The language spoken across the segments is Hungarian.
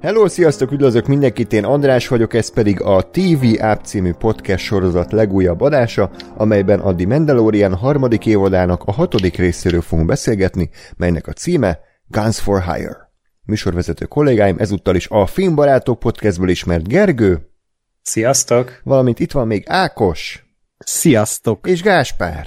Hello, sziasztok, üdvözlök mindenkit, én András vagyok, ez pedig a TV App című podcast sorozat legújabb adása, amelyben a The Mandalorian harmadik évadának a 6. részéről fogunk beszélgetni, melynek a címe Guns for Hire. Műsorvezető kollégáim ezúttal is a Filmbarátok podcastből ismert Gergő. Sziasztok! Valamint itt van még Ákos. Sziasztok! És Gáspár.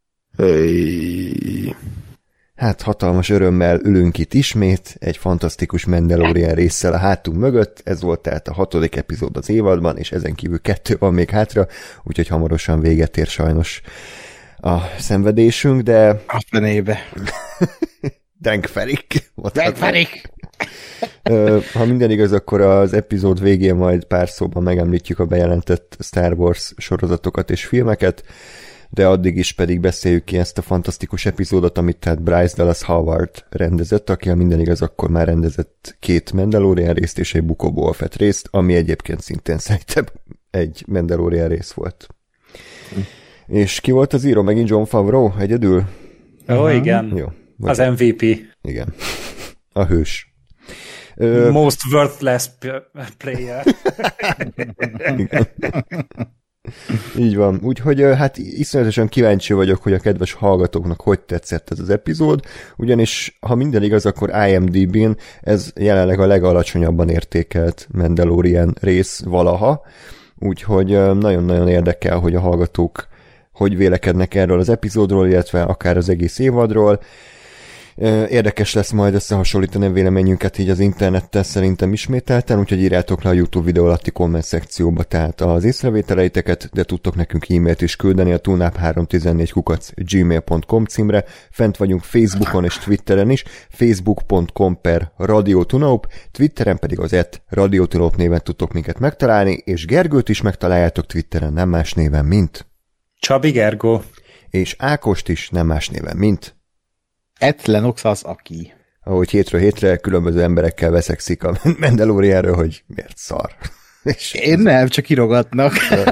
Hey. Hát hatalmas örömmel ülünk itt ismét, egy fantasztikus Mandalorian résszel a hátunk mögött, ez volt tehát a 6. epizód az évadban, és ezen kívül 2 van még hátra, úgyhogy hamarosan véget ér sajnos a szenvedésünk, de... A fenébe. Denkferik. Denkferik! Ha minden igaz, akkor az epizód végén majd pár szóban megemlítjük a bejelentett Star Wars sorozatokat és filmeket, de addig is pedig beszéljük ki ezt a fantasztikus epizódot, amit tehát Bryce Dallas Howard rendezett, aki, ha minden igaz, akkor már rendezett 2 Mandalorian részt és egy Book of Boba Fett részt, ami egyébként szintén szerintem egy Mandalorian rész volt. És ki volt az író? Megint Jon Favreau egyedül? Igen. Jó. Az MVP. Igen. A hős. Most worthless player. Igen. Így van. Úgyhogy hát iszonyatosan kíváncsi vagyok, hogy a kedves hallgatóknak hogy tetszett ez az epizód, ugyanis ha minden igaz, akkor IMDb-n ez jelenleg a legalacsonyabban értékelt Mandalorian rész valaha, úgyhogy nagyon-nagyon érdekel, hogy a hallgatók hogy vélekednek erről az epizódról, illetve akár az egész évadról. Érdekes lesz majd összehasonlítani a véleményünket így az internettel szerintem ismételten, úgyhogy írjátok le a YouTube videó alatti komment szekcióba tehát az észrevételeiteket, de tudtok nekünk e-mailt is küldeni a tunap314@gmail.com címre. Fent vagyunk Facebookon és Twitteren is, facebook.com/radiotunaup, Twitteren pedig az @radiotunaup néven tudtok minket megtalálni, és Gergőt is megtaláljátok Twitteren nem más néven, mint Csabi Gergó. És Ákost is nem más néven, mint Lenox az aki. Ahogy hétről hétre különböző emberekkel veszekszik a Mandalorianről, hogy miért szar. És én nem, csak írogatnak.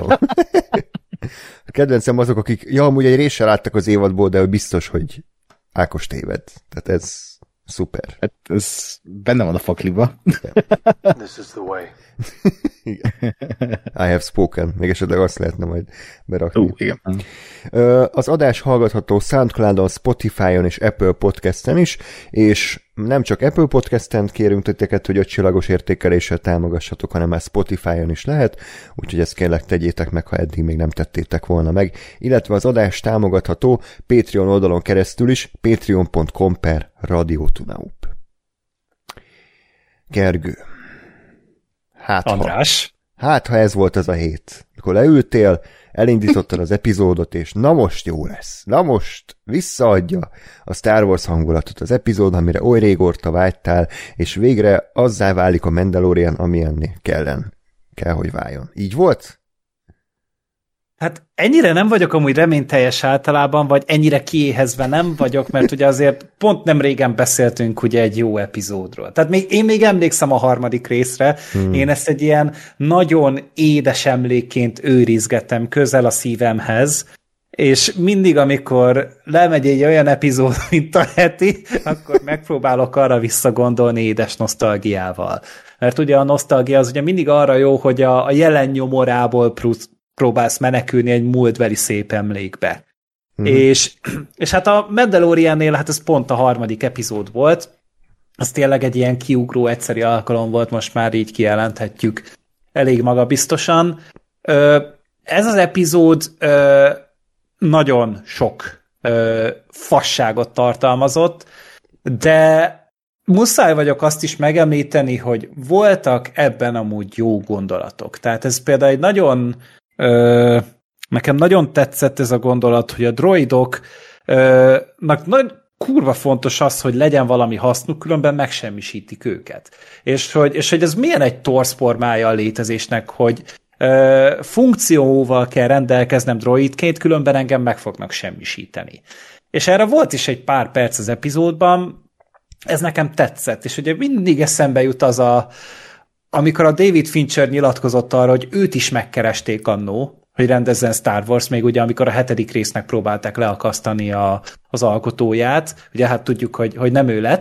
A kedvencem azok, akik, amúgy egy réssel láttak az évadból, de biztos, hogy Ákos téved. Tehát ez szuper. Hát ez benne van a fakliba. This is the way. I have spoken. Még esetleg azt lehetne majd berakni. Igen. Az adás hallgatható SoundCloudon, Spotify-on és Apple Podcast-en is, és nem csak Apple Podcast-en kérünk titeket, hogy 5 csillagos értékeléssel támogassatok, hanem már Spotify-on is lehet, úgyhogy ezt kérlek tegyétek meg, ha eddig még nem tettétek volna meg. Illetve az adás támogatható Patreon oldalon keresztül is, patreon.com/radiotunaup. Gergő. András. Ha ez volt az a hét, mikor leültél, elindítottad az epizódot, és na most jó lesz. Na most visszaadja a Star Wars hangulatot az epizód, amire oly régóta vágytál, és végre azzá válik a Mandalorian, amilyenné kell, hogy váljon. Így volt? Hát ennyire nem vagyok amúgy reményteljes általában, vagy ennyire kiéhezve nem vagyok, mert ugye azért pont nem régen beszéltünk ugye egy jó epizódról. Tehát én még emlékszem a 3. részre, én ezt egy ilyen nagyon édes emlékként őrizgetem közel a szívemhez, és mindig, amikor lemegy egy olyan epizód, mint a heti, akkor megpróbálok arra visszagondolni édes nosztalgiával. Mert ugye a nosztalgia az ugye mindig arra jó, hogy a jelen nyomorából próbálsz menekülni egy múltbeli szép emlékbe. És hát a Mandaloriannél, hát ez pont a 3. epizód volt, az tényleg egy ilyen kiugró egyszeri alkalom volt, most már így kijelenthetjük elég magabiztosan. Ez az epizód nagyon sok fasságot tartalmazott, de muszáj vagyok azt is megemlíteni, hogy voltak ebben amúgy jó gondolatok. Tehát ez például egy nagyon nekem nagyon tetszett ez a gondolat, hogy a droidoknak kurva fontos az, hogy legyen valami hasznuk, különben megsemmisítik őket. És hogy ez milyen egy torszformája a létezésnek, hogy funkcióval kell rendelkeznem droidként, különben engem meg fognak semmisíteni. És erre volt is egy pár perc az epizódban, ez nekem tetszett, és ugye mindig eszembe jut az amikor a David Fincher nyilatkozott arra, hogy őt is megkeresték annó, hogy rendezzen Star Wars, még ugye amikor a 7. résznek próbálták leakasztani az alkotóját, ugye hát tudjuk, hogy nem ő lett,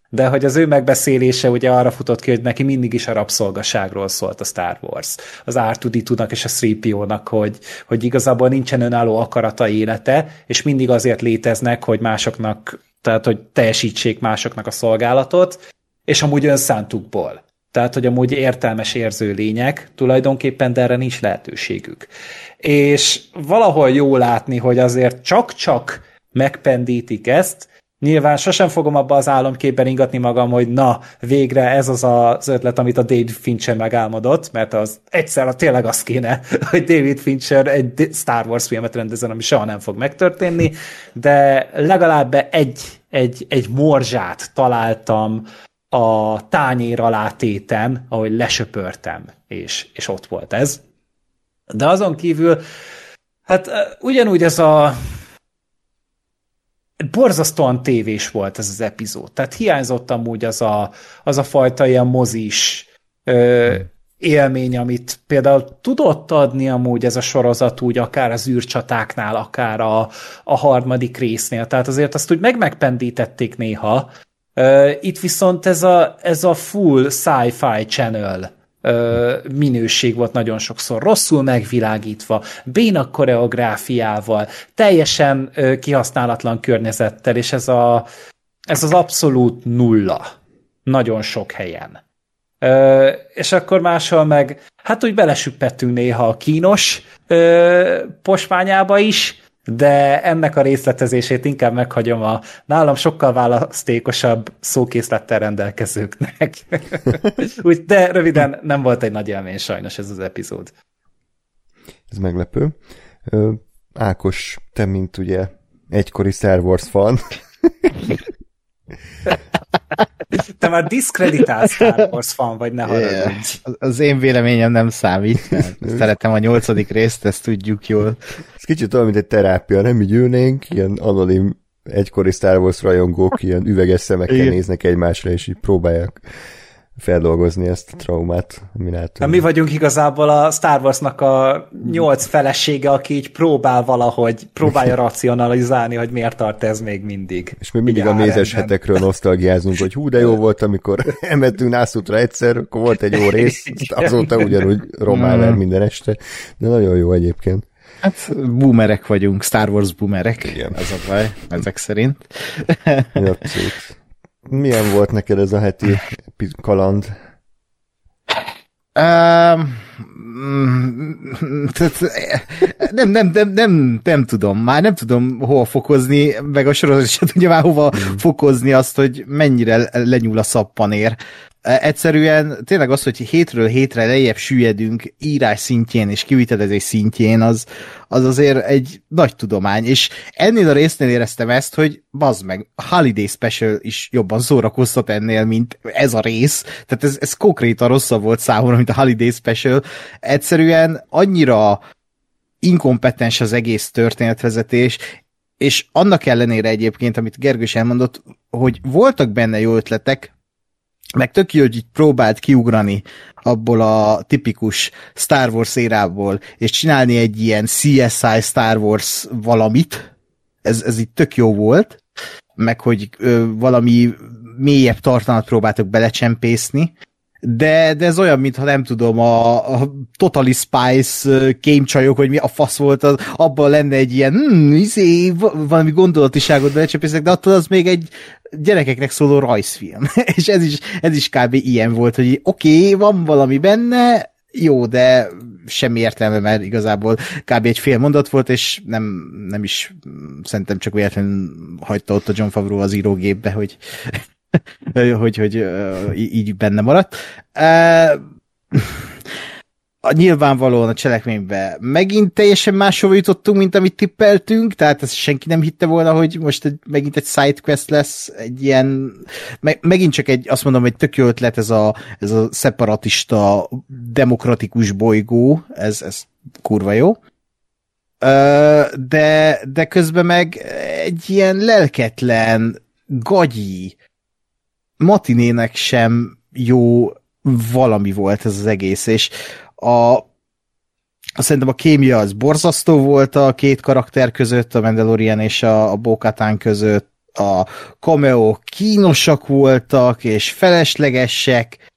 de hogy az ő megbeszélése ugye arra futott ki, hogy neki mindig is a rabszolgaságról szólt a Star Wars. Az R2D2-nak és a 3PO-nak, hogy igazából nincsen önálló akarata, élete, és mindig azért léteznek, hogy másoknak, tehát hogy teljesítsék másoknak a szolgálatot, és amúgy önszántukból. Tehát, hogy amúgy értelmes érző lények, tulajdonképpen, de erre nincs lehetőségük. És valahol jó látni, hogy azért csak-csak megpendítik ezt. Nyilván sosem fogom abba az álomképben ingatni magam, hogy na, végre ez az ötlet, amit a David Fincher megálmodott, mert az egyszer tényleg az kéne, hogy David Fincher egy Star Wars filmet rendezzen, ami soha nem fog megtörténni, de legalább egy morzsát találtam a tányér alá téten, ahogy lesöpörtem, és ott volt ez. De azon kívül, hát ugyanúgy ez a borzasztóan tévés volt ez az epizód. Tehát hiányzott amúgy az a fajta ilyen mozis élmény, amit például tudott adni amúgy ez a sorozat úgy, akár az űrcsatáknál, akár a harmadik résznél. Tehát azért azt úgy megpendítették néha. Itt viszont ez a full sci-fi channel minőség volt nagyon sokszor, rosszul megvilágítva, béna koreográfiával, teljesen kihasználatlan környezettel, és ez az abszolút nulla nagyon sok helyen. És akkor máshol meg, hát úgy belesüppettünk néha a kínos posmányába is, de ennek a részletezését inkább meghagyom a nálam sokkal választékosabb szókészlettel rendelkezőknek. Úgy, de röviden nem volt egy nagy élmény sajnos ez az epizód. Ez meglepő. Ákos, te mint ugye egykori Star Wars fan. Te már diszkreditálsz Star Wars fan, vagy ne haragudj. Az én véleményem nem számít, mert szeretem a 8. részt, ezt tudjuk jól. Ez kicsit olyan, mint egy terápia, nem így ülnénk, ilyen anonim egykori Star Wars rajongók ilyen üveges szemekkel néznek egymásra, és így próbálják feldolgozni ezt a traumát, amin áttunk. Mi vagyunk igazából a Star Warsnak a 8 felesége, aki így próbálja racionalizálni, hogy miért tart ez még mindig. És mi mindig a mézes hetekről nosztalgiázunk, hogy hú, de jó volt, amikor emettünk nászútra egyszer, akkor volt egy jó rész, azóta ugyanúgy romáver minden este, de nagyon jó egyébként. Hát boomerek vagyunk, Star Wars boomerek, igen. Ez a baj, ezek szerint. Abszolút. Milyen volt neked ez a heti kaland? Nem tudom, már nem tudom hova fokozni, meg a sorozat is tudja már hova fokozni azt, hogy mennyire lenyúl a szappanér. Egyszerűen tényleg az, hogy hétről hétre lejjebb süllyedünk írás szintjén és kivitelezés szintjén, az azért egy nagy tudomány, és ennél a résznél éreztem ezt, hogy bazd meg, a Holiday Special is jobban szórakoztat ennél, mint ez a rész, tehát ez konkrétan rosszabb volt számomra, mint a Holiday Special. Egyszerűen annyira inkompetens az egész történetvezetés, és annak ellenére egyébként, amit Gergő is elmondott, hogy voltak benne jó ötletek, meg tök jó, hogy így próbált kiugrani abból a tipikus Star Wars érából, és csinálni egy ilyen CSI Star Wars valamit, ez így tök jó volt, meg hogy valami mélyebb tartalmat próbáltak belecsempészni, de ez olyan, mintha nem tudom, a Totally Spice kémcsajok, hogy mi a fasz volt, abban lenne egy ilyen valami gondolatiságot belecsempésznek, de attól az még egy gyerekeknek szóló rajzfilm. És ez is kb. Ilyen volt, hogy oké, van valami benne, jó, de semmi értelme, mert igazából kb. Egy fél mondat volt, és nem is szerintem csak véletlenül hagyta ott a Jon Favreau az írógépbe, hogy így benne maradt. Nyilvánvalóan a cselekményben megint teljesen máshova jutottunk, mint amit tippeltünk, tehát ezt senki nem hitte volna, hogy most megint egy sidequest lesz, egy ilyen, megint csak azt mondom, hogy tök jó ötlet ez a szeparatista, demokratikus bolygó, ez kurva jó. De közben meg egy ilyen lelketlen, gagyi, matinének sem jó valami volt ez az egész, és szerintem a kémia az borzasztó volt a két karakter között, a Mandalorian és a Bo-Katan között, a cameo kínosak voltak, és feleslegesek,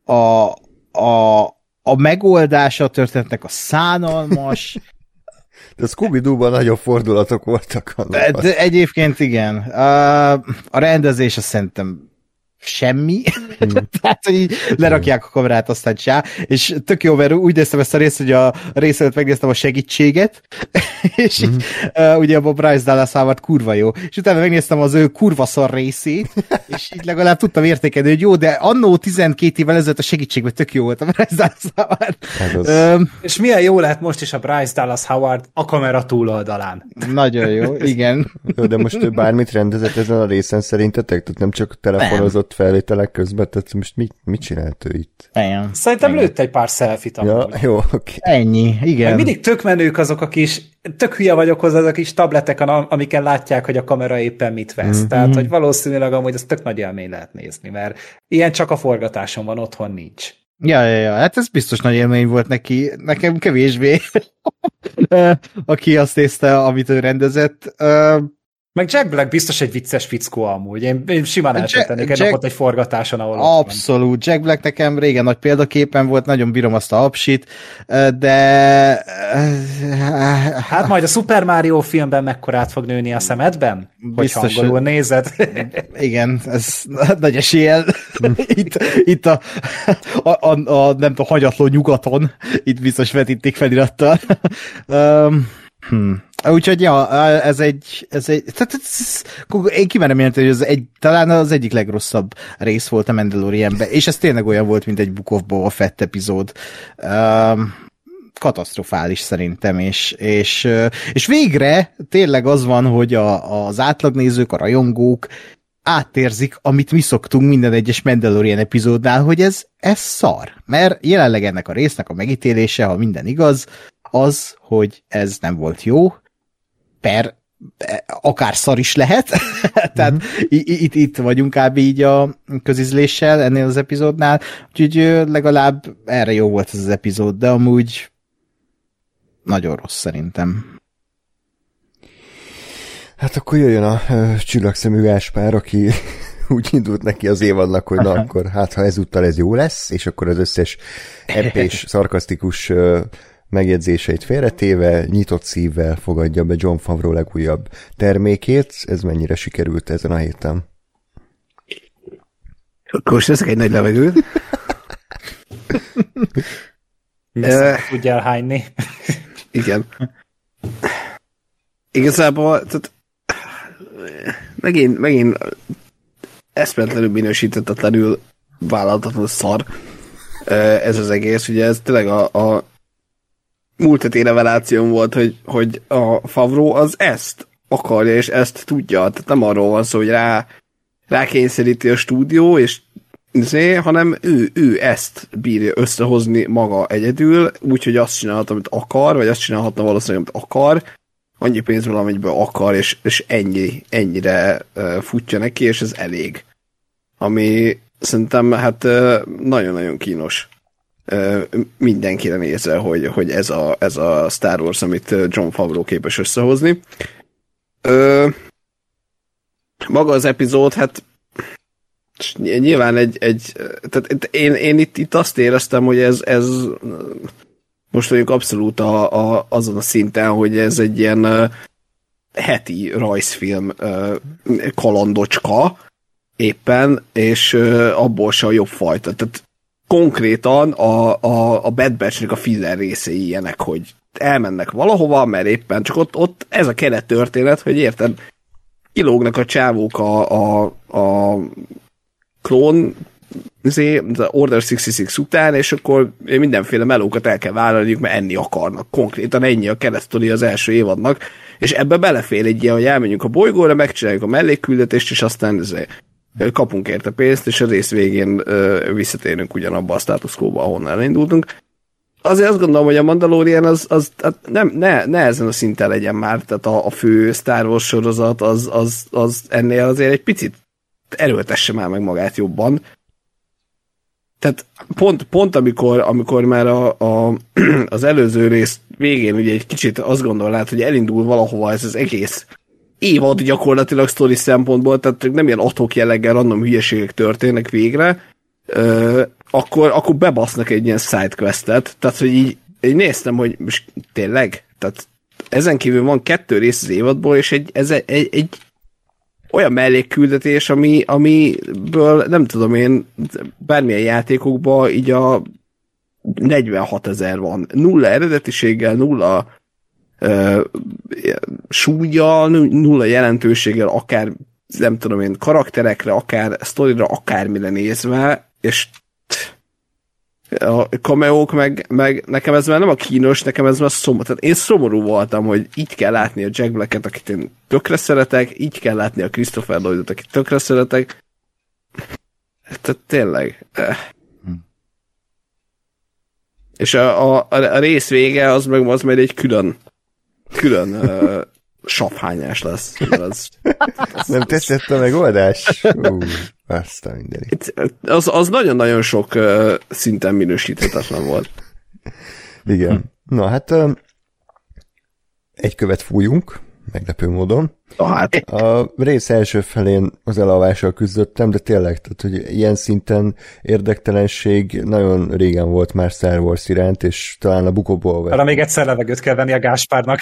a megoldása a történetnek a szánalmas. De a Scooby-Dooban nagyobb fordulatok voltak. De egyébként igen. A rendezés azt szerintem semmi. Tehát, hogy így lerakják a kamerát, aztán csá. És tök jó, mert úgy néztem ezt a részt, hogy a rész előtt megnéztem a segítséget, és így, ugye abban Bryce Dallas Howard kurva jó. És utána megnéztem az ő kurva szar részét, és így legalább tudtam értékelni, hogy jó, de annó 12 évvel ezelőtt a segítségben tök jó volt a Bryce Dallas Howard. És milyen jó lehet most is a Bryce Dallas Howard a kamera túloldalán. Nagyon jó, igen. De most ő bármit rendezett ezen a részen szerintetek? Tehát nem csak telefonozott felvételek közben, tehát most mit csinált ő itt? Igen. Szerintem lőtt egy pár selfie-t. Ja, jó, oké. Ennyi, igen. Meg mindig tök menők azok a kis, tök hülye vagyok hozzá, azok a kis tabletek, amiken látják, hogy a kamera éppen mit vesz. Tehát, hogy valószínűleg amúgy ez tök nagy élmény lehet nézni, mert ilyen csak a forgatáson van, otthon nincs. Ja, hát ez biztos nagy élmény volt neki, nekem kevésbé, aki azt nézte, amit ő rendezett. Meg Jack Black biztos egy vicces fickó amúgy. Én simán eltettenék egy napot egy forgatáson, ahol abszolút. Jack Black nekem régen nagy példaképen volt, nagyon bírom azt a hapsit, de... Hát majd a Super Mario filmben mekkorát fog nőni a szemedben? Hogy hangolul nézed? Igen, ez nagy eséllyel. Itt a nem tudom, hagyatló nyugaton, itt biztos vetítik felirattal. Úgyhogy ja, ez egy én kimerem jelenteni, hogy talán az egyik legrosszabb rész volt a Mandalorianben, és ez tényleg olyan volt, mint egy Book of Boba Fett epizód. Katasztrofális szerintem, és végre tényleg az van, hogy az átlagnézők, a rajongók átérzik, amit mi szoktunk minden egyes Mandalorian epizódnál, hogy ez szar. Mert jelenleg ennek a résznek a megítélése, ha minden igaz, az, hogy ez nem volt jó, akár szar is lehet, tehát itt vagyunk kb. Így a közizléssel ennél az epizódnál, úgyhogy legalább erre jó volt ez az epizód, de amúgy nagyon rossz szerintem. Hát akkor jöjjön a csillagszemű Gáspár, aki úgy indult neki az évadnak, hogy na akkor hát ha ezúttal ez jó lesz, és akkor az összes eppés, szarkasztikus megjegyzéseit félretéve, nyitott szívvel fogadja be Jon Favreau legújabb termékét. Ez mennyire sikerült ezen a héten? Akkor most veszek egy nagy levegőt. Tudjál hányni. Igen. Igazából tehát, megint eszméletlenül minősítetlenül vállalhatatlanul szar ez az egész. Ugye ez tényleg a múlt heti revelációm volt, hogy a Favreau az ezt akarja, és ezt tudja. Tehát nem arról van szó, hogy rákényszeríti a stúdió, és hanem ő ezt bírja összehozni maga egyedül, úgyhogy azt csinálhat, amit akar, vagy azt csinálhatna valószínűleg, amit akar, annyi pénzből, amennyiből akar, és ennyire futja neki, és ez elég. Ami szerintem hát nagyon-nagyon kínos mindenkire nézve, hogy ez a Star Wars, amit Jon Favreau képes összehozni. Maga az epizód, hát nyilván tehát én itt azt éreztem, hogy ez most vagyunk abszolút azon a szinten, hogy ez egy ilyen heti rajzfilm kalandocska éppen, és abból se a jobb fajta. Tehát konkrétan a Bad Batch-nek a filler részei ilyenek, hogy elmennek valahova, mert éppen csak ott ez a keret történet, hogy érted, kilógnak a csávók a klón az Order 66 után, és akkor mindenféle melókat el kell vállalniuk, mert enni akarnak. Konkrétan ennyi a keresztori az első évadnak, és ebbe belefér egy ilyen, hogy elmenjünk a bolygóra, megcsináljuk a mellékküldetést, és aztán kapunk érte pénzt, és a rész végén visszatérünk ugyanabba a status quo-ba, ahonnan elindultunk. Azért azt gondolom, hogy a Mandalorian az ne ezen a szinten legyen már, tehát a fő Star Wars sorozat az ennél azért egy picit erőltesse már meg magát jobban. Tehát pont amikor már az előző rész végén ugye egy kicsit azt gondolnád, hogy elindul valahova ez az egész évad gyakorlatilag sztori szempontból, tehát nem ilyen adhok jelleggel random hülyeségek történnek végre, akkor bebasznak egy ilyen sidequestet, tehát hogy így néztem, hogy most tényleg, tehát ezen kívül van 2 rész az évadból, és egy olyan mellékküldetés, amiből nem tudom én, bármilyen játékokban így a 46 000 van. 0 eredetiséggel, 0 súlya, 0 jelentőséggel, akár nem tudom én, karakterekre, akár sztorira, akármire nézve, és a cameók meg nekem ez már nem a kínos, nekem ez már szomorú. Tehát én szomorú voltam, hogy így kell látni a Jack Blacket, akit én tökre szeretek, így kell látni a Christopher Lloydot, akit tökre szeretek. Tehát tényleg. És a rész vége az majd egy külön saphányás lesz. Nem tetszett a megoldás? Aztán mindenit. Az nagyon-nagyon sok szinten minősíthetetlen volt. Igen. Na hát egy követ fújunk, meglepő módon. Hát. A rész első felén az elavással küzdöttem, de tényleg, tehát, hogy ilyen szinten érdektelenség nagyon régen volt már Star Wars iránt, és talán a Book of Boba Fett. Arra még egyszer levegőt kell venni a Gáspárnak.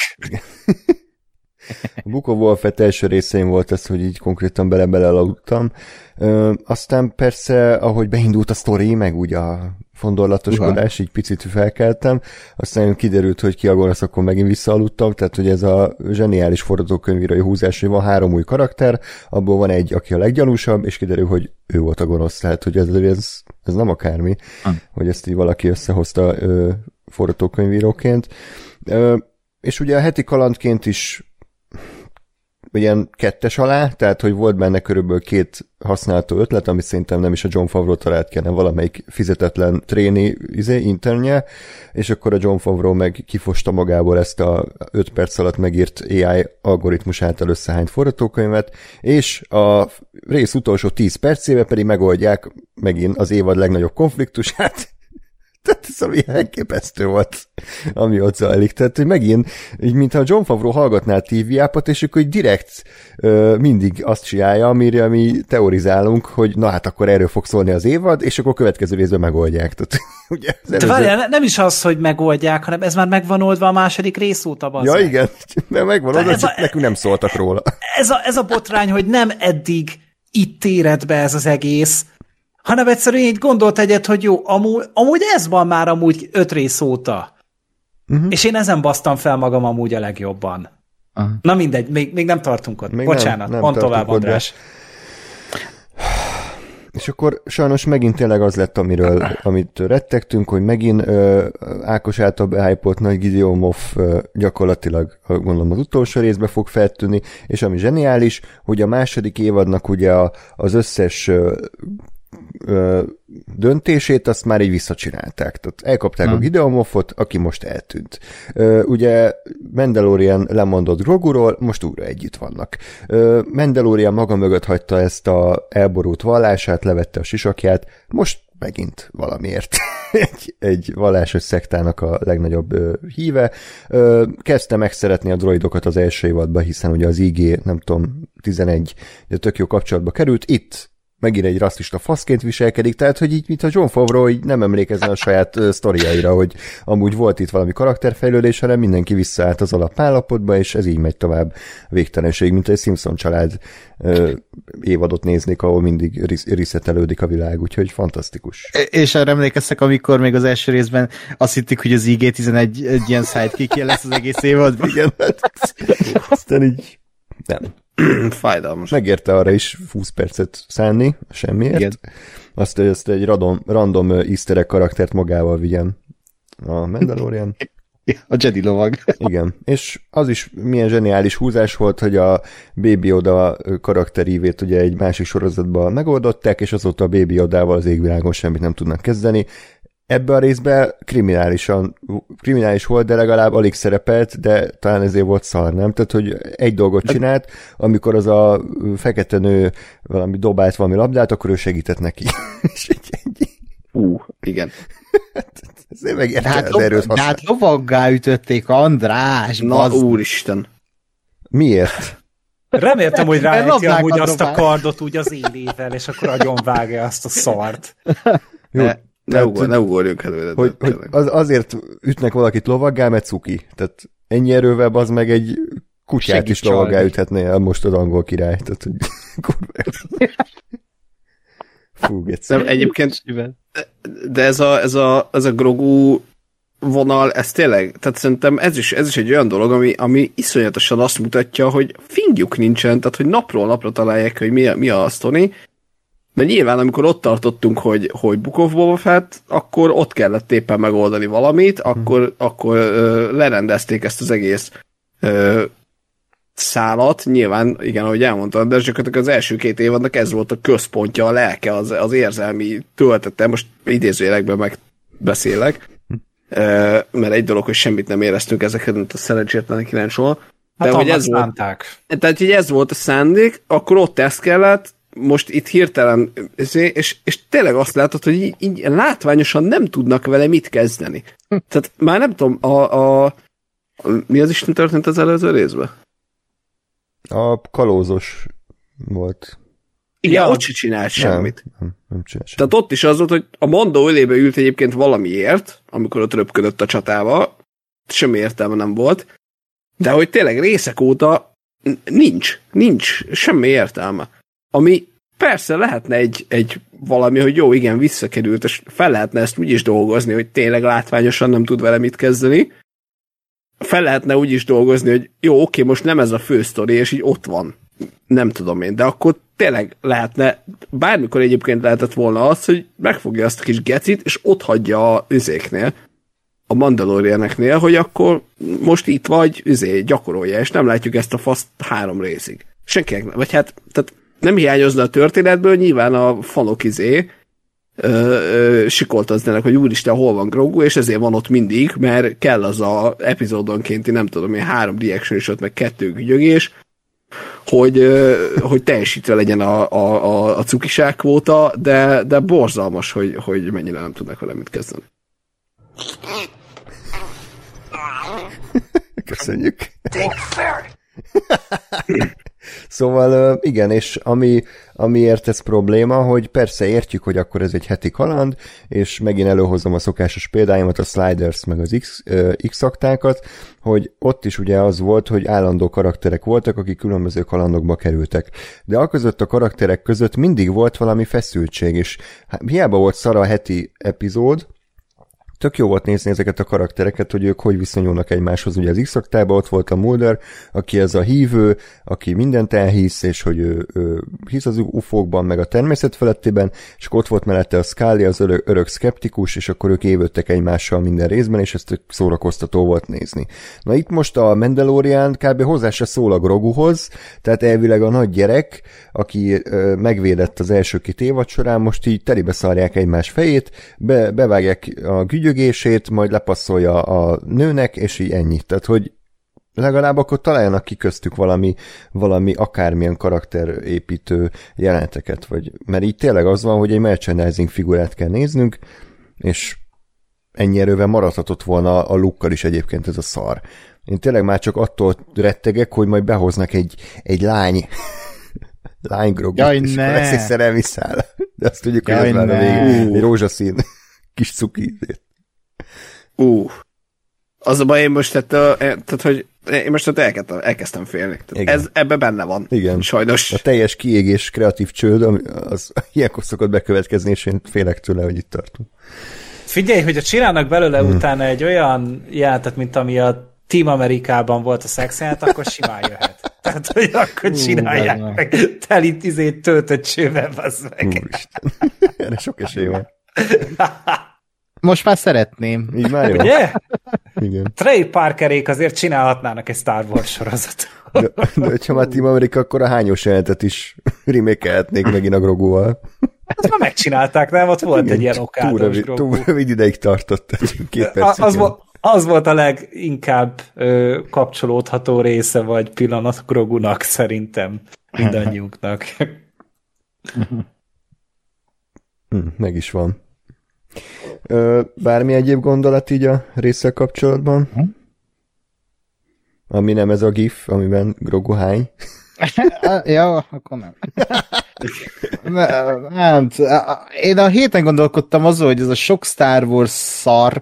A Book of Boba Fett első részén volt ez, hogy így konkrétan bele-bele aludtam. Aztán persze, ahogy beindult a sztori, meg úgy a fondorlatoskodás, így picit felkeltem, aztán kiderült, hogy ki a gonosz, akkor megint visszaaludtam, tehát hogy ez a zseniális forgatókönyvírói húzás, hogy van 3 új karakter, abból van egy, aki a leggyanúsabb, és kiderül, hogy ő volt a gonosz, tehát hogy ez nem akármi, hogy ezt így valaki összehozta forgatókönyvíróként. És ugye a heti kalandként is ilyen 2 alá, tehát hogy volt benne körülbelül 2 használható ötlet, ami szerintem nem is a John Favreau talált ki, hanem valamelyik fizetetlen tréni internje, és akkor a John Favreau meg kifosta magából ezt a 5 perc alatt megírt AI algoritmus által összehányt forgatókönyvet, és a rész utolsó 10 percébe pedig megoldják megint az évad legnagyobb konfliktusát. Tehát ez ami elképesztő volt, ami ott zajlik. Tehát, hogy megint, így mintha John Favreau hallgatná a TV-ápat, és akkor direkt mindig azt csinálja, amire mi teorizálunk, hogy na hát akkor erről fog szólni az évad, és akkor a következő részben megoldják. Tehát, ugye, de várjál, nem is az, hogy megoldják, hanem ez már megvan oldva a második rész óta. Ja, igen, mert megvan oldva, csak nekünk nem szóltak róla. Ez a botrány, hogy nem eddig itt éred be ez az egész, hanem egyszerűen így gondolt egyet, hogy jó, amúgy ez van már amúgy 5 rész óta. És én ezen basztam fel magam amúgy a legjobban. Na mindegy, még nem tartunk ott. Még bocsánat, nem pont tovább, András. És akkor sajnos megint tényleg az lett, amit rettegtünk, hogy megint Ákos által behypolt nagy Gideon Moff gyakorlatilag gondolom az utolsó részbe fog feltűnni, és ami zseniális, hogy a második évadnak ugye az összes döntését, azt már így visszacsinálták. Tehát elkapták a Gideon Moffot, aki most eltűnt. Ugye Mandalorian lemondott Groguról, most újra együtt vannak. Mandalorian maga mögött hagyta ezt a elborult vallását, levette a sisakját, most megint valamiért egy vallásos szektának a legnagyobb híve. Kezdte megszeretni a droidokat az első évadban, hiszen ugye az IG, nem tudom, 11 tök jó kapcsolatba került. Itt megint egy rasszista faszként viselkedik, tehát, hogy így, mint a John Favreau így nem emlékezne a saját sztoriaira, hogy amúgy volt itt valami karakterfejlődés, hanem mindenki visszaállt az alapállapotba, és ez így megy tovább végtelenség, mint egy Simpson család évadot néznék, ahol mindig resetelődik a világ, úgyhogy fantasztikus. És arra emlékeztek, amikor még az első részben azt hittik, hogy az IG-11 egy ilyen sidekick lesz az egész évad. Igen, hát aztán így nem. Fájdalmas. Megérte arra is 20 percet szánni, semmiért. Igen. Azt egy random easter egg karaktert magával vigyen a Mandalorian. A Jedi lovag. Igen, és az is milyen zseniális húzás volt, hogy a Baby Yoda karakterívét ugye egy másik sorozatban megoldották, és azóta a Baby Yodával az égvilágon semmit nem tudnak kezdeni. Ebben a részben kriminális volt, de legalább alig szerepelt, de talán ezért volt szar, nem? Tehát, hogy egy dolgot csinált, amikor az a fekete nő dobált valami labdát, akkor ő segített neki. És egy. Igen. Ezért megérte az erőt használ. De hát lovaggá ütötték, András. Na, úristen. Miért? Reméltem, hogy rájönti Labdákat amúgy azt a dobál. kardot úgy az élével, és akkor agyonvágja azt a szart. Jó, Ne ugorjunk előre. hogy azért ütnek valakit lovaggá, mert cuki. Tehát ennyi erővel az meg egy kutyát Segít is lovaggá csalni. üthetné el most az angol király. Tehát, hogy kurva. Fú, Nem, egyébként, de ez a Grogu vonal, ez tényleg, tehát szerintem ez is egy olyan dolog, ami iszonyatosan azt mutatja, hogy fingjuk nincsen, tehát hogy napról napra találják, hogy mi a sztori, de nyilván, amikor ott tartottunk, hogy Book of Boba Fett, akkor ott kellett éppen megoldani valamit, akkor lerendezték ezt az egész szálat, nyilván, igen, ahogy elmondtam, de csak az első 2 évadnak ez volt a központja, a lelke, az érzelmi töltete, most idézőjelekben megbeszélek, mert egy dolog, hogy semmit nem éreztünk ezeket, mint a szerencsétlenek irány soha. Hát hogy ez volt, tehát, hogy ez volt a szándék, akkor ott ez kellett, most itt hirtelen, és tényleg azt látod, hogy így látványosan nem tudnak vele mit kezdeni. Tehát már nem tudom, mi az Isten történt az előző részben? A kalózos volt. Igen, Ja, ott se csinált semmit. Nem csinál semmit. Tehát ott is az volt, hogy a Mandó ölébe ült egyébként valamiért, amikor ott röpködött a csatával, semmi értelme nem volt, de hogy tényleg részek óta nincs semmi értelme. Ami persze lehetne egy valami, hogy jó, igen, visszakerült, és fel lehetne ezt úgy is dolgozni, hogy tényleg látványosan nem tud vele mit kezdeni. Fel lehetne úgy is dolgozni, hogy jó, oké, most nem ez a fő sztori, és így ott van. Nem tudom én, de akkor tényleg lehetne, bármikor egyébként lehetett volna az, hogy megfogja azt a kis gecit, és ott hagyja a üzéknél, a Mandalorianeknél, hogy akkor most itt vagy, gyakorolja, és nem látjuk ezt a faszt 3 részig. Senkinek nem, vagy hát, tehát nem hiányozna a történetből, nyilván a fanok sikoltoznának, hogy úristen, hol van Grogu, és ezért van ott mindig, mert kell az a epizódonkénti, nem tudom én, 3 reaction shot, meg 2 gügyögés, hogy teljesítve legyen a cukiság kvóta, de borzalmas, hogy mennyire nem tudnak vele mit kezdeni. Köszönjük. Szóval igen, és amiért ez probléma, hogy persze értjük, hogy akkor ez egy heti kaland, és megint előhozom a szokásos példáimat, a Sliders meg az X-aktákat, hogy ott is ugye az volt, hogy állandó karakterek voltak, akik különböző kalandokba kerültek. De aközött a karakterek között mindig volt valami feszültség, és hiába volt szar a heti epizód, tök jó volt nézni ezeket a karaktereket, hogy ők hogy viszonyulnak egymáshoz. Ugye az X-aktában ott volt a Mulder, aki ez a hívő, aki mindent elhisz, és hogy ő hisz az ufókban, meg a természet felettiben, és akkor ott volt mellette a Scully, az örök szkeptikus, és akkor ők évődtek egymással minden részben, és ezt szórakoztató volt nézni. Na itt most a Mandalorian kb. Hozzá se szól a Groguhoz, tehát elvileg a nagy gyerek, aki megvédett az első 2 évad során, most így telibe szarják egymás fejét, bevágják a gügyögését, majd lepasszolja a nőnek, és így ennyi. Tehát, hogy legalább akkor találjanak ki köztük valami akármilyen karakterépítő jeleneteket, vagy, mert így tényleg az van, hogy egy merchandising figurát kell néznünk, és ennyi erővel maradhatott volna a Luke-kal is egyébként ez a szar. Én tényleg már csak attól rettegek, hogy majd behoznak egy lány Grogut, és akkor lesz egy szerelmi szál. De azt tudjuk, hogy ez már a végén. Egy rózsaszín kis cuki. Az a baj, én most hogy én most elkezdtem félni. Ez ebbe benne van. Igen. Sajnos. A teljes kiégés, kreatív csőd, az ilyenkor szokott bekövetkezni, és én félek tőle, hogy itt tartunk. Figyelj, hogy csinálnak belőle utána egy olyan játet, mint ami a Team Amerikában volt a szexját, akkor simán jöhet. Tehát, hogy akkor csinálják meg teli töltött csővel, bazd meg. Úristen. Erre sok esély van. Most már szeretném. Így már jó. Ugye? Igen. Trey Parkerék azért csinálhatnának egy Star Wars sorozatot. De hogyha már Team America, akkor a hányos jelentet is remake-elhetnék megint a Groguval. Ezt már megcsinálták, nem? Ott volt egy ilyen okádós Grogu. Túl rövid ideig tartott. 2 percig. Az volt a leginkább kapcsolódható része, vagy pillanat Grogunak szerintem mindannyiunknak. Meg is van. Bármi egyéb gondolat így a résszel kapcsolatban? Ami nem ez a gif, amiben Grogu hány? Ja, akkor nem. Nem. Én a héten gondolkodtam azon, hogy ez a sok Star Wars szar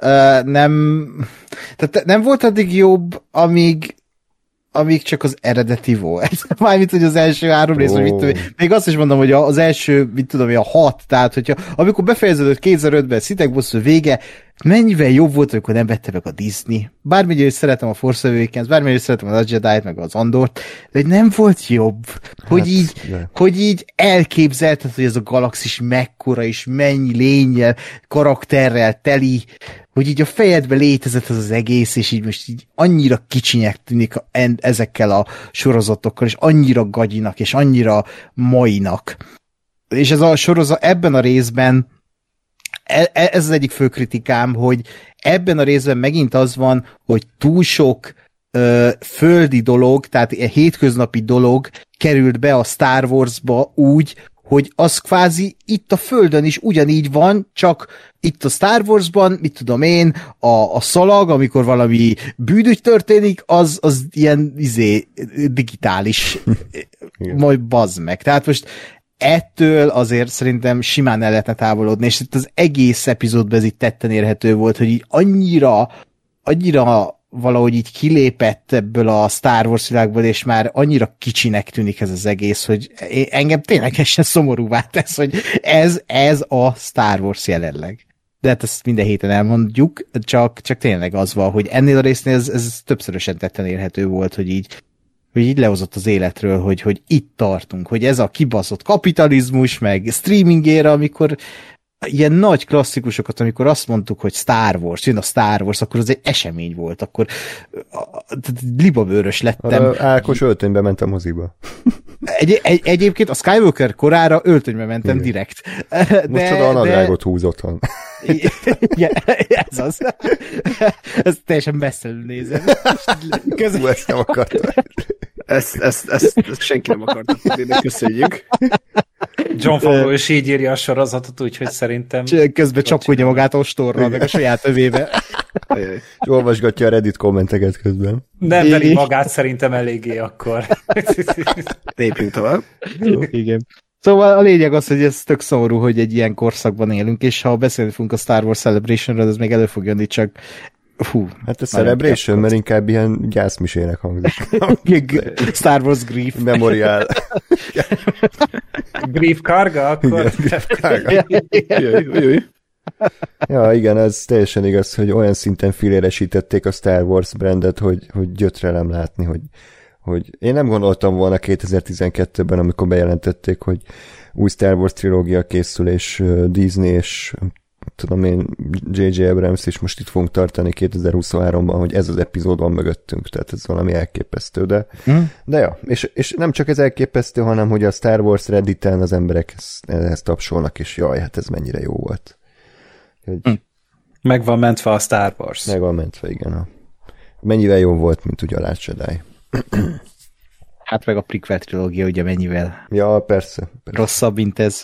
tehát nem volt addig jobb, amíg csak az eredeti volt. Mármint, hogy az első 3 rész, még azt is mondom, hogy az első, a 6, tehát hogyha amikor befejeződött 2005-ben Szitek bosszú vége, mennyivel jobb volt, amikor nem vette meg a Disney. Bármilyen is szeretem a Force Awakens, bármilyen is szeretem a Jedi-t, meg az Andort, de nem volt jobb, hogy így elképzelted, hogy ez a galaxis mekkora és mennyi lénnyel, karakterrel teli, hogy így a fejedbe létezett ez az egész, és így most így annyira kicsinek tűnik ezekkel a sorozatokkal, és annyira gagyinak, és annyira mainak. És ez a sorozat ebben a részben ez az egyik fő kritikám, hogy ebben a részben megint az van, hogy túl sok földi dolog, tehát hétköznapi dolog került be a Star Wars-ba úgy, hogy az kvázi itt a Földön is ugyanígy van, csak itt a Star Wars-ban, mit tudom én, a szalag, amikor valami bűnügy történik, az ilyen digitális, majd bazd meg. Tehát most ettől azért szerintem simán el lehetne távolodni, és itt az egész epizódban ez így tetten érhető volt, hogy így annyira valahogy így kilépett ebből a Star Wars világból, és már annyira kicsinek tűnik ez az egész, hogy engem ténylegesen szomorúvá tesz, hogy ez a Star Wars jelenleg. De hát ezt minden héten elmondjuk, csak tényleg az van, hogy ennél a résznél ez többszörösen tetten érhető volt, hogy így lehozott az életről, hogy itt tartunk, hogy ez a kibaszott kapitalizmus, meg streaming éra, amikor ilyen nagy klasszikusokat, amikor azt mondtuk, hogy Star Wars, jön a Star Wars, akkor az egy esemény volt, akkor libabőrös lettem. Ákos öltönybe ment a moziba. Egyébként a Skywalker korára öltönybe mentem direkt. Most csoda a nadrágot húz otthon. Igen, ez az. Ez teljesen messzelül nézem. Ezt nem akartam. Ezt senki nem akarta tudni, de köszönjük. John Favreau is így írja a sorozatot, úgyhogy szerintem... Közben csapkodja magát ostorral, meg a saját övébe. És olvasgatja a Reddit kommenteket közben. Nem veri magát szerintem eléggé akkor. Lépjünk tovább. Igen. Szóval a lényeg az, hogy ez tök szomorú, hogy egy ilyen korszakban élünk, és ha beszélni fogunk a Star Wars Celebration-ről, ez még elő fog jönni, csak hát a Celebration, mert inkább ilyen gyászmisének hangzik. Star Wars Grief. Memorial. Grief Karga, akkor... Grief Karga. Ja, igen, ez teljesen igaz, hogy olyan szinten filéresítették a Star Wars brandet, hogy gyötre nem látni, hogy én nem gondoltam volna 2012-ben, amikor bejelentették, hogy új Star Wars trilógia készül, és Disney, és tudom én, J.J. Abrams is most itt fogunk tartani 2023-ban, hogy ez az epizód van mögöttünk, tehát ez valami elképesztő, de ja, és nem csak ez elképesztő, hanem hogy a Star Wars Redditen az emberek ehhez tapsolnak, és jaj, hát ez mennyire jó volt. Meg van mentve a Star Wars. Meg van mentve, igen. Mennyivel jó volt, mint ugye a Last Jedi. Hát meg a prequel trilógia ugye mennyivel persze. rosszabb, mint ez.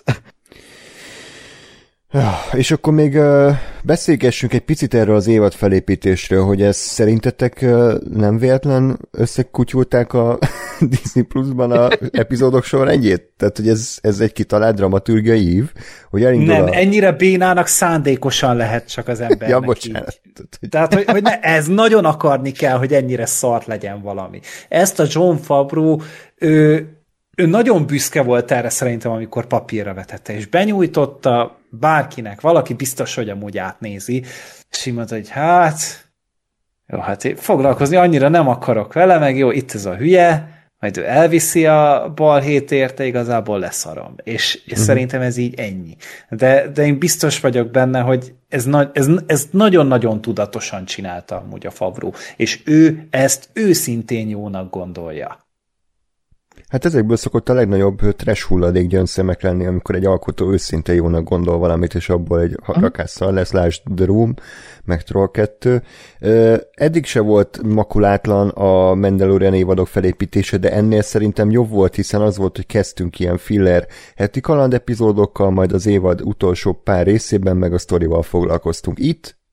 És akkor még beszélgessünk egy picit erről az évad felépítésről, hogy ez szerintetek nem véletlen összekutyulták a Disney Plus-ban a epizódok sorrendjét? Tehát, hogy ez egy kitalált dramaturgiai ív? Hogy nem, ennyire bénának szándékosan lehet csak az embernek. Ja, bocsánat. Így. Tehát, hogy ez nagyon akarni kell, hogy ennyire szart legyen valami. Ezt a John Favreau, ő nagyon büszke volt erre szerintem, amikor papírra vetette, és benyújtotta bárkinek, valaki biztos, hogy amúgy átnézi, és így mondta, hogy hát foglalkozni annyira nem akarok vele, meg jó, itt ez a hülye, majd ő elviszi a balhét érte, igazából leszarom. És szerintem ez így ennyi. De én biztos vagyok benne, hogy ez nagyon-nagyon tudatosan csinálta amúgy a Favreau, és ő ezt őszintén jónak gondolja. Hát ezekből szokott a legnagyobb trash hulladék gyönszemek lenni, amikor egy alkotó őszintén jónak gondol valamit, és abból egy rakásszal lesz, lásd The Room, meg Troll 2. Eddig se volt makulátlan a Mandalorian évadok felépítése, de ennél szerintem jobb volt, hiszen az volt, hogy kezdtünk ilyen filler heti kaland epizódokkal, majd az évad utolsó pár részében meg a sztorival foglalkoztunk. Itt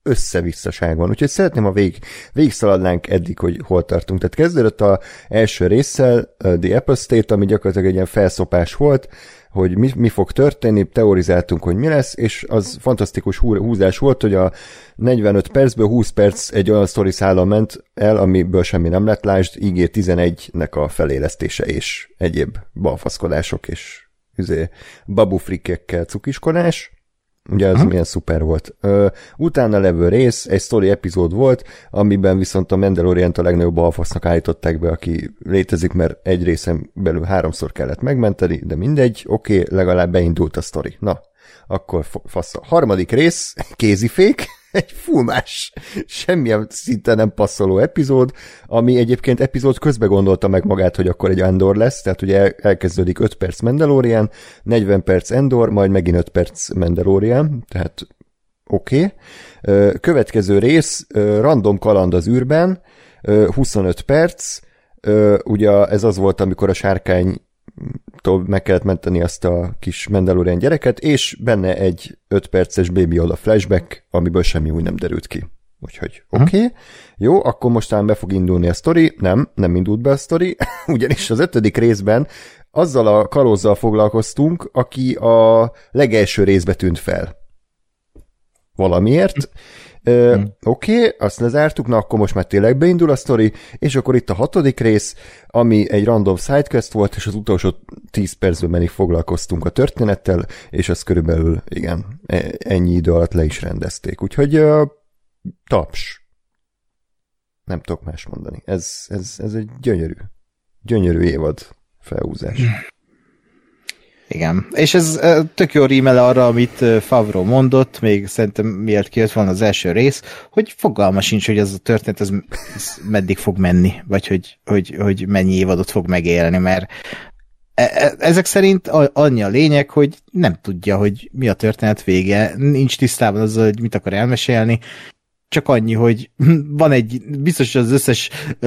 összevisszaságon. Úgyhogy szeretném, ha végigszaladnánk eddig, hogy hol tartunk. Tehát kezdődött az első résszel, The Apple State, ami gyakorlatilag egy ilyen felszopás volt, hogy mi fog történni, teorizáltunk, hogy mi lesz, és az fantasztikus húzás volt, hogy a 45 percből 20 perc egy olyan sztoriszálon ment el, amiből semmi nem lett, lásd, IG-11-nek a felélesztése és egyéb balfaszkodások és babufrikekkel cukiskodás. Ugye ez milyen szuper volt. Utána levő rész egy sztori epizód volt, amiben viszont a Mandalorient a legnagyobb balfasznak állították be, aki létezik, mert egy részen belül 3-szor kellett megmenteni, de mindegy, oké, legalább beindult a sztori. Na, akkor fasz. A harmadik rész, kézifék, egy fulmás, semmilyen szinten nem passzoló epizód, ami egyébként epizód közben gondolta meg magát, hogy akkor egy Andor lesz, tehát ugye elkezdődik 5 perc Mandalorian, 40 perc Andor, majd megint 5 perc Mandalorian, tehát oké. Következő rész, random kaland az űrben, 25 perc, ugye ez az volt, amikor a sárkány meg kellett menteni azt a kis Mandalorian gyereket, és benne egy 5 perces Baby Yoda flashback, amiből semmi új nem derült ki. Úgyhogy oké. Jó, akkor mostán be fog indulni a sztori. Nem indult be a sztori, ugyanis az 5. részben azzal a kalózzal foglalkoztunk, aki a legelső részbe tűnt fel. Valamiért. Oké, azt lezártuk, na akkor most már tényleg beindul a sztori, és akkor itt a 6. rész, ami egy random sidequest volt, és az utolsó 10 percben mennyig foglalkoztunk a történettel, és az körülbelül, igen, ennyi idő alatt le is rendezték. Úgyhogy taps. Nem tudok más mondani. Ez egy gyönyörű évad felhúzás. Igen, és ez tök jó rímel arra, amit Favreau mondott, még szerintem miért kijött volna az első rész, hogy fogalma sincs, hogy ez a történet ez meddig fog menni, vagy hogy mennyi évadot fog megélni, mert ezek szerint annyi a lényeg, hogy nem tudja, hogy mi a történet vége, nincs tisztában azzal, hogy mit akar elmesélni, csak annyi, hogy van egy, biztos az összes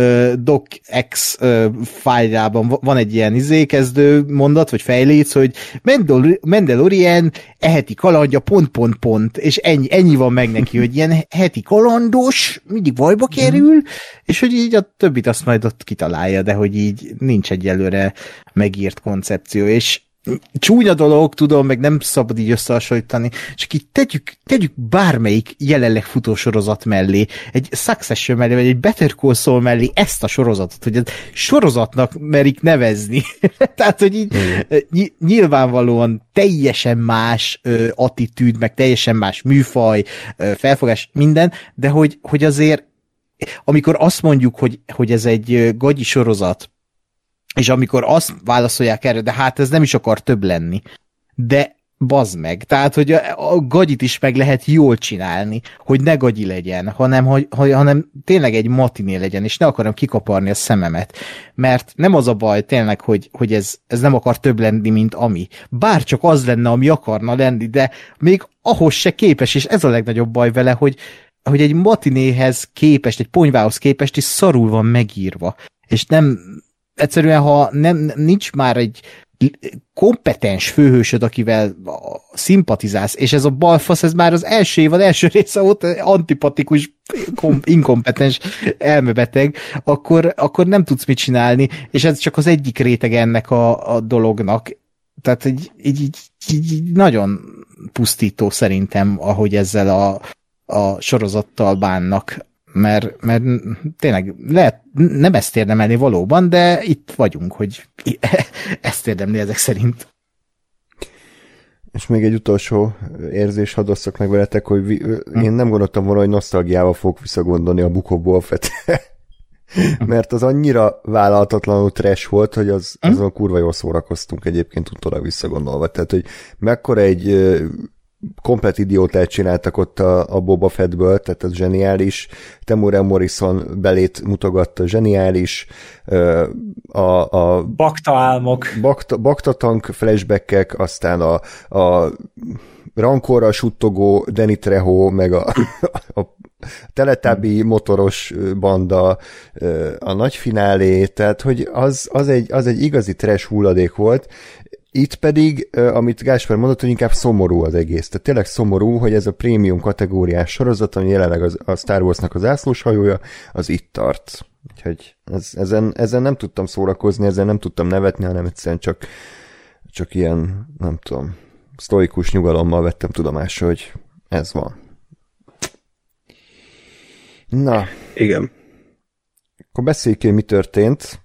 docx fájlában van egy ilyen kezdő mondat, vagy fejléc, hogy Mandalorian heti kalandja ... és ennyi van meg neki, hogy ilyen heti kalandos, mindig bajba kerül, és hogy így a többit azt majd ott kitalálja, de hogy így nincs egyelőre megírt koncepció, és csúnya dolog, tudom, meg nem szabad így összehasonlítani, csak így tegyük bármelyik jelenleg futó sorozat mellé, egy Succession mellé, vagy egy Better Call Saul mellé ezt a sorozatot, hogy ez sorozatnak merik nevezni. Tehát, hogy így nyilvánvalóan teljesen más attitűd, meg teljesen más műfaj, felfogás, minden, de hogy azért, amikor azt mondjuk, hogy ez egy gagyi sorozat, és amikor azt válaszolják erre, de hát ez nem is akar több lenni. De bazd meg. Tehát, hogy a gagyit is meg lehet jól csinálni, hogy ne gagyi legyen, hanem tényleg egy matiné legyen, és ne akarom kikaparni a szememet. Mert nem az a baj tényleg, hogy ez nem akar több lenni, mint ami. Bár csak az lenne, ami akarna lenni, de még ahhoz se képes, és ez a legnagyobb baj vele, hogy egy matinéhez képest, egy ponyvához képest is szarul van megírva. És nem egyszerűen, ha nincs már egy kompetens főhősöd, akivel szimpatizálsz, és ez a balfasz, ez már az első évad első része volt antipatikus, inkompetens elmebeteg, akkor nem tudsz mit csinálni, és ez csak az egyik réteg ennek a dolognak. Tehát így nagyon pusztító szerintem, ahogy ezzel a sorozattal bánnak. Mert tényleg lehet nem ezt érdemelni valóban, de itt vagyunk, hogy ezt érdemli ezek szerint. És még egy utolsó érzés hadd osszak meg veletek, hogy én nem gondoltam volna, hogy nosztalgiával fogok visszagondolni a Book of Boba Fett-re. Mert az annyira vállalhatatlanul trash volt, hogy azon kurva jól szórakoztunk egyébként utólag visszagondolva. Tehát, hogy mekkora egy komplet idiótát csináltak ott a Boba Fettből, tehát ez zseniális. Temuera Morrison belét mutogatta, zseniális. A Bakta álmok. Bakta tank flashbackek, aztán a rankorra suttogó Danny Trejo, meg a Teletubby motoros banda, a nagy finálé, tehát hogy az egy igazi trash hulladék volt, Itt pedig, amit Gáspár mondott, hogy inkább szomorú az egész. Tehát tényleg szomorú, hogy ez a prémium kategóriás sorozat, ami jelenleg a Star Wars-nak az zászlós hajója, az itt tart. Úgyhogy ezen nem tudtam szórakozni, ezen nem tudtam nevetni, hanem egyszerűen csak ilyen, nem tudom, sztoikus nyugalommal vettem tudomásra, hogy ez van. Na. Igen. Akkor beszéljük, hogy mi történt.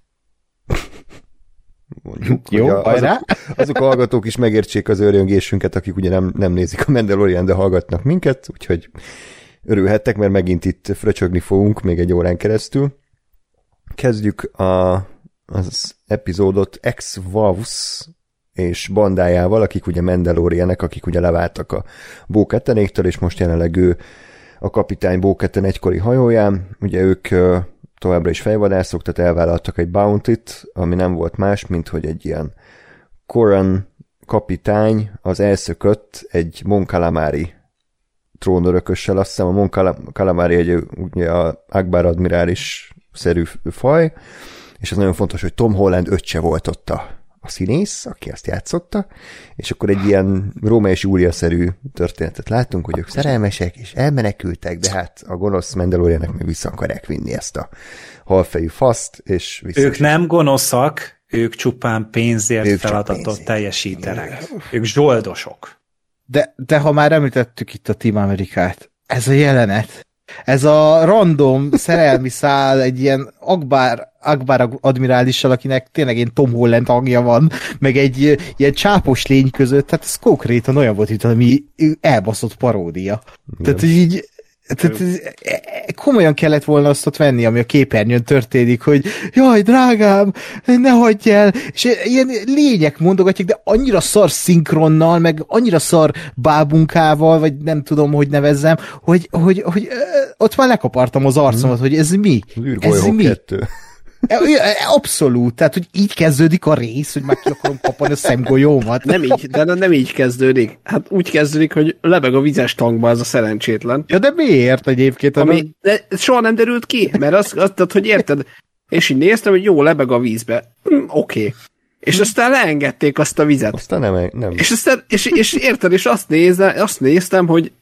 Mondjuk, jó, azok a hallgatók is megértsék az örjöngésünket, akik ugye nem nézik a Mandalorian, de hallgatnak minket, úgyhogy örülhettek, mert megint itt fröcsögni fogunk még egy órán keresztül. Kezdjük az epizódot ex-Vavs és bandájával, akik ugye Mandalorianek, akik ugye leváltak a Bo-Kattanéktől, és most jelenleg ő a kapitány Bo-Kattan egykori hajóján. Ugye ők továbbra is fejvadászok, tehát elvállaltak egy bounty-t, ami nem volt más, mint hogy egy ilyen Corran kapitány az elszökött egy Mon Calamari trónörökössel, azt hiszem a Mon Calamari egy ugye a Akbar admirális szerű faj, és az nagyon fontos, hogy Tom Holland öccse volt ott a színész, aki azt játszotta, és akkor egy ilyen Rómeó és Júlia-szerű történetet láttunk, hogy ők szerelmesek, és elmenekültek, de hát a gonosz Mandalorianek meg vissza akarják vinni ezt a halfejű faszt, és ők nem gonoszak, ők csupán pénzért feladatot teljesítenek. Ők zsoldosok. De ha már említettük itt a Team Amerikát, ez a jelenet, ez a random szerelmi szál egy ilyen Akbar admirálissal, akinek tényleg egy Tom Holland hangja van, meg egy ilyen csápos lény között, tehát ez konkrétan olyan volt, mint ami elbaszott paródia. Tehát így komolyan kellett volna azt ott venni, ami a képernyőn történik, hogy jaj, drágám, ne hagyj el, és ilyen lények mondogatják, de annyira szar szinkronnal, meg annyira szar bábunkával, vagy nem tudom, hogy nevezzem, hogy ott már lekapartam az arcomat, hogy ez mi? Ez mi? 2. Abszolút, tehát, hogy így kezdődik a rész, hogy már ki akarom kapani a szemgolyómat. Nem így kezdődik. Hát úgy kezdődik, hogy lebeg a vizes tankba ez a szerencsétlen. Ja, de miért egyébként? De soha nem derült ki, mert azt tehát, hogy érted, és így néztem, hogy jó, lebeg a vízbe. Oké. És aztán leengedték azt a vizet. Aztán nem. És aztán, és érted, és azt néztem, hogy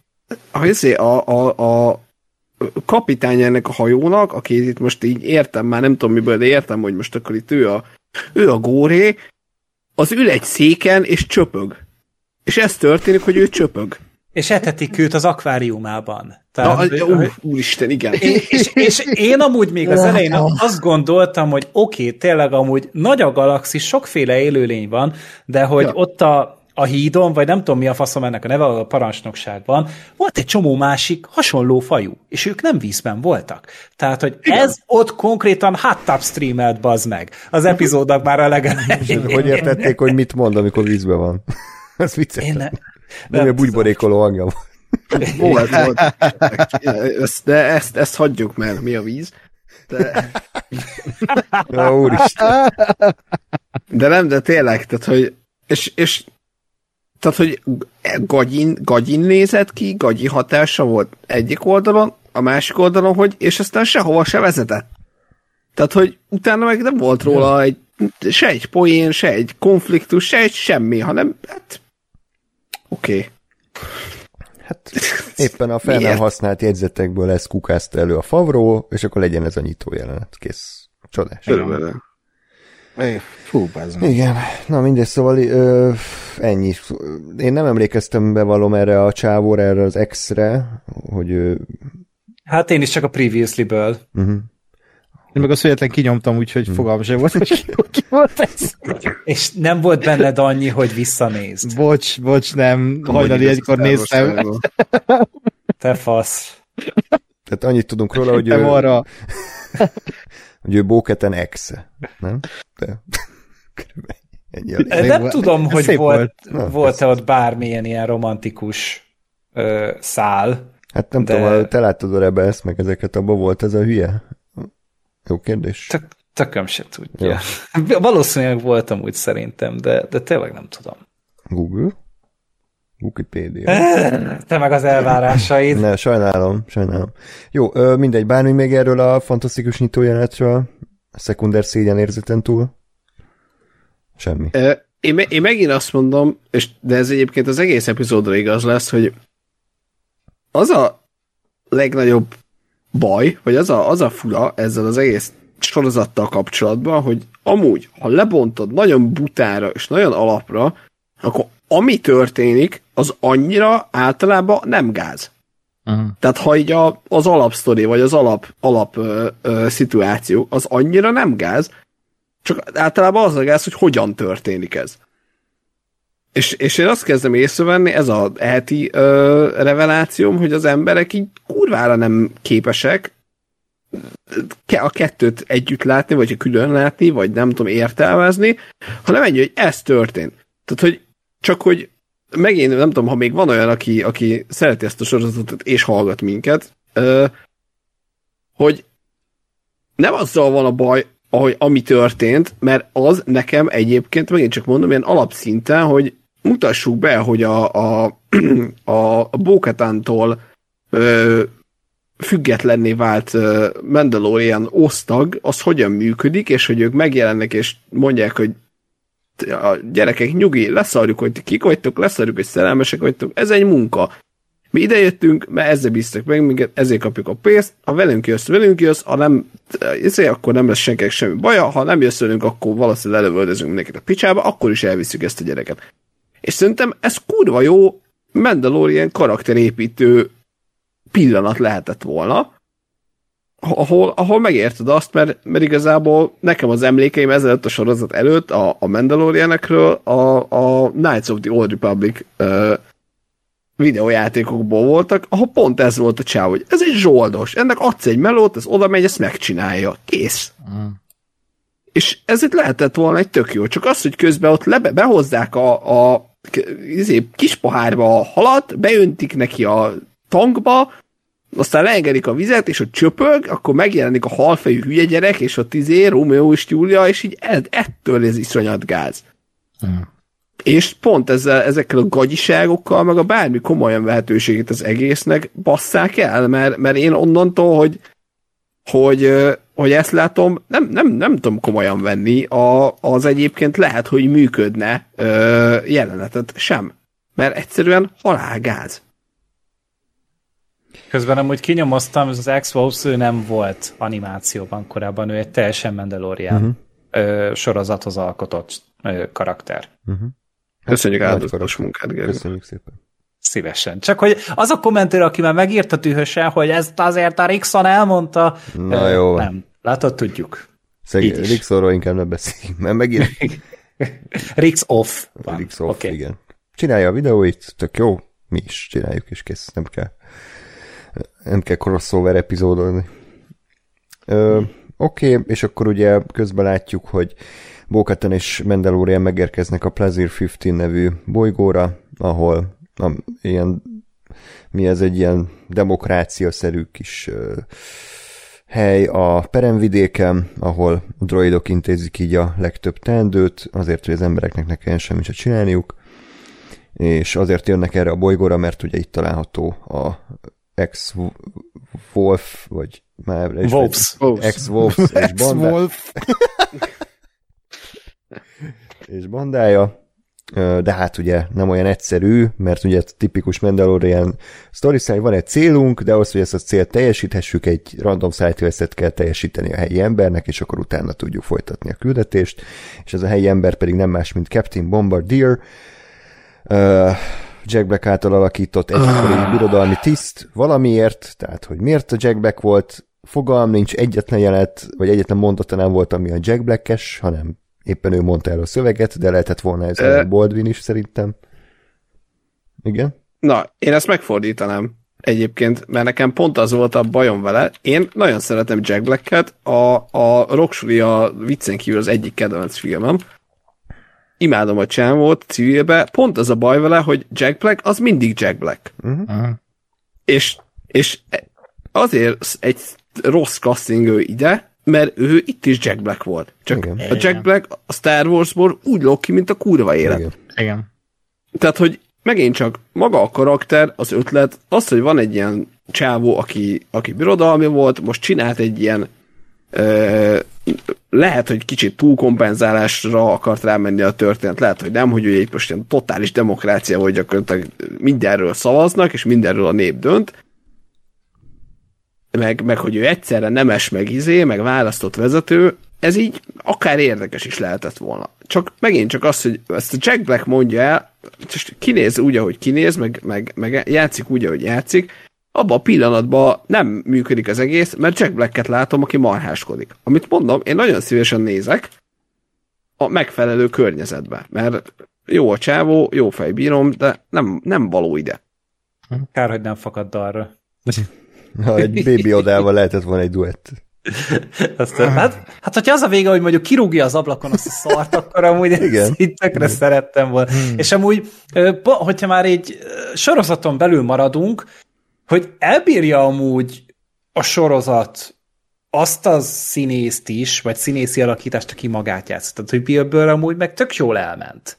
a kapitány ennek a hajónak, aki itt most így értem, már nem tudom miből, de értem, hogy most akkor itt ő a góré, az ül egy széken, és csöpög. És ez történik, hogy ő csöpög. És etetik őt az akváriumában. Úristen, igen. És én amúgy még az elején azt gondoltam, hogy oké, tényleg amúgy nagy a galaxis, sokféle élőlény van, de hogy ott a hídon, vagy nem tudom mi a faszom ennek a neve, a parancsnokságban, volt egy csomó másik hasonló fajú, és ők nem vízben voltak. Tehát, hogy ez ott konkrétan hot tub streamelt, bazd meg. Az epizódnak már a legelején. Hogy értették, hogy mit mond, amikor vízben van? Ez vicces. Nem a bugyborékoló hangja volt. De ezt hagyjuk, mert mi a víz. Úristen. De tényleg, tehát, hogy tehát, hogy gagyin nézett ki, gagyi hatása volt egyik oldalon, a másik oldalon, hogy és aztán sehova se vezetett. Tehát, hogy utána meg nem volt róla se egy poén, se egy konfliktus, se egy semmi, hanem hát oké. Hát éppen a fel nem használt jegyzetekből ezt kukázta elő a Favreau, és akkor legyen ez a nyitó jelenet. Kész. Csodás. Körülbelül. Fú, bazd. Igen, na mindegy, szóval ennyi. Én nem emlékeztem, bevallom erre a csávóra, erre az X-re, hogy Hát én is csak a Previously-ből. Én meg azt véletlen kinyomtam, úgyhogy fogalmam sem volt, hogy ki volt ez. És nem volt benned annyi, hogy visszanézd. Bocs, nem. Hajnali egykor néztem. Te fasz. Tehát annyit tudunk róla, hogy hogy ő Bo-Katan X, nem? De nem tudom, hogy volt-e ott bármilyen ilyen romantikus szál. Hát nem tudom, te láttad a Rebels, meg ezeket, abban volt ez a hülye? Jó kérdés. Tököm se tudja. Jó. Valószínűleg voltam úgy szerintem, de tényleg nem tudom. Google? Wikipedia. Te meg az elvárásaid. Ne, sajnálom. Jó, mindegy, bármi még erről a fantasztikus nyitójelenetről? A szekunder szégyenérzeten túl? Semmi. én megint azt mondom, de ez egyébként az egész epizódra igaz lesz, hogy az a legnagyobb baj, vagy az a fura ezzel az egész sorozattal kapcsolatban, hogy amúgy, ha lebontod nagyon butára és nagyon alapra, akkor ami történik, az annyira általában nem gáz. Tehát ha így az alapsztori, vagy az alap szituáció, az annyira nem gáz, csak általában az a gáz, hogy hogyan történik ez. És én azt kezdem észrevenni, ez a heti revelációm, hogy az emberek így kurvára nem képesek a kettőt együtt látni, vagy külön látni, vagy nem tudom értelmezni, hanem ennyi, hogy ez történt. Tehát, hogy csak hogy megint nem tudom, ha még van olyan, aki szereti ezt a sorozatot és hallgat minket, hogy nem azzal van a baj, ami történt, mert az nekem egyébként, megint csak mondom, ilyen alapszinten, hogy mutassuk be, hogy a Bo-Katantól függetlenné vált Mandalorian osztag, az hogyan működik, és hogy ők megjelennek, és mondják, hogy a gyerekek, nyugi, leszarjuk, hogy kik vagytok, leszarjuk, hogy szerelmesek vagytok, ez egy munka. Mi idejöttünk, mert ezzel bíztak meg minket, ezért kapjuk a pénzt, ha velünk jössz, ha nem, akkor nem lesz senkinek semmi baja, ha nem jössz velünk, akkor valószínűleg lelövöldözünk mindenkit a picsába, akkor is elviszük ezt a gyereket. És szerintem ez kurva jó Mandalorian karakterépítő pillanat lehetett volna, ahol megérted azt, mert igazából nekem az emlékeim ezelőtt a sorozat előtt a Mandalorianekről a Knights of the Old Republic videójátékokból voltak, ahol pont ez volt a csáv, hogy ez egy zsoldos, ennek adsz egy melót, ez oda megy, ezt megcsinálja. Kész. És ezért lehetett volna egy tök jó, csak az, hogy közben ott behozzák a kis pohárba a halat, beöntik neki a tankba, aztán leengedik a vizet, és ott csöpög, akkor megjelenik a halfejű hülye gyerek, és ott Rómeó és Júlia, és így ettől ez iszonyat gáz. És pont ezekkel a gagyiságokkal, meg a bármi komolyan vehetőségét az egésznek basszák el, mert én onnantól, hogy ezt látom, nem tudom komolyan venni az egyébként lehet, hogy működne jelenetet sem. Mert egyszerűen halálgáz. Közben amúgy kinyomoztam, az X-Wolves ő nem volt animációban korábban, ő egy teljesen Mandalorian sorozathoz alkotott karakter. Köszönjük áldozatos munkát, Gergő. Köszönjük szépen. Szívesen. Csak hogy az a kommentőr, aki már megírta dühösen, hogy ezt azért a Rickson elmondta, na jó. Nem. Látod, tudjuk. Ricksonról inkább nem beszéljünk, mert megint... Ricks off. Ricks off, okay. Igen. Csinálja a videóit, tök jó, mi is csináljuk, és kész, nem kell crossover epizódolni. Oké, és akkor ugye közben látjuk, hogy Bo-Katan és Mandalorian megérkeznek a Plazir 15 nevű bolygóra, ahol egy ilyen demokrácia-szerű kis hely a peremvidéken, ahol a droidok intézik így a legtöbb teendőt, azért, hogy az embereknek ne kelljen semmit se csinálniuk, és azért jönnek erre a bolygóra, mert ugye itt található a ex-Wolf, vagy már ex-Wolf és bandája, de hát ugye nem olyan egyszerű, mert ugye tipikus Mandalorian sztoriszány, van egy célunk, de ahhoz, hogy ezt a célt teljesíthessük, egy random side questet kell teljesíteni a helyi embernek, és akkor utána tudjuk folytatni a küldetést, és ez a helyi ember pedig nem más, mint Captain Bombardier, Jack Black által alakított egykori birodalmi tiszt valamiért, tehát hogy miért a Jack Black volt, fogalm nincs, egyetlen jelenet, vagy egyetlen mondata nem volt, ami a Jack Black-es, hanem éppen ő mondta el a szöveget, de lehetett volna ez Baldwin is szerintem. Igen? Na, én ezt megfordítanám egyébként, mert nekem pont az volt a bajom vele. Én nagyon szeretem Jack Black-et, a Rocksuli a viccen kívül az egyik kedvenc filmem. Imádom a csámot civilbe, pont az a baj vele, hogy Jack Black az mindig Jack Black. És azért egy rossz casting ő ide, mert ő itt is Jack Black volt. Csak igen. A Jack Black a Star Warsból úgy lóg ki, mint a kurva élet. Igen. Tehát, hogy megint csak maga a karakter, az ötlet, az, hogy van egy ilyen csávó, aki birodalmi volt, most csinált egy ilyen lehet, hogy kicsit túlkompenzálásra akart rámenni a történet, lehet, hogy nem, hogy ő egy most ilyen totális demokrácia, hogy gyakorlatilag mindenről szavaznak, és mindenről a nép dönt, meg hogy ő egyszerre nemes, meg választott vezető, ez így akár érdekes is lehetett volna. Csak megint csak az, hogy ezt a Jack Black mondja el, és kinéz úgy, ahogy kinéz, meg játszik úgy, ahogy játszik, abban a pillanatban nem működik az egész, mert Jack Blacket látom, aki marháskodik. Amit mondom, én nagyon szívesen nézek a megfelelő környezetbe, mert jó a csávó, jó fejbírom, de nem való ide. Kár, hogy nem fakad arra. Ha egy Baby Odával lehetett volna egy duett. Aztán, hát hogyha az a vége, hogy mondjuk kirúgja az ablakon azt a szart, akkor amúgy ezt így tökre szerettem volna. És amúgy, hogyha már egy sorozaton belül maradunk, hogy elbírja amúgy a sorozat azt a színészt is, vagy színészi alakítást, aki magát játszott. Tehát, hogy Bill Burr amúgy meg tök jól elment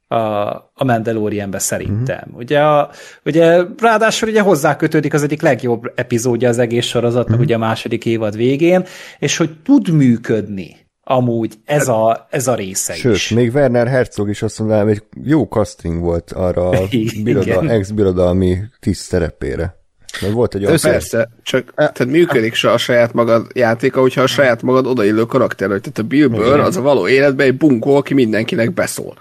a Mandalorianbe szerintem. Ugye ráadásul ugye hozzákötődik az egyik legjobb epizódja az egész sorozatnak, ugye a második évad végén, és hogy tud működni amúgy ez a része Sőt, is. még Werner Herzog is azt mondanám, egy jó casting volt arra a ex-birodalmi tiszt szerepére. Mert volt egy olyan persze, csak tehát működik se a saját magad játéka, hogyha a saját magad odaillő karakter, hogy tehát a Bill Burr az a való életben egy bunkó, aki mindenkinek beszól.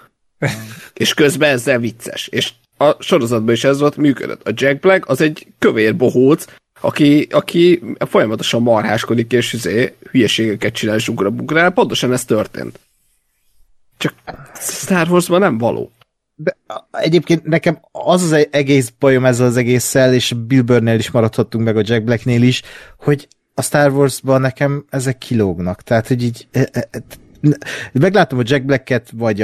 És közben ezzel vicces. És a sorozatban is ez volt, működött. A Jack Black az egy kövér bohóc, aki folyamatosan marháskodik, és hülyeségeket csinál, és ugrál. Pontosan ez történt. Csak Star Warsban nem való. De egyébként nekem az egész bajom ezzel az egésszel, és Bill Burrnél is maradhattunk meg a Jack Blacknél is, hogy a Star Warsban nekem ezek kilógnak. Tehát, hogy így meglátom a Jack Blacket, vagy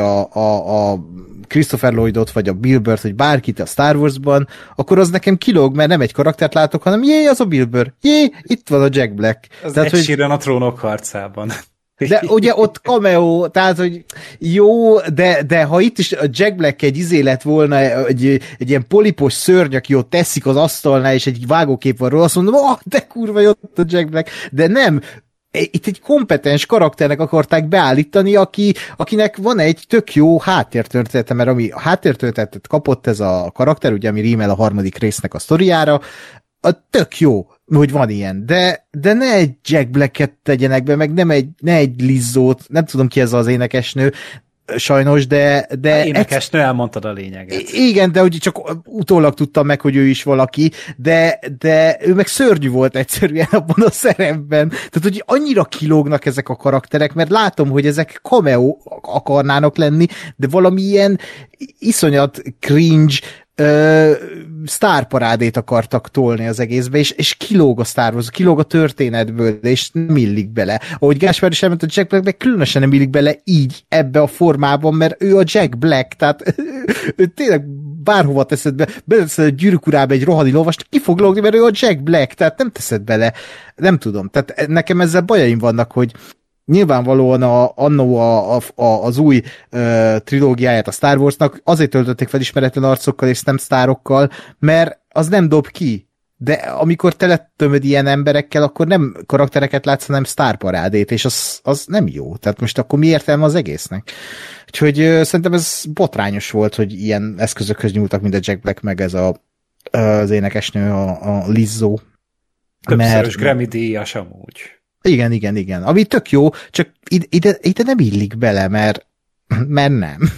a Christopher Lloydot, vagy a Bill Burrt, vagy bárkit a Star Warsban, akkor az nekem kilóg, mert nem egy karaktert látok, hanem az a Bill Burr, itt van a Jack Black. Az tehát, egy síren a Trónok harcában. De ugye ott cameo, tehát, hogy jó, de ha itt is a Jack Black egy lett volna, egy ilyen polipos szörny, aki ott teszik az asztalnál, és egy vágókép van róla, azt mondom, de kurva jött a Jack Black, de nem, itt egy kompetens karakternek akarták beállítani, akinek van egy tök jó háttértörténete, mert ami a háttértörténetet kapott ez a karakter, ugye, ami rímel a harmadik résznek a sztoriára, a tök jó, hogy van ilyen, de ne egy Jack Blacket tegyenek be, meg ne egy Lizzót, nem tudom ki ez az énekesnő, sajnos, de énekesnő, elmondtad a lényeget. Igen, de hogy csak utólag tudtam meg, hogy ő is valaki, de ő meg szörnyű volt egyszerűen abban a szerepben. Tehát, hogy annyira kilógnak ezek a karakterek, mert látom, hogy ezek cameo akarnának lenni, de valami ilyen iszonyat cringe sztárparádét akartak tolni az egészbe, és kilóg a Star Wars, kilóg a történetből, és nem illik bele. Ahogy Gáspár is elment, a Jack Black különösen nem illik bele így, ebbe a formában, mert ő a Jack Black, tehát ő tényleg bárhova teszed be, beleteszed a Gyűrűk Urába egy rohadi lovast, ki fog lógni, mert ő a Jack Black, tehát nem teszed bele. Nem tudom, tehát nekem ezzel bajaim vannak, hogy nyilvánvalóan az új trilógiáját a Star Warsnak azért töltötték fel ismeretlen arcokkal és nem sztárokkal, mert az nem dob ki. De amikor teletömöd ilyen emberekkel, akkor nem karaktereket látsz, hanem sztárparádét, és az nem jó. Tehát most akkor mi értelme az egésznek? Úgyhogy szerintem ez botrányos volt, hogy ilyen eszközökhöz nyúltak, mint a Jack Black, meg ez az énekesnő, a Lizzo. Többszörös Grammy díjas amúgy. Igen. Ami tök jó, csak ide nem illik bele, mert nem.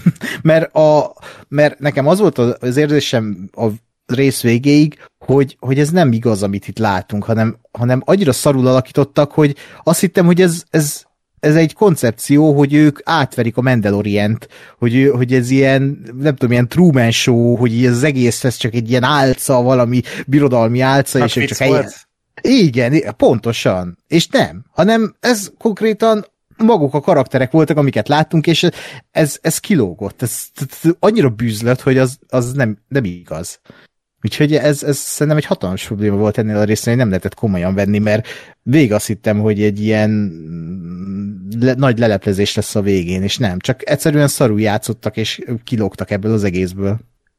mert nekem az volt az érzésem a rész végéig, hogy ez nem igaz, amit itt látunk, hanem annyira szarul alakítottak, hogy azt hittem, hogy ez egy koncepció, hogy ők átverik a Mandalorient, hogy ez ilyen, nem tudom, ilyen Truman Show, hogy ez az egész ez csak egy ilyen álca, valami birodalmi álca, és ők csak helyen. Igen, pontosan. És nem, hanem ez konkrétan maguk a karakterek voltak, amiket láttunk, és ez kilógott. Ez annyira bűzlött, hogy az nem igaz. Úgyhogy ez szerintem egy hatalmas probléma volt ennél a részén, hogy nem lehetett komolyan venni, mert végig azt hittem, hogy egy ilyen nagy leleplezés lesz a végén, és nem. Csak egyszerűen szarul játszottak, és kilógtak ebből az egészből.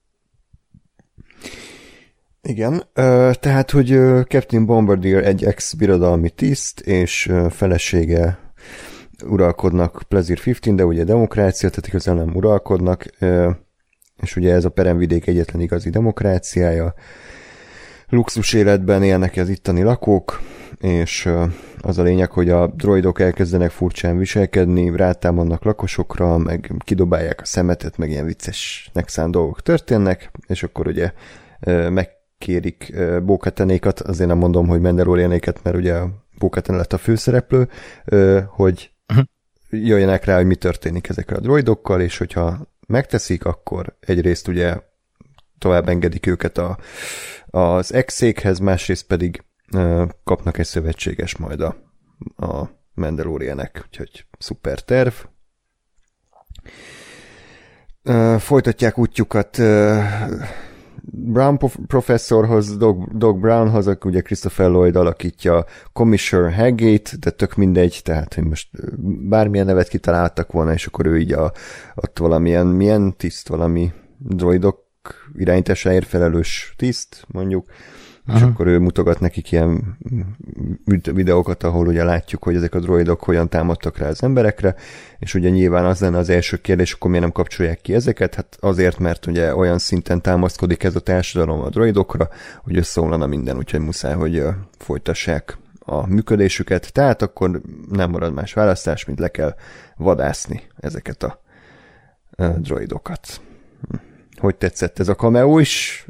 Igen, tehát, hogy Captain Bombardier egy ex-birodalmi tiszt, és felesége uralkodnak Pleasure 15, de ugye demokrácia, tehát igazán nem uralkodnak, és ugye ez a peremvidék egyetlen igazi demokráciája. Luxus életben élnek az itteni lakók, és az a lényeg, hogy a droidok elkezdenek furcsán viselkedni, rátámadnak lakosokra, meg kidobálják a szemetet, meg ilyen viccesnek szánt dolgok történnek, és akkor ugye megkérik Bo-Katanékat, azért nem mondom, hogy Mandalorianéket, mert ugye Bo-Katan lett a főszereplő, hogy jöjjenek rá, hogy mi történik ezekkel a droidokkal, és hogyha megteszik, akkor egyrészt ugye tovább engedik őket az ex-székhez, másrészt pedig kapnak egy szövetséges majd a Mandalorianek, úgyhogy szuper terv. Folytatják útjukat Brown professzorhoz, Doc Brownhoz, aki ugye Christopher Lloyd alakítja Commissioner Haggate, de tök mindegy, tehát hogy most bármilyen nevet kitaláltak volna, és akkor ő így ott milyen tiszt, valami droidok irányításáért felelős tiszt, mondjuk, és akkor ő mutogat nekik ilyen videókat, ahol ugye látjuk, hogy ezek a droidok hogyan támadtak rá az emberekre, és ugye nyilván az lenne az első kérdés, akkor miért nem kapcsolják ki ezeket? Hát azért, mert ugye olyan szinten támaszkodik ez a társadalom a droidokra, hogy összeomlana minden, úgyhogy muszáj, hogy folytassák a működésüket, tehát akkor nem marad más választás, mint le kell vadászni ezeket a droidokat. Hogy tetszett ez a cameo is?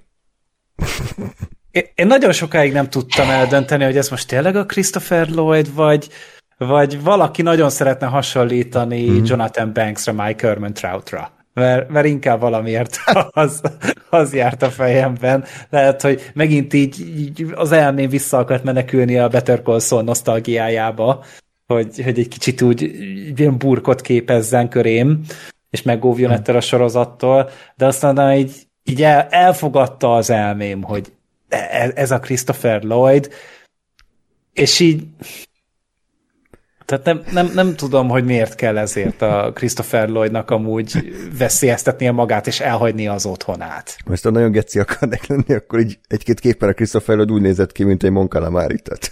Én nagyon sokáig nem tudtam eldönteni, hogy ez most tényleg a Christopher Lloyd, vagy valaki nagyon szeretne hasonlítani Jonathan Banksra, Mike Ehrmantrautra. Mert inkább valamiért az járt a fejemben. Lehet, hogy megint így az elmém vissza akart menekülni a Better Call Saul nosztalgiájába, hogy egy kicsit úgy ilyen burkot képezzen körém, és megóvjon ettől a sorozattól, de aztán így elfogadta az elmém, hogy ez a Christopher Lloyd, és így tehát nem tudom, hogy miért kell ezért a Christopher Lloydnak amúgy veszélyeztetnie magát, és elhagynia az otthonát. Most ha nagyon geci akarnak lenni, akkor így egy-két képen a Christopher Lloyd úgy nézett ki, mint egy Mon Calamari, tehát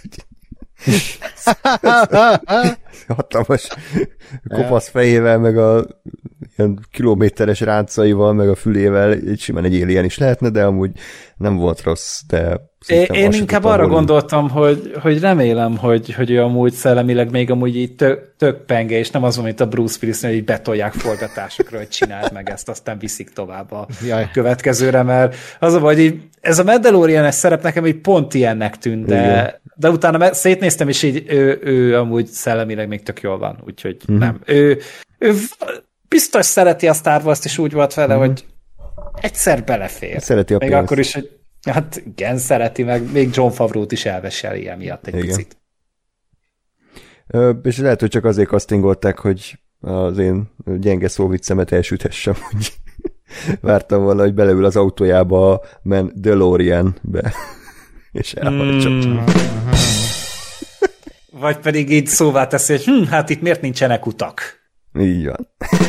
hatalmas kopasz fejével, meg a ilyen kilométeres ráncaival, meg a fülével, simán egy alien is lehetne, de amúgy nem volt rossz, de én inkább arra gondoltam, hogy remélem, hogy ő amúgy szellemileg még amúgy így tök penge, és nem az, mint a Bruce Willis, hogy így betolják forgatásokra, hogy csináld meg ezt, aztán viszik tovább a következőre, mert az a vagy, ez a Mandalorian-es szerep nekem így pont ilyennek tűnt, de utána szétnéztem, és így ő amúgy szellemileg még tök jól van, úgyhogy nem. Ő biztos szereti a Star Wars-t, és úgy volt vele, hogy egyszer belefér. Szereti a még pénzt. Akkor is, hogy hát igen, szereti, meg még Jon Favreau-t is elveseli emiatt egy picit. És lehet, hogy csak azért castingolták, hogy az én gyenge szóviccemet elsüthessem, hogy vártam volna, hogy beleül az autójába a DeLorean-be, és elhagyja. Vagy pedig így szóvá teszi, hogy hát itt miért nincsenek utak? Így van.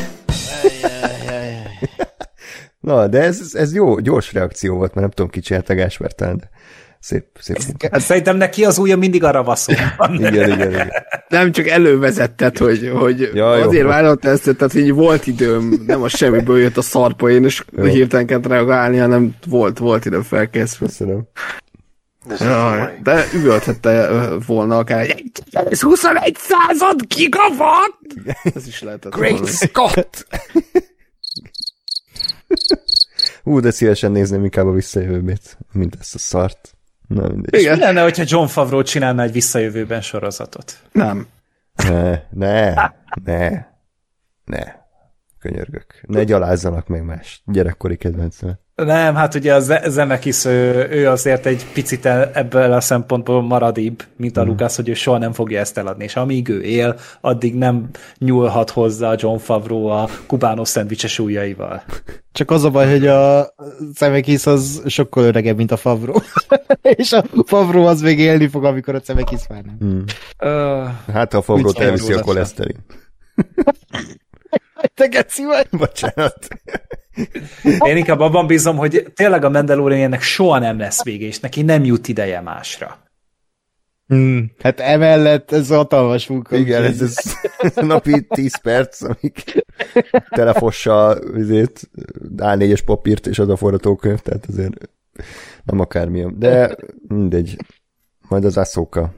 Na, de ez jó, gyors reakció volt, mert nem tudom, ki csinálta Gáspár talán, de szép munka. Szerintem neki az ujja mindig arra vaszol. igen. Nem csak elővezetted, hogy azért vállalta ezt, tehát hogy volt időm, nem a semmiből jött a szarpoén, és hirtelen kellett reagálni, hanem volt időm felkészülni. Köszönöm. De üvölthette volna akár ez 21 gigawatt! Ez is lehetett. Great Scott! De szívesen nézném inkább a visszajövőbét, mint ezt a szart. Na, mindegy. És mi lenne, hogyha Jon Favreau csinálna egy visszajövőben sorozatot? Nem. Ne. Könyörgök. Ne gyalázzanak meg más gyerekkori kedvencemet. Nem, hát ugye a Zemeckis, ő azért egy picit ebből a szempontból maradébb, mint a Lucas, hogy ő soha nem fogja ezt eladni, és amíg ő él, addig nem nyúlhat hozzá a Jon Favreau a kubános szendvicses ujjaival. Csak az a baj, hogy a Zemeckis az sokkal öregebb, mint a Favreau. És a Favreau az még élni fog, amikor a Zemeckis már nem. Hát ha a Favreau elviszi a koleszterin. Te geci vagy! Bocsánat. Én inkább abban bízom, hogy tényleg a Mandaloriannek soha nem lesz vége, és neki nem jut ideje másra. Hát emellett ez hatalmas munka. Igen, ez napi 10 perc, amik telefossa A4-es papírt és az a forgatókönyv, tehát azért nem akármilyen. De mindegy, majd az Ahsoka.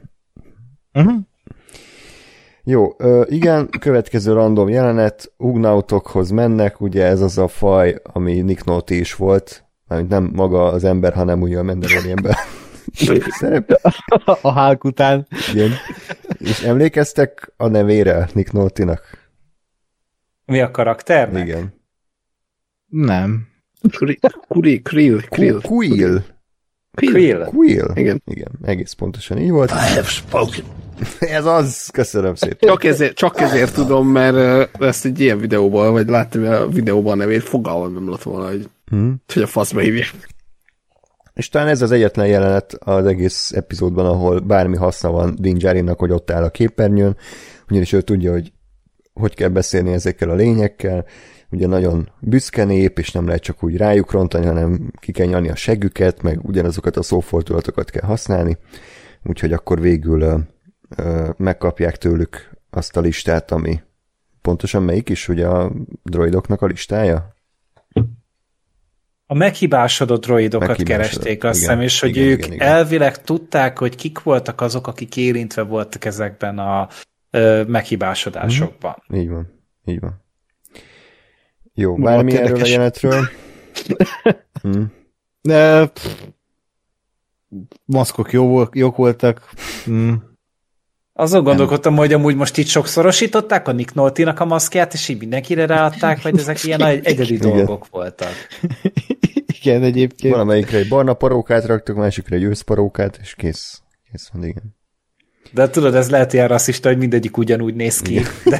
Jó, igen, következő random jelenet, Ugnautokhoz mennek, ugye ez az a faj, ami Nick Nolte is volt, mármint nem maga az ember, hanem ugye a Mandalorianben szerep. A Hulk után. Igen. És emlékeztek a nevére Nick Nolte-nak? Mi a karakternek? Igen. Nem. Krill. Quill. Igen, egész pontosan így volt. I have spoken. Ez az, köszönöm szépen. Csak ezért tudom, mert ezt egy ilyen videóban, vagy láttam a videóban a nevét, fogalmam nem lett volna, hogy a faszba hívják. És talán ez az egyetlen jelenet az egész epizódban, ahol bármi haszna van Din Djarinnak, hogy ott áll a képernyőn, ugyanis ő tudja, hogy kell beszélni ezekkel a lényekkel, ugye nagyon büszke nép, és nem lehet csak úgy rájuk rontani, hanem ki kell nyalni a seggüket, meg ugyanazokat a szófordulatokat kell használni, úgyhogy akkor végül megkapják tőlük azt a listát, ami pontosan melyik is, ugye a droidoknak a listája? A meghibásodott droidokat keresték, azt hiszem, és hogy ők elvileg tudták, hogy kik voltak azok, akik érintve voltak ezekben a meghibásodásokban. Így van. Jó, bármi erről a jelenetről? Maszkok jók voltak. Azon gondolkodtam, hogy amúgy most itt sokszorosították a Nick Nolte-nak a maszkját, és így mindenkire ráadták, vagy ezek ilyen egyedi dolgok voltak. Igen, egyébként. Valamelyikre egy barna parókát raktak, másikra egy őszparókát, és kész van, igen. De tudod, ez lehet ilyen rasszista, hogy mindegyik ugyanúgy néz ki. De...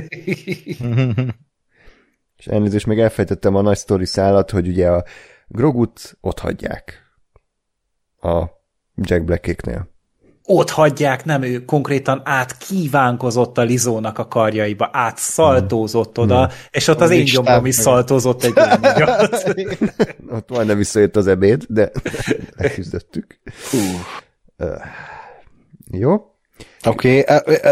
És elnézést, meg elfejtettem a nagy sztori szállat, hogy ugye a Grogut ott hagyják a Jack Blackéknél. Ott hagyják, nem, ő konkrétan átkívánkozott a Lizónak a karjaiba, átszaltózott oda, és ott az én gyomrom is szaltózott egy nagyot. Ott majdnem visszajött az ebéd, de leküzdöttük. Jó? Oké.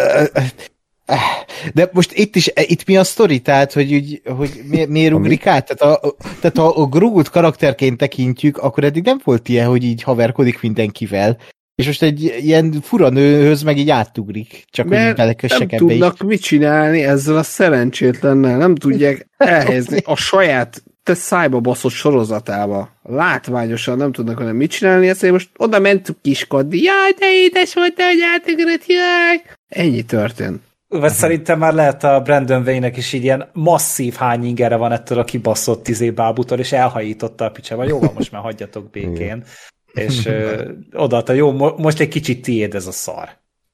De most itt mi a sztori? Tehát, hogy miért ugrik át? Tehát ha a Grogut karakterként tekintjük, akkor eddig nem volt ilyen, hogy így haverkodik mindenkivel. És most egy ilyen fura nőhöz meg így átugrik. Csak hogy belekössek nem tudnak mit csinálni ezzel a szerencsétlennel. Nem tudják elhelyezni a saját szájba baszott sorozatába. Látványosan nem tudnak olyan mit csinálni, ezért most oda mentük kiskodni. Jaj, de édes volt, hogy átugrott, jaj! Ennyi történt. Vagy szerintem már lehet a Brandon Wayne-nek is így ilyen masszív hányingere van ettől a kibaszott bábutól, és elhajította a picsába. Jó, most már hagyjatok békén. És odaadta, jó, most egy kicsit tiéd ez a szar.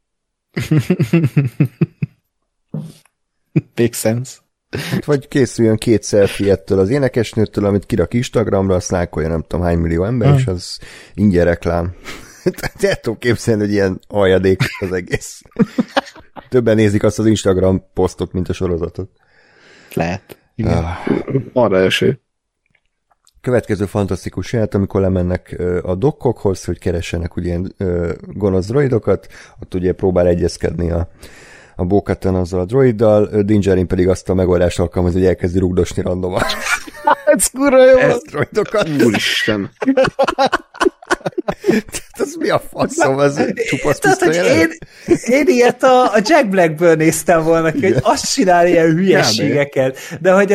Make sense. Vagy készüljön 2 selfie ettől az énekesnőtől, amit kirak Instagramra, azt lájkolja nem tudom hány millió ember, és az ingyen reklám. Tehát el tudom képzelni, hogy ilyen aljadék az egész. Többen nézik azt az Instagram posztot, mint a sorozatot. Lehet. Arra eső. Következő fantasztikus jelenet, amikor lemennek a dokkokhoz, hogy keressenek ugye ilyen gonosz droidokat, ott ugye próbál egyezkedni a Bo-Katan azzal a droiddal, Din Djarin pedig azt a megoldást alkalmaz, hogy elkezdi rugdosni randomat. Ez kurva jó! Ez droidokat. Úristen! Tehát az mi a faszom, az csupasz tiszta jelenet? Én ilyet a Jack Blackből néztem volna ki, hogy azt csinál ilyen hülyeségeket, de hogy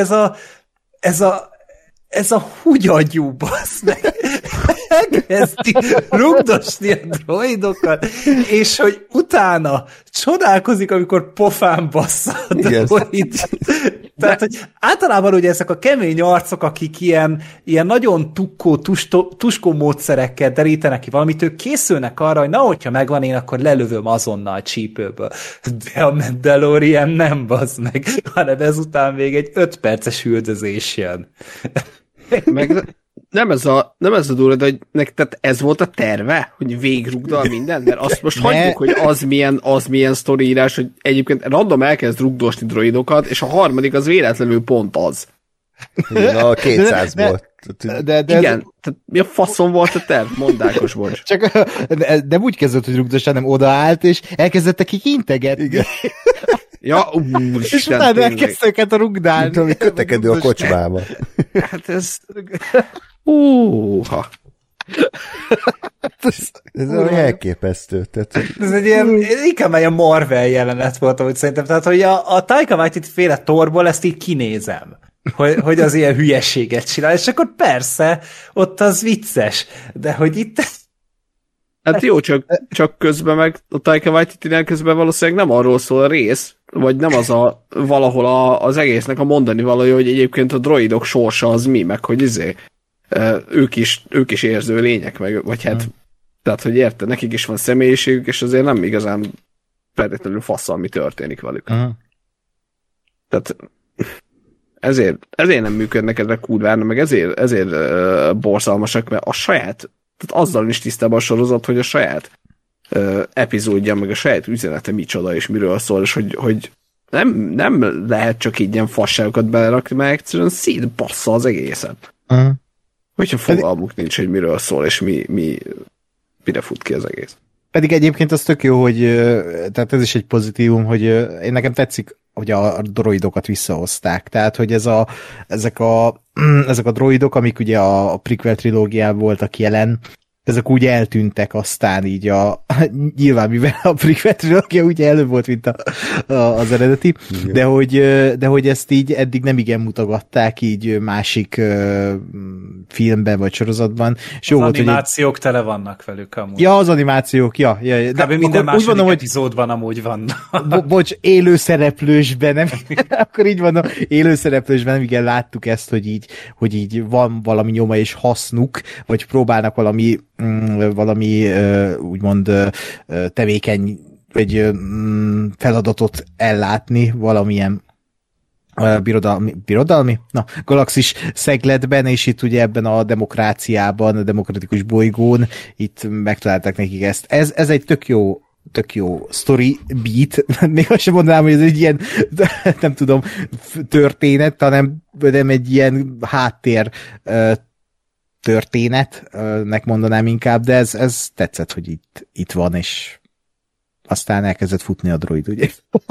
ez a hugyagyú, bassz meg, elkezdi rugdosni a droidokat, és hogy utána csodálkozik, amikor pofán bassza a droid. Tehát, hogy általában ugye ezek a kemény arcok, akik ilyen nagyon tuskó módszerekkel derítenek ki valamit, ők készülnek arra, hogy na, hogyha megvan én, akkor lelövöm azonnal csípőből. De a Mandalorian nem bassz meg, hanem ezután még egy 5 perces üldözés jön. Meg nem ez a durva, de tehát ez volt a terve, hogy végrugdal mindent, mert azt most hagyjuk, hogy az milyen sztoriírás, hogy egyébként random elkezd rugdosni droidokat, és a harmadik az véletlenül pont az. Igen, a 200-ból. De Igen, tehát mi a faszom volt a terv? Mondákos, bocs. Csak nem úgy kezdett, hogy rugdos, hanem odaállt, és elkezdett nekik integetni. Igen. Ja, És úristen, utána tényleg. elkezdte őket a rugdálni. Mint ami kötekedő a kocsmába. Hát ez... Ha. Ez olyan elképesztő. Tehát, Ez egy ilyen, inkább egy Marvel jelenet volt, ahogy szerintem. Tehát, hogy a Taika Waititi féle Thorból ezt így kinézem. Hogy az ilyen hülyeséget csinál, és akkor persze, ott az vicces, de hogy itt... Hát jó, csak közben meg a Taika Waititinél közben valószínűleg nem arról szól a rész, vagy nem az a valahol az egésznek a mondani valója, hogy egyébként a droidok sorsa az mi, meg hogy ők is érző lények, meg, vagy hát tehát, hogy érted, nekik is van személyiségük, és azért nem igazán feltétlenül faszal, mi történik velük. Tehát ezért nem működnek ezek kurvára, meg ezért borzalmasak, mert a saját, tehát azzal is tisztában a sorozat, hogy a saját epizódja, meg a saját üzenete micsoda, és miről szól, és hogy nem lehet csak így ilyen fasságokat belerakni, mert egyszerűen szétbassza az egészet. Hogyha fogalmuk nincs, hogy miről szól, és mire fut ki az egész. Pedig egyébként az tök jó, hogy tehát ez is egy pozitívum, hogy én nekem tetszik, hogy a droidokat visszahozták. Tehát, hogy ezek a droidok, amik ugye a prequel trilógiában voltak jelen, ezek úgy eltűntek aztán így nyilván mivel a prequel trilógia ugye előbb volt, mint az eredeti, de hogy ezt így eddig nem igen mutogatták így másik filmben vagy sorozatban. És az animációk tele vannak velük amúgy. Ja, az animációk, ja. De minden második úgy mondom, epizódban amúgy vannak. Bocs, élőszereplősben, nem? Akkor így mondom, élőszereplősben nem igen láttuk ezt, hogy így van valami nyoma és hasznuk, vagy próbálnak valami úgymond tevékeny vagy feladatot ellátni valamilyen birodalmi? Na, galaxis szegletben, és itt ugye ebben a demokráciában, a demokratikus bolygón itt megtalálták nekik ezt. Ez egy tök jó story beat, még azt sem mondanám, hogy ez egy ilyen, nem tudom, történet, hanem egy ilyen háttér történetnek mondanám inkább, de ez tetszett, hogy itt van, és aztán elkezdett futni a droid, ugye?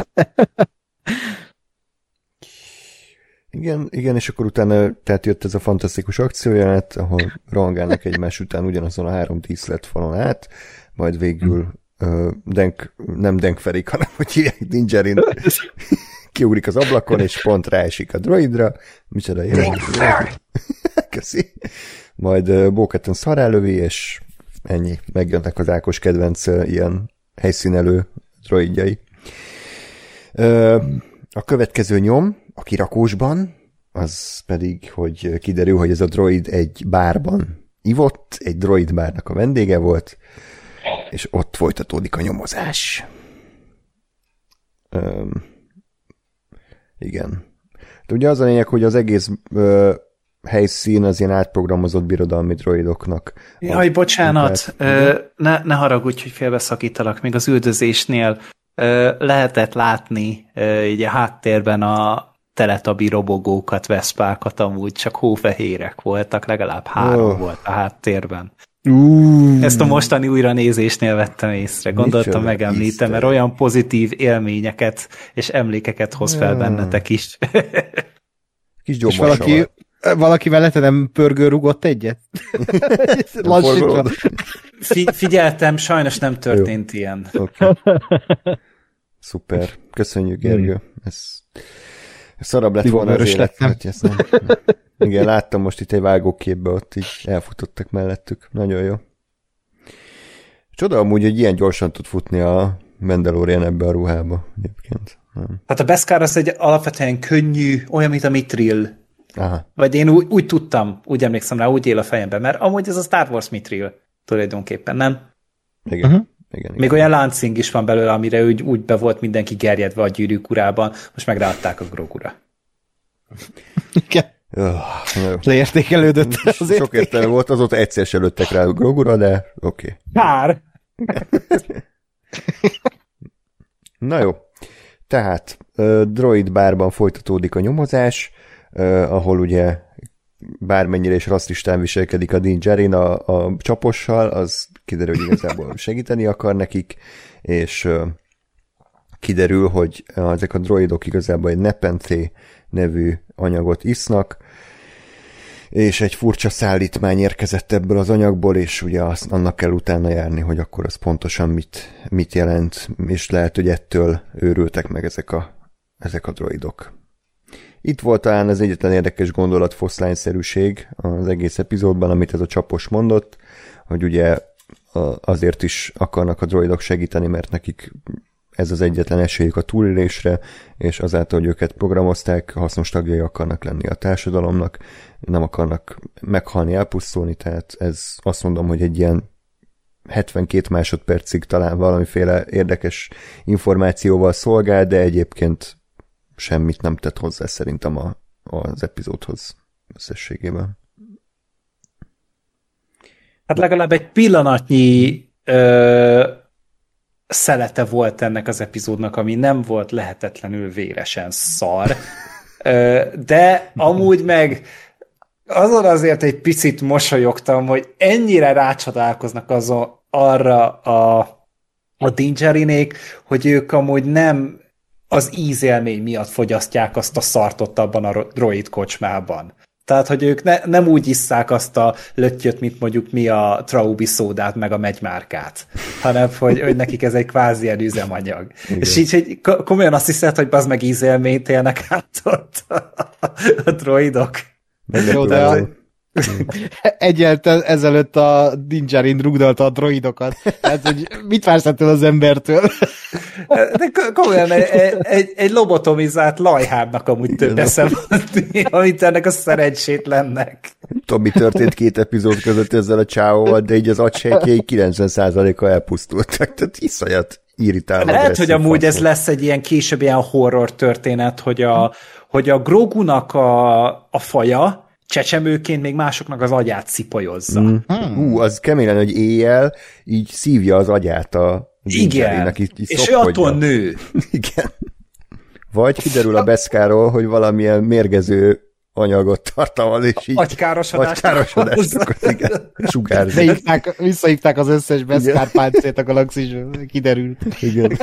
Igen, és akkor utána tehát jött ez a fantasztikus akciójelenet, ahol rohangálnak egymás után ugyanazon a 3 díszletfalon át, majd végül nem Denkferik, hanem hogy hívják Dingerin kiugrik az ablakon, és pont ráesik a droidra. Micsoda jelenet. Köszi. Majd Bo-Katan szarálövi, és ennyi. Megjönnek az Ákos kedvenc ilyen helyszínelő droidjai. A következő nyom a kirakósban, az pedig, hogy kiderül, hogy ez a droid egy bárban ivott, egy droid bárnak a vendége volt, és ott folytatódik a nyomozás. Igen. De ugye az a lényeg, hogy az egész helyszín az ilyen átprogramozott birodalmi droidoknak. Jaj, bocsánat, ne haragudj, hogy félbeszakítalak, még az üldözésnél lehetett látni így a háttérben a teletabi robogókat, veszpákat, amúgy csak hófehérek voltak, legalább 3 volt a háttérben. Ezt a mostani újranézésnél vettem észre. Gondoltam, megemlítem, mert olyan pozitív élményeket és emlékeket hoz fel bennetek is. Kis és valaki velete nem pörgőrugott egyet? Lassítva. Figyeltem, sajnos nem történt ilyen. Okay. Szuper. Köszönjük, Gergő. Ez szarabb lett volna az élet. Nem. Igen, láttam most itt egy vágóképbe, ott így elfutottak mellettük. Nagyon jó. Csoda amúgy, hogy ilyen gyorsan tud futni a Mandalorian ebbe a ruhába egyébként. Hát a Beskar az egy alapvetően könnyű, olyan, mint a Mithril. Aha. Vagy én úgy tudtam, úgy emlékszem rá, úgy él a fejemben, mert amúgy ez a Star Wars Mithril tulajdonképpen, nem? Igen. Igen. Még olyan láncing is van belőle, amire úgy be volt mindenki gerjedve a Gyűrűk urában, most megráadták a Grogura. Igen. Leértékelődött. Sok értelme volt, azóta egyszer se lőttek rá a Grogura, de oké. Kár! Na jó. Tehát droid bárban folytatódik a nyomozás. ahol ugye bármennyire is rasszistán viselkedik a Din Djarin a csapossal, az kiderül, hogy igazából segíteni akar nekik, és kiderül, hogy ezek a droidok igazából egy Nepenthe nevű anyagot isznak, és egy furcsa szállítmány érkezett ebből az anyagból, és ugye annak kell utána járni, hogy akkor az pontosan mit jelent, és lehet, hogy ettől őrültek meg ezek a droidok. Itt volt talán az egyetlen érdekes gondolat, foszlányszerűség az egész epizódban, amit ez a csapos mondott, hogy ugye azért is akarnak a droidok segíteni, mert nekik ez az egyetlen esélyük a túlélésre, és azáltal, hogy őket programozták, hasznos tagjai akarnak lenni a társadalomnak, nem akarnak meghalni, elpusztulni, tehát ez azt mondom, hogy egy ilyen 72 másodpercig talán valamiféle érdekes információval szolgál, de egyébként semmit nem tett hozzá szerintem az epizódhoz összességében. Hát legalább egy pillanatnyi szelete volt ennek az epizódnak, ami nem volt lehetetlenül véresen szar, de amúgy meg azon azért egy picit mosolyogtam, hogy ennyire rácsodálkoznak arra a Din Djarinék, hogy ők amúgy nem az ízélmény miatt fogyasztják azt a szartot abban a droid kocsmában. Tehát, hogy ők nem úgy isszák azt a löttyöt, mint mondjuk mi a Traubi szódát, meg a megymárkát, hanem, hogy nekik ez egy kvázi ilyen üzemanyag. Igen. És így, hogy komolyan azt hiszed, hogy az meg ízélményt élnek át ott a droidok. Jó, de egyáltalán ezelőtt a Din Djarin rugdalta a droidokat. Tehát, hogy mit vársz ettől az embertől? De komolyan egy lobotomizált lajhárnak amúgy több eszem, amit ennek a szerencsétlennek. Tudom, mi történt 2 epizód között ezzel a csávóval, de így az agysejtjei 90%-a elpusztultak, tehát iszonyat irritáló. Lehet, hogy amúgy ez lesz egy ilyen később ilyen horror történet, hogy a Grogunak a faja csecsemőként még másoknak az agyát szipolyozza. Az keményen, hogy éjjel így szívja az agyát a igen, és ő attól nő. Igen. Vagy kiderül a Beskárról, hogy valamilyen mérgező anyagot tartalmaz, és így agykárosodást igen, sugárzik. Visszahívták az összes Beskár páncélt a galaxisban, kiderült. Igen.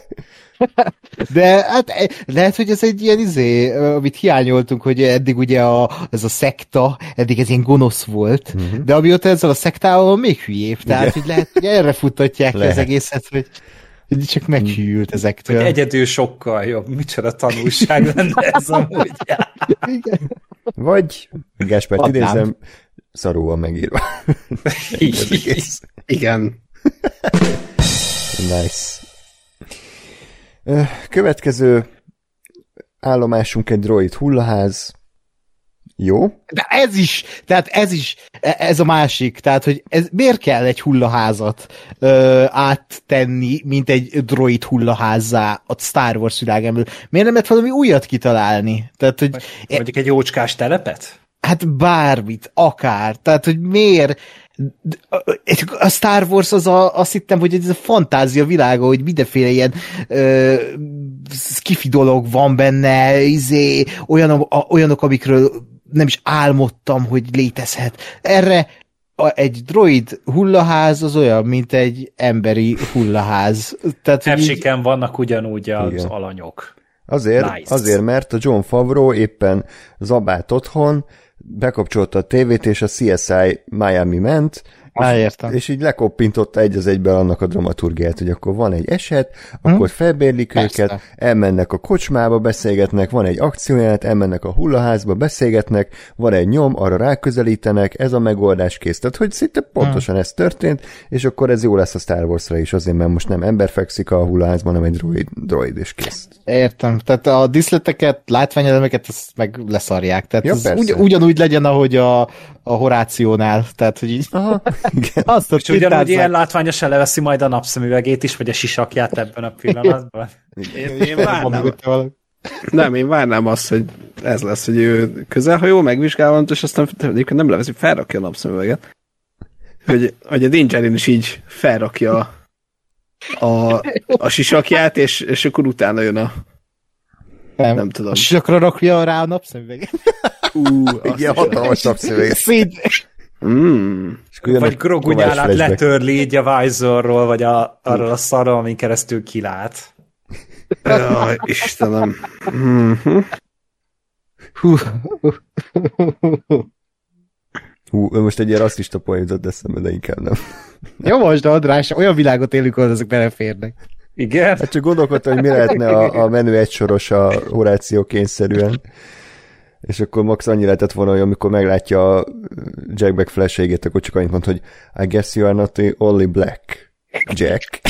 De hát lehet, hogy ez egy ilyen amit hiányoltunk, hogy eddig ugye ez a szekta, eddig ez ilyen gonosz volt, de amióta ezzel a szektával még hülyébb, tehát hogy lehet, hogy erre futtatják az egészet, hogy csak meghűlt ezektől. Hogy egyedül sokkal jobb, micsoda tanulság lenne ez amúgy. Vagy, Gáspárt idézem, szarul van megírva. Igen. Nice. Következő állomásunk egy droid hullaház. Jó. De ez a másik, tehát, hogy miért kell egy hullaházat áttenni, mint egy droid hullaházzá a Star Wars világából? Miért nem lehet valami újat kitalálni? Tehát, hogy mondjuk egy jócskás telepet? Hát bármit, akár. Tehát, hogy miért a Star Wars azt hittem, hogy ez a fantázia világa, hogy mindenféle ilyen skifi dolog van benne, olyanok, amikről nem is álmodtam, hogy létezhet. Erre egy droid hullaház az olyan, mint egy emberi hullaház. Hepsiken vannak ugyanúgy az igen. Alanyok. Azért, mert a Jon Favreau éppen zabált otthon, bekapcsolta a tévét, és a CSI Miami ment, és így lekoppintotta egy az egyben annak a dramaturgiát, hogy akkor van egy eset, akkor felbérlik őket, elmennek a kocsmába, beszélgetnek, van egy akciójelenet, elmennek a hullaházba, beszélgetnek, van egy nyom, arra ráközelítenek, ez a megoldás kész. Tehát, hogy szinte pontosan ez történt, és akkor ez jó lesz a Star Wars-ra is, azért, mert most nem ember fekszik a hullaházban, hanem egy droid és kész. Értem. Tehát a diszleteket, látványelemeket ezt meg leszarják. Tehát ja, ugyanúgy legyen, ahogy a Horációnál. Tehát, hogy így... Aha. Igen. És ugyanúgy ilyen látványosan leveszi majd a napszemüvegét is, vagy a sisakját ebben a pillanatban. Én várnám azt, hogy ez lesz, hogy ő közelhajó, megvizsgálva, és aztán nem leveszi, felrakja a napszemüveget. Hogy a Din Djarin is így felrakja a sisakját, és akkor utána jön Nem tudom. Sakra rakja rá a napszemüveget. Igen, hatalmas napszemüveget. Vagy Grogu nyálát letörli így a Visorról, vagy arról a szarról, amin keresztül kilát. Jaj, Istenem. Most egy ilyen rasszista poén jutott eszembe, de inkább nem. Jó, most András, olyan világot élünk, ahol ezek beleférnek. Igen? Hát csak gondolkodtam, hogy mi lehetne a menü egysoros a Horáció kényszerűen. És akkor Max annyi lehetett volna, hogy amikor meglátja a Jack Black feleségét, akkor csak annyit mond, hogy I guess you are not the only black Jack.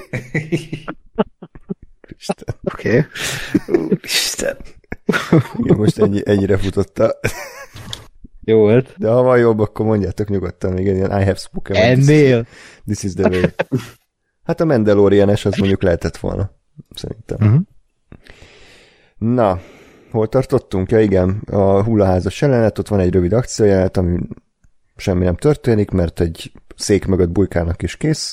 Isten. Oké. Isten. Igen, most ennyire futotta. Jó volt. De ha van jobb, akkor mondjátok nyugodtan, még ilyen I have spoken. Ennél. This is the way. Hát a Mandalorian-es az mondjuk lehetett volna. Szerintem. Na, hol tartottunk? Ja igen, a hullaházas jelenet, ott van egy rövid akciójelenet, ami semmi nem történik, mert egy szék mögött bujkálnak és kész.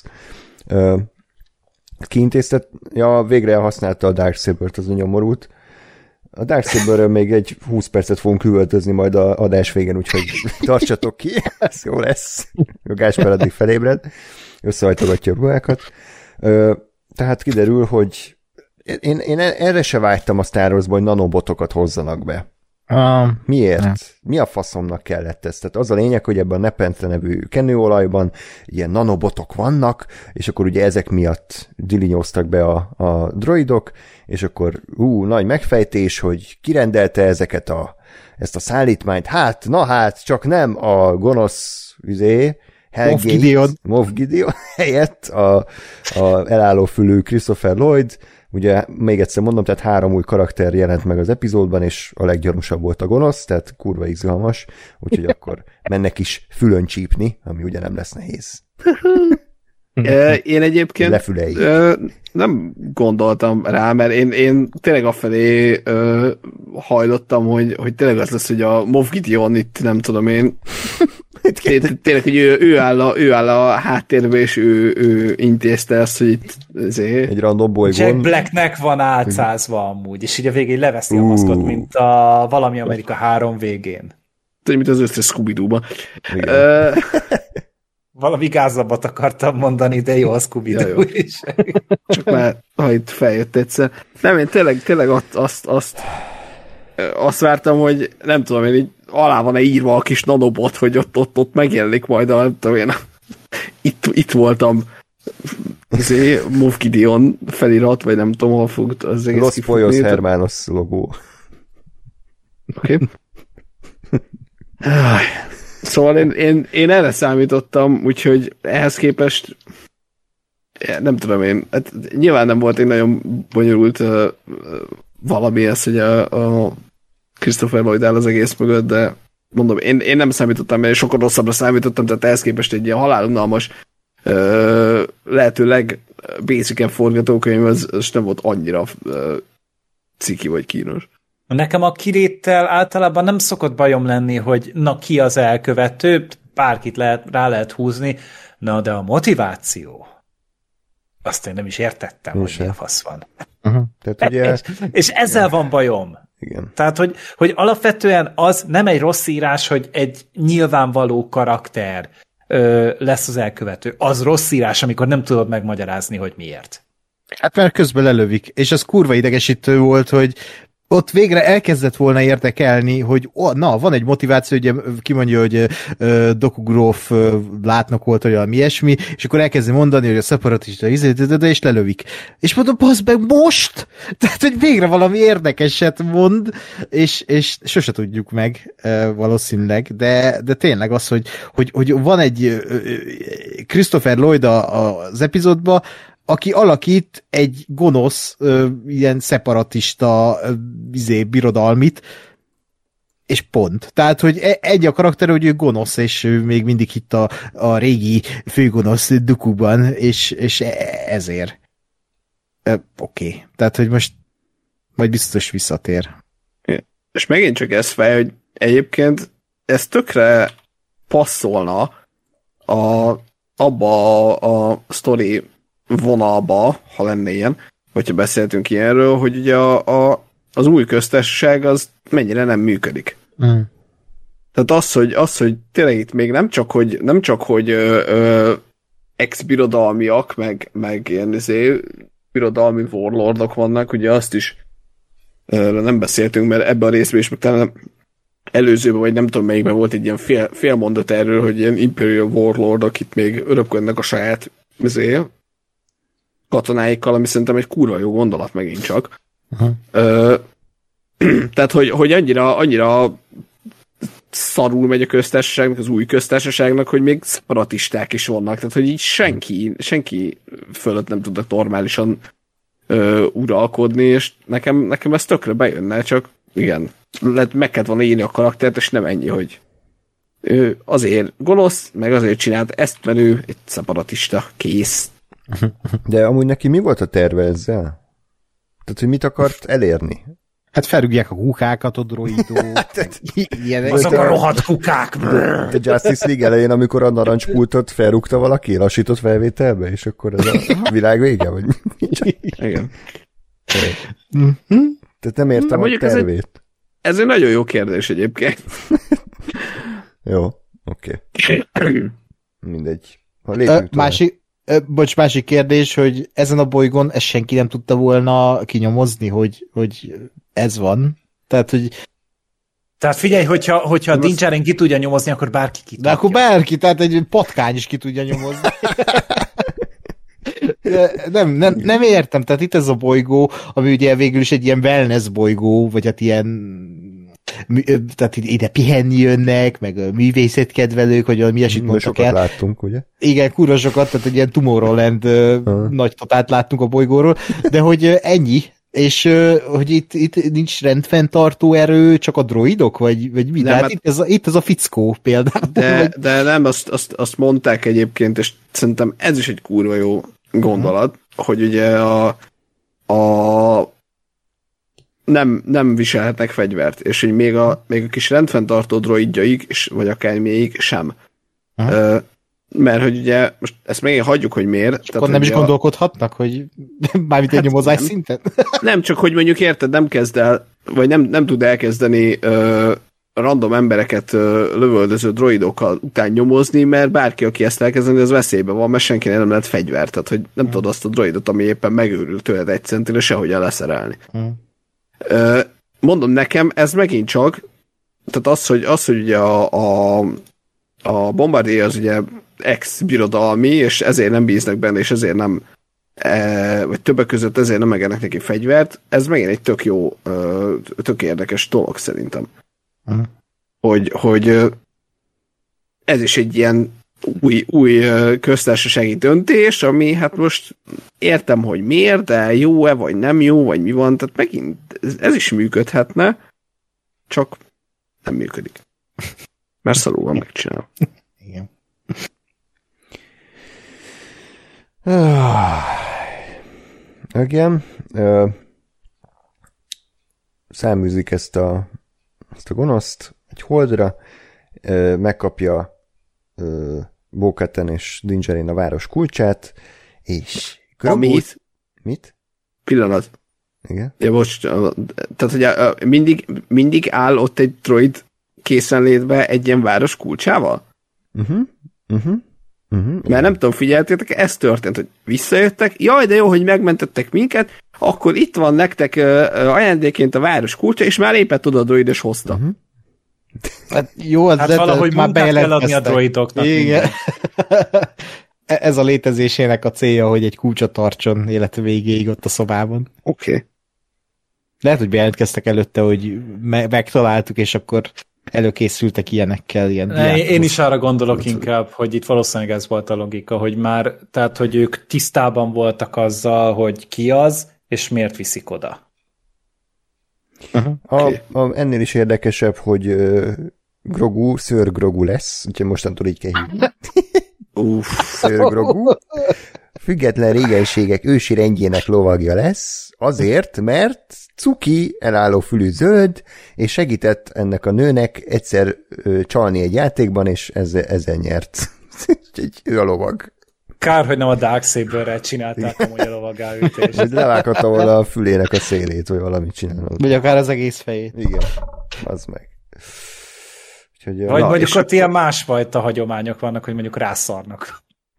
Kiintéztet, ja, végre használta a Darksaber-t az a nyomorult. A Darksaberről még egy 20 percet fogunk üvöltözni majd a adás végén, úgyhogy tartsatok ki, ez jó lesz. A Gáspár addig felébred, összehajtogatja a ruhákat. Tehát kiderül, hogy én erre se vágytam a Star Warsból, hogy nanobotokat hozzanak be. Miért? Ne. Mi a faszomnak kellett ez? Tehát az a lényeg, hogy ebben a Nepenthe nevű kenőolajban ilyen nanobotok vannak, és akkor ugye ezek miatt dilinyóztak be a droidok, és akkor nagy megfejtés, hogy kirendelte ezt a szállítmányt. Hát, csak nem a gonosz Moff Gideon helyett a elálló fülű Christopher Lloyd. Ugye még egyszer mondom, tehát 3 új karakter jelent meg az epizódban, és a leggyanúsabb volt a gonosz, tehát kurva izgalmas, úgyhogy akkor mennek is fülön csípni, ami ugye nem lesz nehéz. Én egyébként nem gondoltam rá, mert én tényleg afelé hajlottam, hogy tényleg az lesz, hogy a Moff Gideon itt, nem tudom én, tényleg, hogy ő áll a háttérbe, és ő intézte ezt, hogy itt egy random bolygón. Jack Blacknek van álcázva amúgy, és így a végén leveszi a maszkot, mint a Valami Amerika 3 végén. Mint az összes Scooby-Dooban. Valami gázabbat akartam mondani, de jó, a Scooby-Doo is. Csak már, ha itt feljött egyszer. Nem, én tényleg azt vártam, hogy nem tudom én, így alá van-e írva a kis nanobot, hogy ott megjelenik majd a, nem tudom én, itt voltam Moff Gideon felirat, vagy nem tudom, hol fog az egész Los Pollos Hermanos logó. Oké. Szóval én erre számítottam, úgyhogy ehhez képest nem tudom én, hát nyilván nem volt egy nagyon bonyolult valami ez, hogy a Christopher Lloyd áll az egész mögött, de mondom, én nem számítottam, mert sokkal rosszabbra számítottam, tehát ehhez képest egy ilyen halálunalmas lehetőleg basic-en forgatókönyv, az nem volt annyira ciki vagy kínos. Nekem a kiréttel általában nem szokott bajom lenni, hogy na ki az elkövető, bárkit rá lehet húzni, na de a motiváció, azt én nem is értettem, hogy mi a fasz van. Tehát ugye... és ezzel van bajom. Igen. Tehát, hogy alapvetően az nem egy rossz írás, hogy egy nyilvánvaló karakter lesz az elkövető. Az rossz írás, amikor nem tudod megmagyarázni, hogy miért. Hát mert közben lelövik, és az kurva idegesítő volt, hogy ott végre elkezdett volna érdekelni, hogy van egy motiváció, ugye kimondja, hogy Doku Gróf látnak volt, hogy valami ilyesmi, és akkor elkezdi mondani, hogy a szeparatista és lelövik. És mondom, bazd meg most! Tehát, hogy végre valami érdekeset mond, és sose tudjuk meg valószínűleg, de tényleg az, hogy van egy Christopher Lloyd az epizódban, aki alakít egy gonosz, ilyen szeparatista birodalmit, és pont. Tehát, hogy egy a karakter, hogy ő gonosz, és ő még mindig itt a régi főgonosz Dookuban, és ezért. Oké. Tehát, hogy most majd biztos visszatér. És megint csak ez fel, hogy egyébként ez tökre passzolna abba a sztori vonalba, ha lenne ilyen, hogyha beszéltünk ilyenről, hogy ugye a az új köztársaság az mennyire nem működik. Tehát az, hogy tényleg itt még nem csak, hogy ex-birodalmiak, meg ilyen birodalmi warlordok vannak, ugye azt is nem beszéltünk, mert ebben a részben is, meg talán előzőben, vagy nem tudom melyikben volt egy ilyen fél mondat erről, hogy ilyen Imperial Warlordok itt még örökölnek a saját katonáikkal, ami szerintem egy kurva jó gondolat megint csak. Tehát, hogy annyira szarul megy a köztársaságnak, az új köztársaságnak, hogy még szeparatisták is vannak. Tehát, hogy így senki fölött nem tudnak normálisan uralkodni, és nekem ez tökre bejönne, csak igen, meg kellett volna írni a karaktert, és nem ennyi, hogy ő azért gonosz, meg azért csinált ezt, mert ő egy szeparatista, kész. De amúgy neki mi volt a terve ezzel? Tehát, hogy mit akart elérni? Hát felrúgják a kukákat, a droidó. Azok a rohadt kukák. A Justice League elején, amikor a narancspultot felrúgta valaki, lassított felvételbe, és akkor ez a világ vége? Vagy igen. Tehát nem értem a tervét. Ez egy nagyon jó kérdés egyébként. Jó, oké. Mindegy. Másik kérdés, hogy ezen a bolygón ezt senki nem tudta volna kinyomozni, hogy ez van. Tehát figyelj, hogyha a Din Djarin ki tudja nyomozni, akkor bárki ki tudja. De akkor bárki, tehát egy patkány is ki tudja nyomozni. Nem értem, tehát itt ez a bolygó, ami ugye végül is egy ilyen wellness bolygó, vagy hát ilyen tehát ide pihenni jönnek, meg művészetkedvelők, vagy valami ilyesmit mondtak el. Láttunk, ugye? Igen, kurva sokat, tehát egy ilyen Tomorrowland nagy totát láttunk a bolygóról, de hogy ennyi, és hogy itt nincs rendfenntartó erő, csak a droidok, vagy mi? Nem, hát itt ez a fickó például. De nem, azt mondták egyébként, és szerintem ez is egy kurva jó gondolat, hogy ugye nem viselhetnek fegyvert, és hogy még a kis rendfenntartó droidjaik, vagy akármilyeik sem. Mert hogy ugye, most ezt még hagyjuk, hogy miért. És akkor nem is gondolkodhatnak, hogy bármit egy nyomozás szinten? Nem, csak hogy mondjuk érted, nem kezd el, vagy nem tud elkezdeni random embereket lövöldöző droidokkal után nyomozni, mert bárki, aki ezt elkezdeni, az veszélyben van, mert senkinek nem lehet fegyvert. Tehát, hogy nem tudod azt a droidot, ami éppen megőrül tőled egy centire, sehogyan leszerelni. Mondom, nekem ez megint csak, tehát az, hogy ugye a Bombardier az ugye ex-birodalmi, és ezért nem bíznak benne, és ezért nem vagy többek között ezért nem engednek neki fegyvert, ez megint egy tök jó, tök érdekes dolog szerintem. Hogy ez is egy ilyen új köztársasági döntés, ami hát most értem, hogy miért, de jó-e, vagy nem jó, vagy mi van, tehát megint ez is működhetne, csak nem működik. Mert szarul van megcsinálva. Igen. Igen. Száműzik ezt a gonoszt egy holdra, megkapja Bo-Katan és Din Djarin a város kulcsát, és Mit? Pillanat. Igen. Ja, most, tehát, hogy mindig áll ott egy droid készenlétbe egy ilyen város kulcsával? Mert nem tudom, figyeltétek, ez történt, hogy visszajöttek, jaj, de jó, hogy megmentettek minket, akkor itt van nektek ajándékként a város kulcsa, és már lépett oda a droid, és hozta. Hát jó, hát valahogy már kell adni a droidoknak. Igen. Ez a létezésének a célja, hogy egy kulcsot tartson élete végéig ott a szobában. Oké. Lehet, hogy bejelentkeztek előtte, hogy megtaláltuk, és akkor előkészültek ilyenekkel. Én is arra gondolok inkább, hogy itt valószínűleg ez volt a logika, hogy már, tehát, hogy ők tisztában voltak azzal, hogy ki az, és miért viszik oda. Ennél is érdekesebb, hogy Grogu, Sir Grogu lesz, úgyhogy mostantól így kell hívni. Sir Grogu. Független régenségek ősi rendjének lovagja lesz, azért, mert cuki, elálló fülű zöld, és segített ennek a nőnek egyszer csalni egy játékban, és ezzel nyert. Úgyhogy ő a lovag. Kár, hogy nem a Darksaberrel csinálták amúgy a lovagállítést. Vagy levághatta volna a fülének a szélét, vagy valamit csinálod. Vagy akár az egész fejét. Igen, az meg. Úgyhogy, vagy mondjuk ott ilyen másfajta hagyományok vannak, hogy mondjuk rászarnak.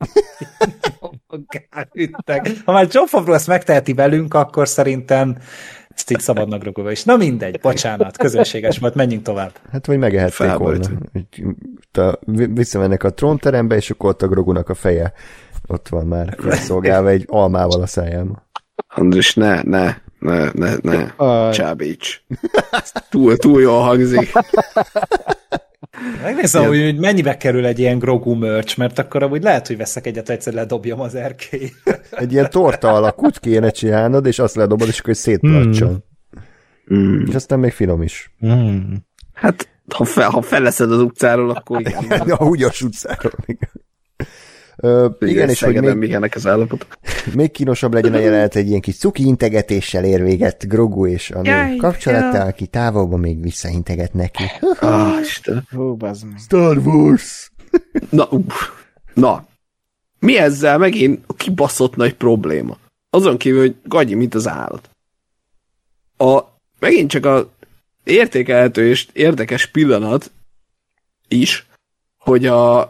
Ha már Jon Favreau ezt megteheti velünk, akkor szerintem ezt így szabadnak rugóba is. Na mindegy, bocsánat, közönséges volt, menjünk tovább. Hát vagy megehették volna. Visszamennek a trónterembe, és akkor ott a Grogunak a feje ott van már felszolgálva egy almával a szájában. Andris, ne. Csábíts. Túl jól hangzik. Megnézem, hogy mennyibe kerül egy ilyen Grogu merch, mert akkor amúgy lehet, hogy veszek egyet, egyszer ledobjam az erkélyre. Egy ilyen torta alakút kéne csinálnod, és azt ledobod, és akkor szétplacson. És aztán még finom is. Hát, ha feleszed az utcáról, akkor igen. A húgyas utcáról, igen. Igen, és hogy még kínosabb legyen a jelenet, egy ilyen kis cuki integetéssel ér véget Grogu és a nő kapcsolattal, aki távolban még visszainteget neki. Isten. Star Wars! Na, mi ezzel megint a kibaszott nagy probléma? Azon kívül, hogy gagyi, mint az állat. Megint csak a értékelhető és érdekes pillanat is, hogy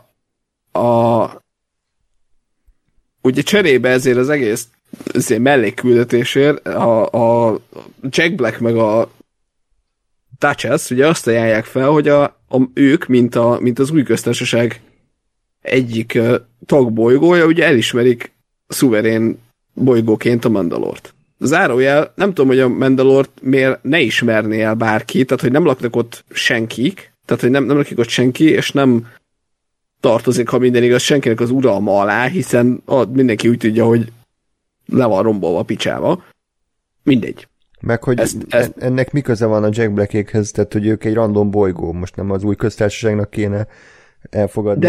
ugye cserébe ezért az egész mellékküldetésért a Jack Black meg a Duchess ugye azt ajánlják fel, hogy ők, mint az új köztársaság egyik tagbolygója, ugye elismerik szuverén bolygóként a Mandalort. Zárójel, nem tudom, hogy a Mandalort miért ne ismerné el bárki, tehát hogy nem laknak ott senkik, tehát hogy nem lakik ott senki, és nem tartozik, ha minden igaz, senkinek az uralma alá, hiszen mindenki úgy tudja, hogy le van rombolva a picsába. Mindegy. Meg, hogy ennek mi köze van a Jack Blackékhez, tehát, hogy ők egy random bolygó, most nem az új köztársaságnak kéne elfogadni.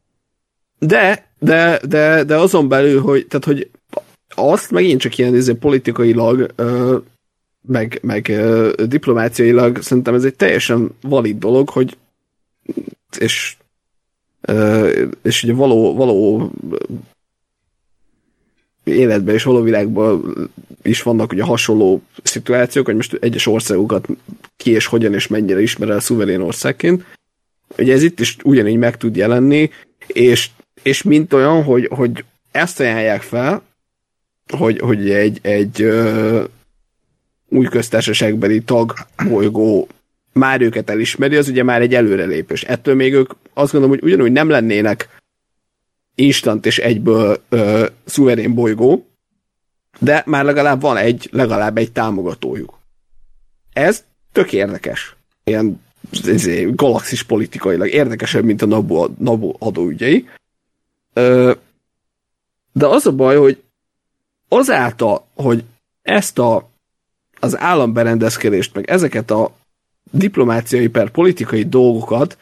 De azon belül, hogy azt megint csak ilyen politikailag, meg diplomáciailag szerintem ez egy teljesen valid dolog, hogy és ugye való életben és való világban is vannak ugye hasonló szituációk, hogy most egyes országokat ki és hogyan és mennyire ismer el szuverén országként. Ugye ez itt is ugyanígy meg tud jelenni, és mint olyan, hogy ezt ajánlják fel, hogy egy új köztársaságbeli tagbolygó már őket elismeri, az ugye már egy előrelépés. Ettől még ők azt gondolom, hogy ugyanúgy nem lennének instant és egyből szuverén bolygó, de már legalább egy támogatójuk. Ez tök érdekes. Ilyen galaxis politikailag érdekesebb, mint a NABU adóügyei. De az a baj, hogy azáltal, hogy ezt az államberendezkedést, meg ezeket a diplomáciai per politikai dolgokat,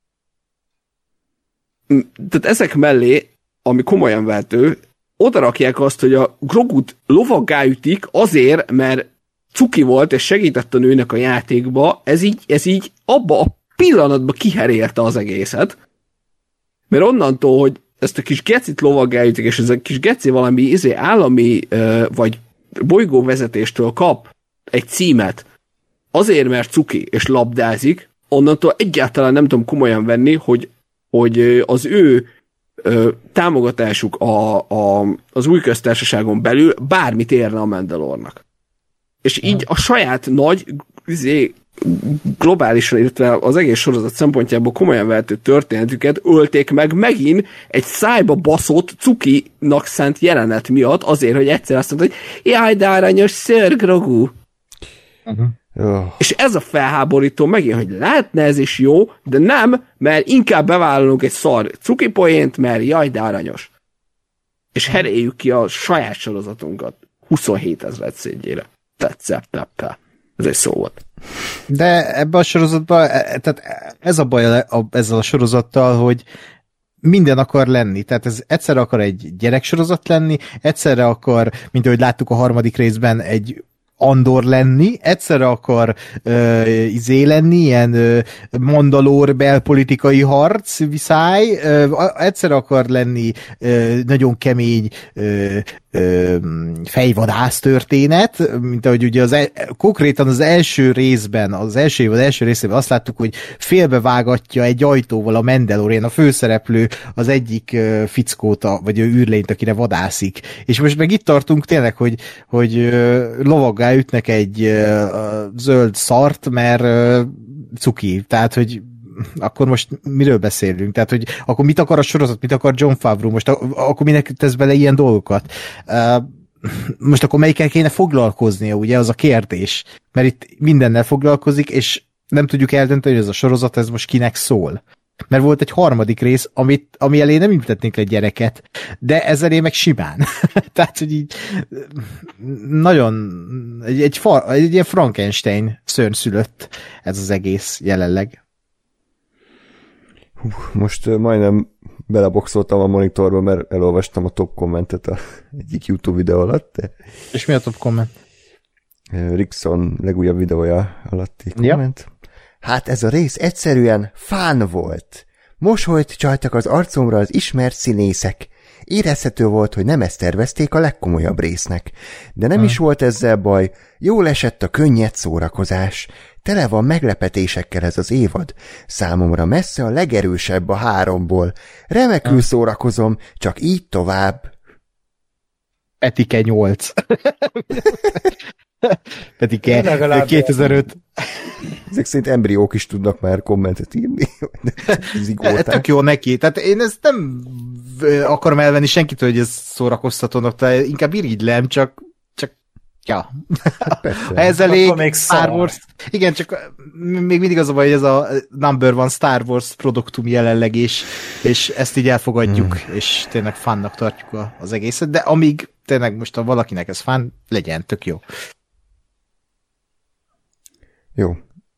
tehát ezek mellé, ami komolyan vehető, odarakják azt, hogy a Grogut lovaggá ütik azért, mert cuki volt, és segített a nőnek a játékba, ez így abba a pillanatban kiherélte az egészet. Mert onnantól, hogy ezt a kis gecit lovaggá ütik, és ez a kis geci valami állami vagy bolygóvezetéstől kap egy címet, azért, mert cuki és labdázik, onnantól egyáltalán nem tudom komolyan venni, hogy az ő támogatásuk az új köztársaságon belül bármit érne a Mandalornak. És így a saját nagy, globálisan, illetve az egész sorozat szempontjából komolyan vehető történetüket ölték meg megint egy szájba baszott cukinak szánt jelenet miatt, azért, hogy egyszer azt mondta, hogy jaj, de aranyos Sir Grogu. És ez a felháborító megint, hogy lehetne ez is jó, de nem, mert inkább bevállalunk egy szar cukipoént, mert jaj, de aranyos. És heréljük ki a saját sorozatunkat 27 000 szétjére. Tetszett. Ez egy szó volt. De ebben a sorozatban, tehát ez a baj ezzel a sorozattal, hogy minden akar lenni. Tehát ez egyszerre akar egy gyereksorozat lenni, egyszerre akar, mint ahogy láttuk a harmadik részben, egy Andor lenni, egyszerre akar lenni, ilyen mandalór belpolitikai harc, viszály, egyszerre akar lenni nagyon kemény fejvadász történet, mint ahogy ugye konkrétan az első részben, az első évad első részében azt láttuk, hogy félbevágatja egy ajtóval a Mandalorian, a főszereplő az egyik fickót, vagy űrlényt, akire vadászik. És most meg itt tartunk tényleg, hogy lovaggá ütnek egy zöld szart, mert cuki. Tehát, hogy akkor most miről beszélünk? Tehát, hogy akkor mit akar a sorozat, mit akar Jon Favreau? Most akkor minek tesz bele ilyen dolgokat? Most akkor melyikkel kéne foglalkoznia, ugye, az a kérdés. Mert itt mindennel foglalkozik, és nem tudjuk eldönteni, hogy ez a sorozat, ez most kinek szól. Mert volt egy harmadik rész, ami elé nem ültetnénk egy gyereket, de ez elé meg simán. Tehát, hogy így nagyon egy ilyen Frankenstein szörnyszülött ez az egész jelenleg. Most majdnem beleboxoltam a monitorba, mert elolvastam a top kommentet egyik YouTube videó alatt. De... És mi a top komment? Rickson legújabb videója alatti komment. Ja. Hát ez a rész egyszerűen fán volt. Mosolyt csajtak az arcomra az ismert színészek. Érezhető volt, hogy nem ezt tervezték a legkomolyabb résznek. De nem is volt ezzel baj, jól esett a könnyed szórakozás. Tele van meglepetésekkel ez az évad. Számomra messze a legerősebb a 3-ból. Remekül szórakozom, csak így tovább. Petike 8. Petike 2005. Ezek szerint embriók is tudnak már kommentet írni. Tök jó neki. Tehát én ezt nem akarom elvenni senkitől, hogy ez szórakoztatónak, tehát inkább irigylem, csak ja. Hát ez elég Star Wars. Igen, csak még mindig az a baj, hogy ez a number one Star Wars produktum jelenleg is, és ezt így elfogadjuk, és tényleg fannak tartjuk az egészet, de amíg tényleg most ha valakinek ez fan, legyen, tök jó. Jó.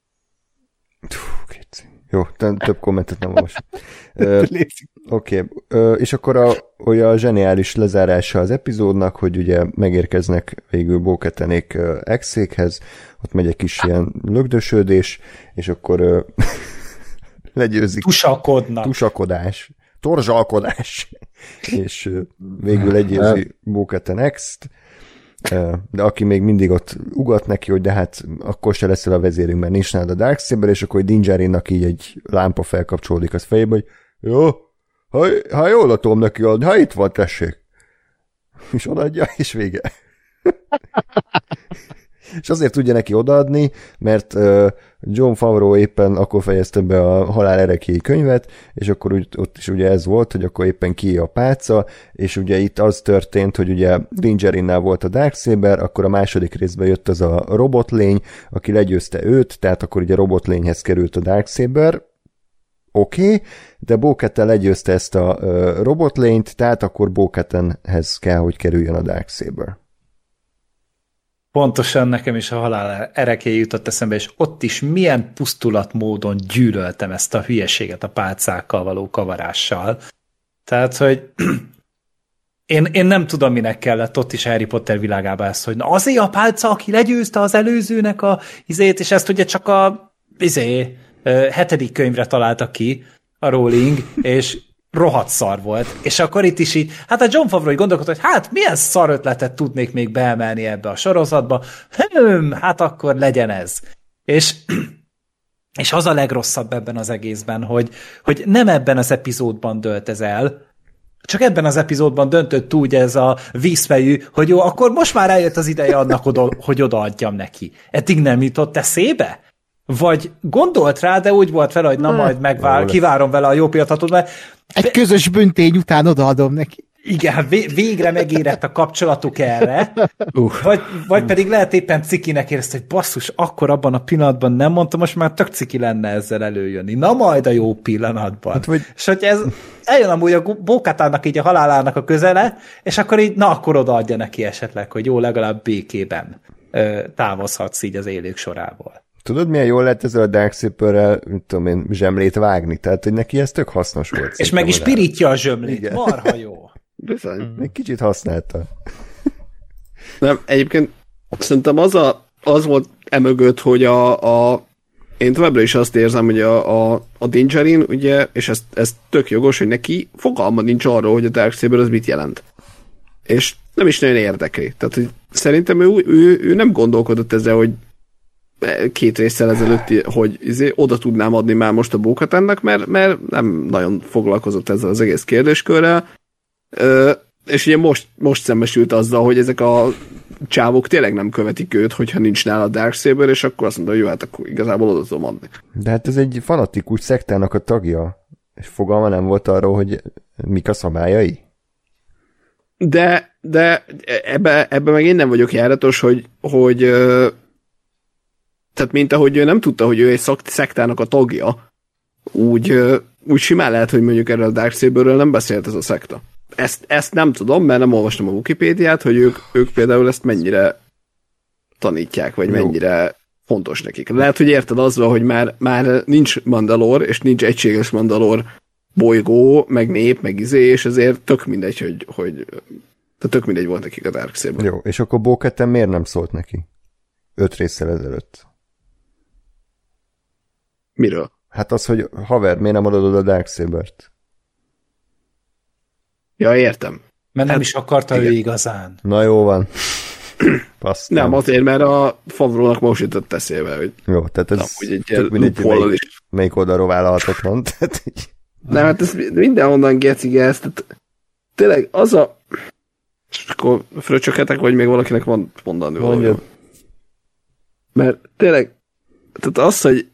Jó, több kommentet nem olvasom. Oké. És akkor a zseniális lezárása az epizódnak, hogy ugye megérkeznek végül Bo-Katanék exékhez, ott megy egy kis ilyen lögdösödés, és akkor legyőzik. Tusakodás. Torzsalkodás. És végül legyőzi Bo-Katan X-t, de aki még mindig ott ugat neki, hogy de hát akkor se leszel a vezérünk, mert nincs nálad a Darksaber, és akkor Din Djarinnak így egy lámpa felkapcsolódik az fejébe, hogy jó, ha jól adom neki, ha itt van, tessék. És odaadja, és vége. És azért tudja neki odaadni, mert Jon Favreau éppen akkor fejezte be a Halál erekéi könyvet, és akkor ott is ugye ez volt, hogy akkor éppen ki a pálca, és ugye itt az történt, hogy ugye Din Djarinnál volt a Darksaber, akkor a második részben jött az a robotlény, aki legyőzte őt, tehát akkor ugye robotlényhez került a Darksaber, oké, de Bo-Katan legyőzte ezt a robotlényt, tehát akkor Bo-Katanhez kell, hogy kerüljön a Darksaber. Pontosan nekem is a Halál erekély jutott eszembe, és ott is milyen pusztulat módon gyűlöltem ezt a hülyeséget a pálcákkal való kavarással. Tehát, hogy én nem tudom, minek kellett ott is Harry Potter világában ezt, hogy na azért a pálca, aki legyőzte az előzőnek a izét, és ezt ugye csak a 7. könyvre találta ki a Rowling, és rohadt szar volt. És akkor itt is így, hát a Jon Favreau gondolkodott, hogy hát milyen szar ötletet tudnék még beemelni ebbe a sorozatba, hát akkor legyen ez. És az a legrosszabb ebben az egészben, hogy nem ebben az epizódban dölt ez el, csak ebben az epizódban döntött úgy ez a vízfejű, hogy jó, akkor most már eljött az ideje annak, hogy odaadjam neki. Eddig nem jutott eszébe? Vagy gondolt rá, de úgy volt vele, hogy na majd kivárom vele a jó pillanatot, mert egy közös büntény után odaadom neki. Igen, végre megérett a kapcsolatuk erre, vagy pedig lehet éppen cikinek érezte, hogy basszus, akkor abban a pillanatban nem mondtam, most már tök ciki lenne ezzel előjönni. Na majd a jó pillanatban. Hát, és hogy ez eljön amúgy a Bo-Katannak így a halálának a közele, és akkor így, na akkor odaadja neki esetleg, hogy jó, legalább békében távozhatsz így az élők sorából. Tudod, milyen jól lehet ezzel a Darksaberrel, mit tudom én, zsemlét vágni? Tehát, hogy neki ez tök hasznos volt. És meg is pirítja a zsömlét. Igen. Marha jó. Bizony. Még kicsit használta. Nem, egyébként Szerintem az volt emögött, hogy én továbbra is azt érzem, hogy a Dingerin, ugye, és ez tök jogos, hogy neki fogalma nincs arról, hogy a Darksaber az mit jelent. És nem is nagyon érdekli. Tehát, hogy szerintem ő nem gondolkodott ezzel, hogy 2 résszel ezelőtt, hogy oda tudnám adni már most a Bo-Katannak, mert nem nagyon foglalkozott ezzel az egész kérdéskörrel. És ugye most szembesült azzal, hogy ezek a csávok tényleg nem követik őt, hogyha nincs nála Darksaber, és akkor azt mondta, hogy jó, hát akkor igazából oda tudom adni. De hát ez egy fanatikus szektának a tagja, és fogalma nem volt arról, hogy mik a szabályai? De ebbe meg én nem vagyok járatos, hogy tehát mint ahogy ő nem tudta, hogy ő egy szektának a tagja, úgy simán lehet, hogy mondjuk erről a Darksaberről nem beszélt ez a szekta. Ezt nem tudom, mert nem olvastam a Wikipédiát, hogy ők például ezt mennyire tanítják, vagy mennyire fontos nekik. Lehet, hogy érted azzal, hogy már nincs Mandalor, és nincs egységes Mandalor bolygó, meg nép, meg és ezért tök mindegy, hogy tehát tök mindegy volt nekik a Darksaber. Jó, és akkor Bo-Katan miért nem szólt neki? 5 résszel ezelőtt. Miről? Hát az, hogy haver, miért nem adod a Darksabert? Ja, értem. Mert nem is akarta ő igazán. Na jó van. Nem, azért, mert a Favrónak most jutott eszébe, hogy jó, tehát ez tök mindegy, melyik oldalról vállalhatatlan. Nem, hát ez mindenhonnan gecige ezt. Tényleg az a... És akkor fröcsöketek, vagy még valakinek van mondani valami. Mert tényleg, tehát az, hogy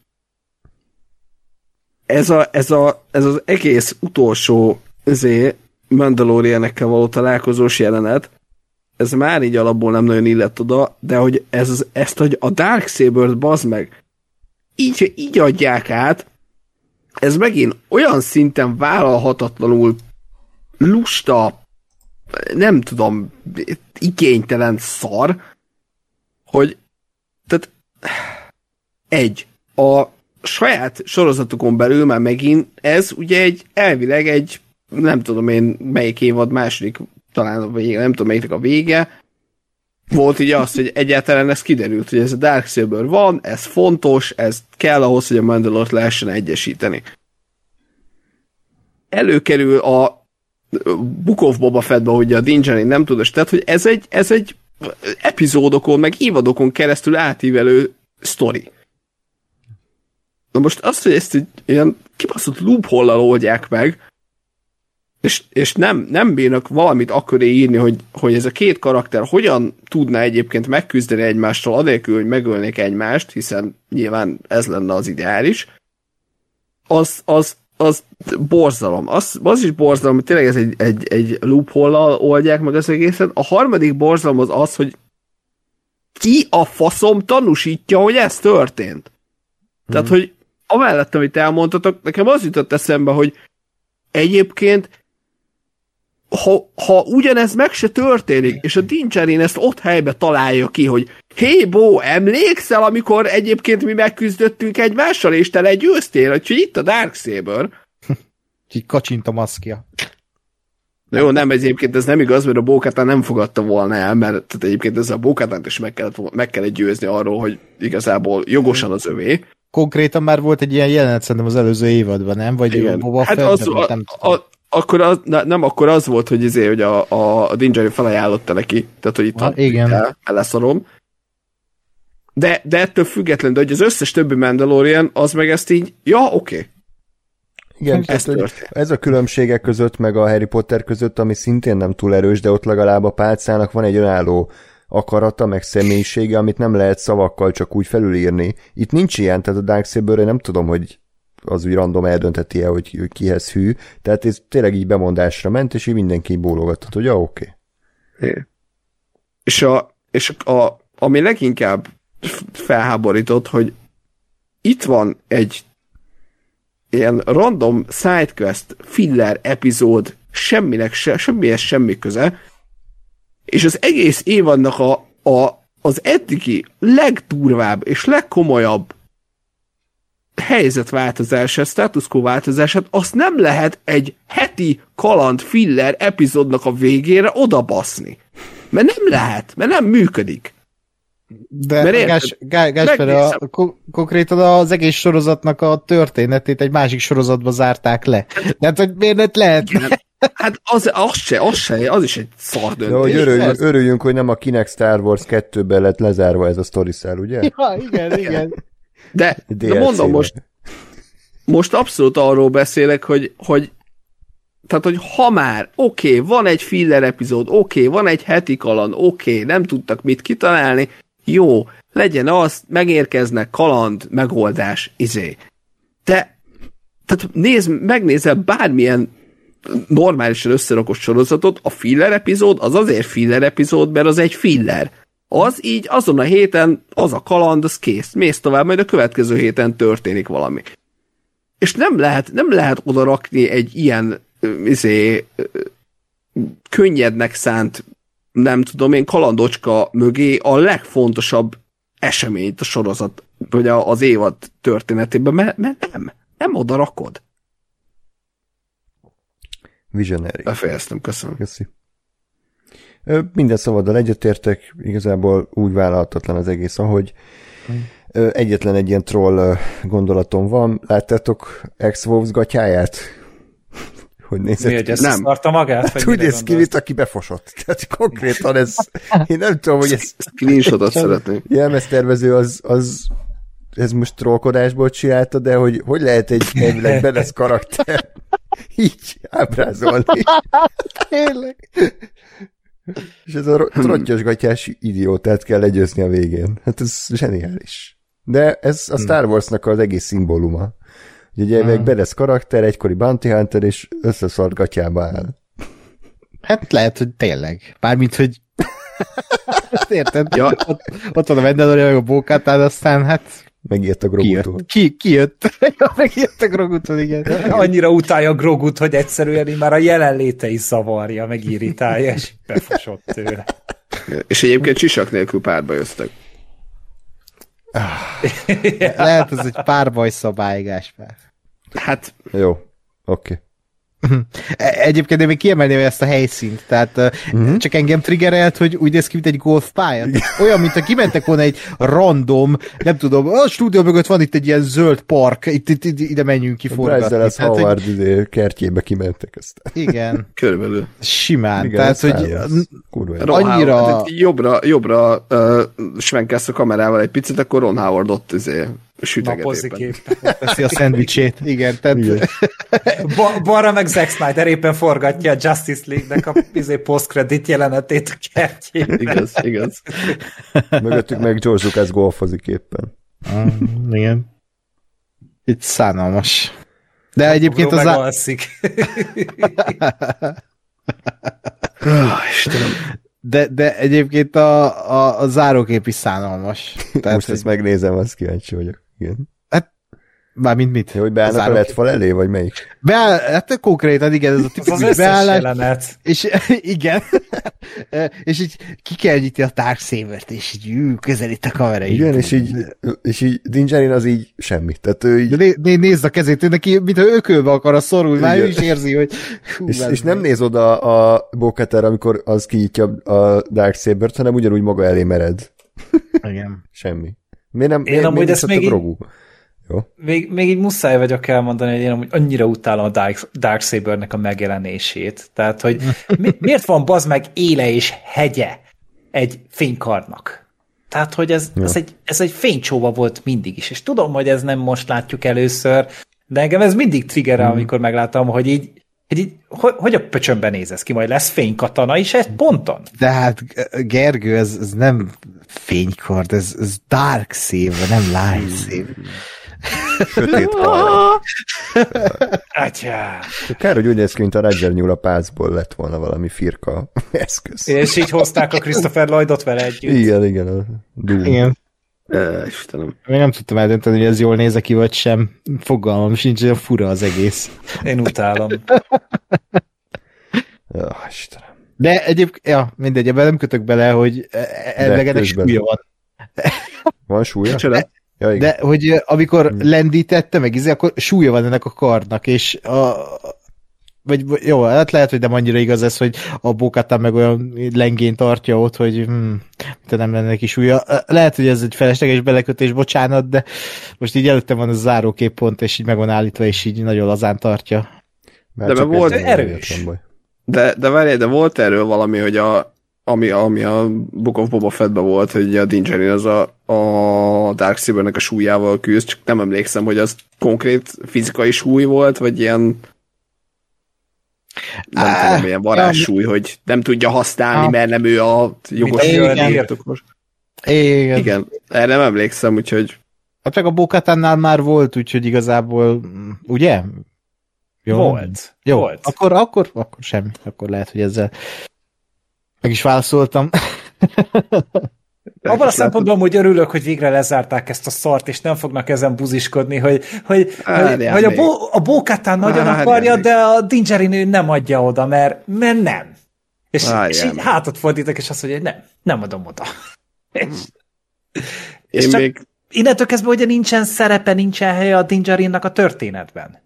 ez az egész utolsó Mandalorianekkel való találkozós jelenet, ez már így alapból nem nagyon illett oda, de hogy ezt hogy a Darksabert bazd meg, így adják át, ez megint olyan szinten vállalhatatlanul lusta, nem tudom, igénytelen szar, hogy tehát a saját sorozatokon belül már megint ez ugye elvileg egy nem tudom én melyik évad második, talán a vége, nem tudom melyiknek a vége, volt így az, hogy egyáltalán ez kiderült, hogy ez a Darksaber van, ez fontos, ez kell ahhoz, hogy a Mandalort lehessen egyesíteni. Előkerül a Book of Boba Fettbe, hogy a Din Djarin nem tudod, tehát hogy ez egy epizódokon, meg évadokon keresztül átívelő sztori. Na most azt, hogy ezt egy ilyen kibaszott loophole-lal oldják meg, és nem bírnak valamit akköré írni, hogy ez a két karakter hogyan tudna egyébként megküzdeni egymástól, anélkül, hogy megölnék egymást, hiszen nyilván ez lenne az ideális, az borzalom. Az is borzalom, hogy tényleg ez egy loophole-lal oldják meg az egészet. A harmadik borzalom az, hogy ki a faszom tanúsítja, hogy ez történt. Tehát, hogy amellett, amit elmondtatok, nekem az jutott eszembe, hogy egyébként ha ugyanez meg se történik, és a Din Djarin ezt ott helybe találja ki, hogy hé, Bo, emlékszel, amikor egyébként mi megküzdöttünk egymással, és te legyőztél, hogy itt a Darksaber. Így kacsint a maszkja. Jó, nem, egyébként ez nem igaz, mert a Bo-Katan nem fogadta volna el, mert tehát egyébként ezzel a Bo-Katant is meg kellett győzni arról, hogy igazából jogosan az övé. Konkrétan már volt egy ilyen jelenet szerintem az előző évadban, nem? Vagy Boba hát Fett, akkor az volt, hogy a Din Djarin felajánlotta neki, tehát hogy itt leszarom. De ettől függetlenül, de hogy az összes többi Mandalorian, az meg ezt így, ja, oké. Igen, ez a különbségek között, meg a Harry Potter között, ami szintén nem túl erős, de ott legalább a pálcának van egy önálló akarata, meg személyisége, amit nem lehet szavakkal csak úgy felülírni. Itt nincs ilyen, tehát a Darksaberre nem tudom, hogy az úgy random eldönteti el, hogy kihez hű, tehát ez tényleg így bemondásra ment, és így mindenki bólogatott, hogy ja, oké. És ami leginkább felháborított, hogy itt van egy ilyen random sidequest filler epizód, semmihez semmi köze, és az egész évadnak az eddigi legdurvább és legkomolyabb helyzetváltozását, status quo változását, azt nem lehet egy heti kaland filler epizódnak a végére odabaszni. Mert nem lehet, mert nem működik. De Mert érted? Gásper, konkrétan az egész sorozatnak a történetét egy másik sorozatba zárták le. Tehát, hogy miért lehetne? Hát az is egy szar De hogy döntés. örüljünk, hogy nem a Kinect Star Wars 2-ben lett lezárva ez a sztoriszál, ugye? Ja, igen. De mondom, most abszolút arról beszélek, hogy ha már, oké, van egy filler epizód, oké, van egy heti kaland, oké, nem tudtak mit kitalálni, jó, legyen az, megérkeznek, kaland, megoldás, De, tehát megnézel bármilyen normálisan összerakott sorozatot, a filler epizód az azért filler epizód, mert az egy filler. Az így azon a héten, az a kaland, az kész. Mész tovább, majd a következő héten történik valami. És nem lehet oda rakni egy ilyen könnyednek szánt, nem tudom én, kalandocska mögé a legfontosabb eseményt a sorozat, vagy az évad történetében, mert nem oda rakod. Visionary. Befejeztem, köszönöm. Köszi. Minden szavaddal egyetértek, igazából úgy vállalhatatlan az egész, ahogy egyetlen egy ilyen troll gondolatom van. Láttátok X-Wolves gatyáját? Hogy nézett? Mi, hogy összeszarta magát? Hát úgy néz ki, mint aki befosott. Tehát konkrétan ez, én nem tudom, hogy ez Screenshotot szeretném. jelmeztervező ez most trollkodásból csinálta, de hogy lehet egy elvileg Benes karakter így ábrázolni. Tényleg. És ez a trottyos gatyás idiótát kell legyőzni a végén. Hát ez zseniális. De ez a Star Warsnak az egész szimbóluma. Ugye meg Benes karakter, egykori Bounty Hunter, és összeszart gatyába áll. Hát lehet, hogy tényleg. Bármint, hogy érted? Ja. Ott van a Mandalorian, meg a Bo-Katan, aztán hát Megijedt a Grogutól. Kijött. Ja, megijedt a Grogutól, igen. Annyira utálja Grogut, hogy egyszerűen már a jelenléte is zavarja, meg irritálja, és befosott tőle. És egyébként csisak nélkül párba jöztek. Lehet, ez egy párbaj szabály, Gáspár. Hát, Jó, oké. Egyébként én még kiemelném ezt a helyszínt, tehát csak engem triggerelt, hogy úgy néz ki, mint egy golfpálya. Olyan, mint ha kimentek volna egy random, nem tudom, a stúdió mögött van itt egy ilyen zöld park, itt ide menjünk ki forgatni. Bryce Dallas Howard kertjébe kimentek aztán. Igen, körülbelül. simán. Igen, Tehát, hogy kurva jó. Ron annyira- Howard, jobbra svenkelsz a kamerával egy picit, akkor Ron Howard ott süteget Napozik éppen. éppen. veszi a szendvicsét. Igen, tehát Balra meg Zack Snyder éppen forgatja a Justice League-nek a post-credit jelenetét a kertjében. Igaz. Mögöttük meg George Lucas golfozik éppen. igen. Itt szánalmas. De egyébként az... megalszik. Istenem. De egyébként a zárókép is szánalmas. Tehát, Most ezt megnézem, azt kíváncsi vagyok. Igen. Mármint mit? Hogy beállnak a zárókép? letfal elé, vagy melyik? Hát konkrétan igen, ez a Az tipikus összes beállás. jelenet. És igen. És így ki kell nyitni a Darksaber-t, és így közelít a kamera. Igen, és így Dingerin az így semmi. Tehát ő így, Nézd a kezét, ő neki, mintha ökölbe akar szorulni, már ő Igen. is érzi, hogy és nem néz oda a Bo-Katan, amikor az kinyitja a Darksabert, hanem ugyanúgy maga elé mered. Igen. Semmi. Miért nem? Én amúgy ezt még így- Grogu? Jó. Még így muszáj vagyok elmondani, hogy én amúgy annyira utálom a Darksabernek a megjelenését. Tehát, hogy miért van bazd meg éle és hegye egy fénykarnak? Tehát, hogy ez egy fénycsóva volt mindig is. És tudom, hogy ez nem most látjuk először, de engem ez mindig triggerel, amikor meglátom, hogy hogy a pöcsönben néz ez ki, majd lesz fénykatana is egy ponton. De hát Gergő, ez nem fénykard, ez Darksaber, nem Lightsaber. Sötét kar. Atyá. Kár, hogy úgy néz ki, mint a Roger nyúl a pászból lett volna valami firka eszköz. És így hozták a Christopher Lloydot vele együtt. Igen, a Doom. Igen. Istenem. Még nem tudtam eldönteni, hogy ez jól néz ki, vagy sem. Fogalmam sincs, olyan fura az egész. Én utálom. Istenem. De egyébként, ja, mindegy, ebben nem kötök bele, hogy ennek közben. súlya van. Van súlya? Csoda. Ja, igen. De hogy amikor lendítette meg, akkor súlya van ennek a kardnak, és vagy jó, hát lehet, hogy nem annyira igaz ez, hogy a Bo-Katan meg olyan lengén tartja ott, hogy te nem lenne neki súlya. Lehet, hogy ez egy felesleges belekötés, bocsánat, de most így előttem van a zárókép pont, és így meg van állítva, és így nagyon lazán tartja. De volt erős. De várjál, de volt erről valami, hogy ami a Book of Boba Fettben volt, hogy a Din Djarin az a Darksabernek a súlyával küzd, csak nem emlékszem, hogy az konkrét fizikai súly volt, vagy ilyen nem tudom, ilyen varázssúly, hogy nem tudja használni, mert nem ő a jogos. Igen, erre nem emlékszem, úgyhogy... Hát meg a Bo-Katannál már volt, úgyhogy igazából, ugye? Jó. Volt. Akkor semmi. Akkor lehet, hogy ezzel meg is válaszoltam. Abban a szempontból amúgy örülök, hogy végre lezárták ezt a szart, és nem fognak ezen buziskodni, hogy a Bo-Katan nagyon akarja, de a Din Djarin ő nem adja oda, mert nem. És így hátat fordítok, és azt mondja, hogy nem adom oda. És csak innentől kezdve ugye nincsen szerepe, nincsen helye a Din Djarinnak a történetben.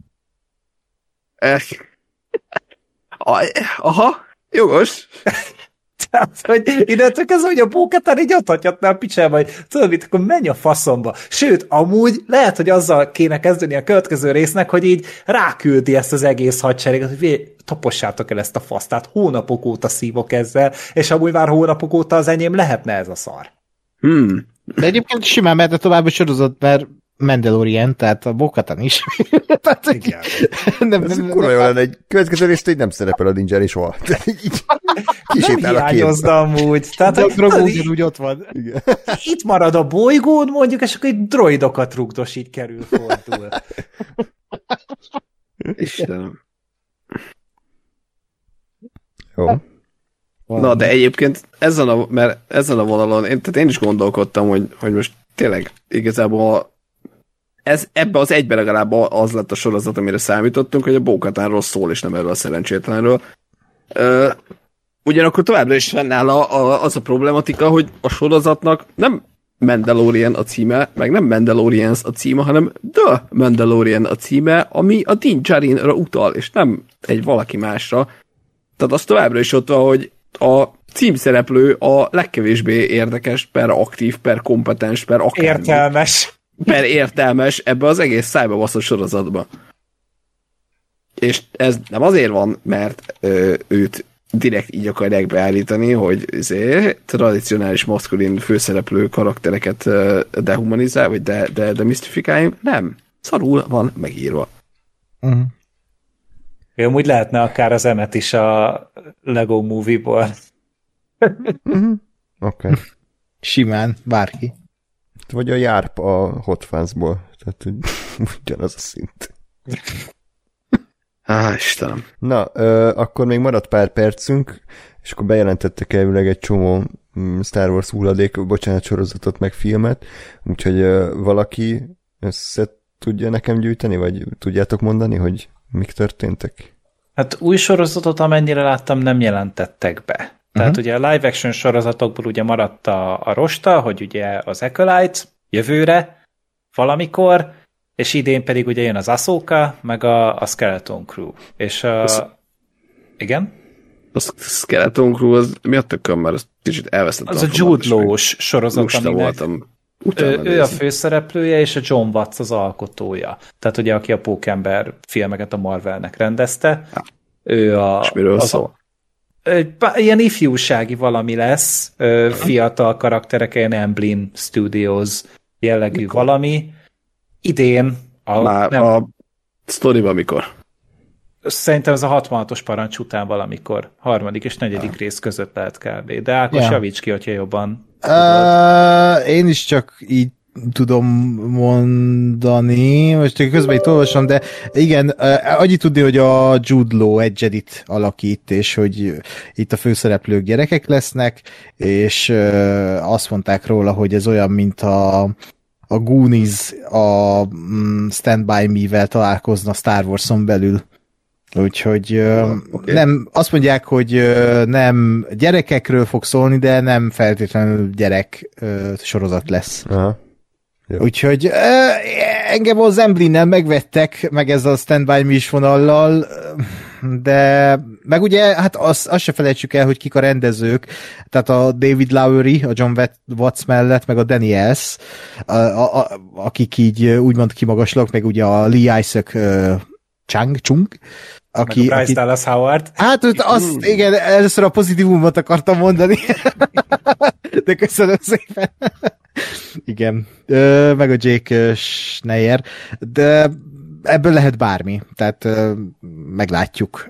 Aha, jogos. Tehát, hogy innentől kezdve, hogy a Bo-Katan így ott hagyhatná a picsába, hogy tudod mit, akkor menj a faszomba. Sőt, amúgy lehet, hogy azzal kéne kezdeni a következő résznek, hogy így ráküldi ezt az egész hadsereget, hogy tapossátok el ezt a faszt. Tehát hónapok óta szívok ezzel, és amúgy már hónapok óta az enyém lehetne ez a szar. De egyébként simán mehetne tovább a sorozat, mert Mandalorian, tehát a Bo-Katan is. Tehát, igen. Ez kurva jó lenne, egy következő részt így nem szerepel a Din Djarin soha. Kisétál a képbe. Amúgy. Tehát, a Grogu ugyanúgy ott van. Igen. Itt marad a bolygón, mondjuk, és akkor egy droidokat rúgdos, így kerül, fordul. Istenem. Jó. Na, de egyébként ezen a vonalon, én is gondolkodtam, hogy most tényleg igazából ebbe az egyben legalább az lett a sorozat, amire számítottunk, hogy a Bo-Katanról szól, és nem erről a szerencsétlenről. Ugyanakkor továbbra is fennáll az a problematika, hogy a sorozatnak nem Mandalorian a címe, meg nem Mandalorians a címe, hanem The Mandalorian a címe, ami a Din Djarinra utal, és nem egy valaki másra. Tehát az továbbra is ott van, hogy a címszereplő a legkevésbé érdekes, per aktív, per kompetens, per akármi. Értelmes ebbe az egész szájbabaszott sorozatba. És ez nem azért van, mert őt direkt így akarják beállítani, hogy tradicionális maszkulin főszereplő karaktereket dehumanizál, vagy demisztifikáljunk. Nem. Szarul van megírva. Amúgy lehetne akár az Emmet is a Lego Movie-ból. Oké. Simán, bárki. Vagy a Járp a Hot Fuzz-ból. Tehát ugyanaz a szint. Istenem. Na, akkor még maradt pár percünk, és akkor bejelentettek elvileg egy csomó Star Wars sorozatot, meg filmet, úgyhogy valaki össze tudja nekem gyűjteni, vagy tudjátok mondani, hogy mik történtek? Hát új sorozatot, amennyire láttam, nem jelentettek be. Tehát ugye a live action sorozatokból ugye maradt a Rosta, hogy ugye az Acolyte jövőre valamikor, és idén pedig ugye jön az Ahsoka, meg a Skeleton Crew. És igen? A Skeleton Crew az mi a tököm, mert az kicsit elvesztettem. Az a Jude Law-s sorozat, aminek ő a főszereplője, és a John Watts az alkotója. Tehát ugye, aki a Pókember filmeket a Marvelnek rendezte. Ő és miről szól? Ilyen ifjúsági valami lesz, fiatal karakterek, ilyen Amblin Studios jellegű valami. Idén a sztoriban mikor? Szerintem ez a 66-os parancs után valamikor. 3. és 4. rész között lehet kb. De Ákos, javíts ki, hogyha jobban én is csak így tudom mondani, most közben itt olvasom, de igen, annyi tudni, hogy a Jude Law egy Jedit alakít, és hogy itt a főszereplők gyerekek lesznek, és azt mondták róla, hogy ez olyan, mint a Goonies a Stand By Me-vel találkozna Star Wars-on belül. Úgyhogy nem, azt mondják, hogy nem gyerekekről fog szólni, de nem feltétlenül gyerek sorozat lesz. Aha. Úgyhogy engem az Emblinnel megvettek, meg ezzel a Stand By Me is vonallal, de meg ugye, hát azt se felejtsük el, hogy kik a rendezők, tehát a David Lowery, a John Watts mellett, meg a Danny Elfs, akik így úgymond kimagaslak, meg ugye a Lee Isaac Chung, aki Dallas Howard. Hát azt, igen, először a pozitívumot akartam mondani, de köszönöm szépen. Igen, meg a Jake Schneyer, de ebből lehet bármi, tehát meglátjuk.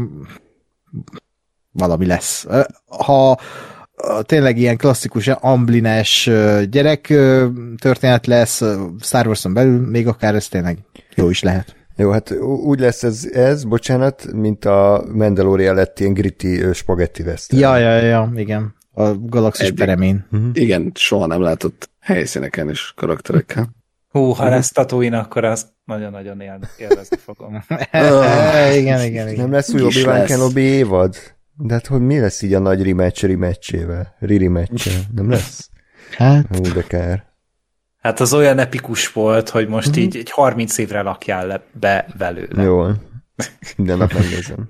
Valami lesz. Ha tényleg ilyen klasszikus, amblines gyerek történet lesz Star Wars-on belül, még akár ez tényleg jó is lehet. Jó, hát úgy lesz ez, bocsánat, mint a Mandalorian lett ilyen gritty spagetti western. Ja, igen. A galaxis peremén. Igen, soha nem látott helyszíneken és karakterekkel. Ha lesz Tatooine, akkor azt nagyon-nagyon élvezni fogom. Igen. Nem lesz új Obi-Wan Kenobi évad? De hát hogy mi lesz így a nagy rematch-ével? Rematch-e? Nem lesz? Hát... Hú, de kár. Hát az olyan epikus volt, hogy most így egy 30 évre lakjál be belőle. Jó, minden nap megnézem.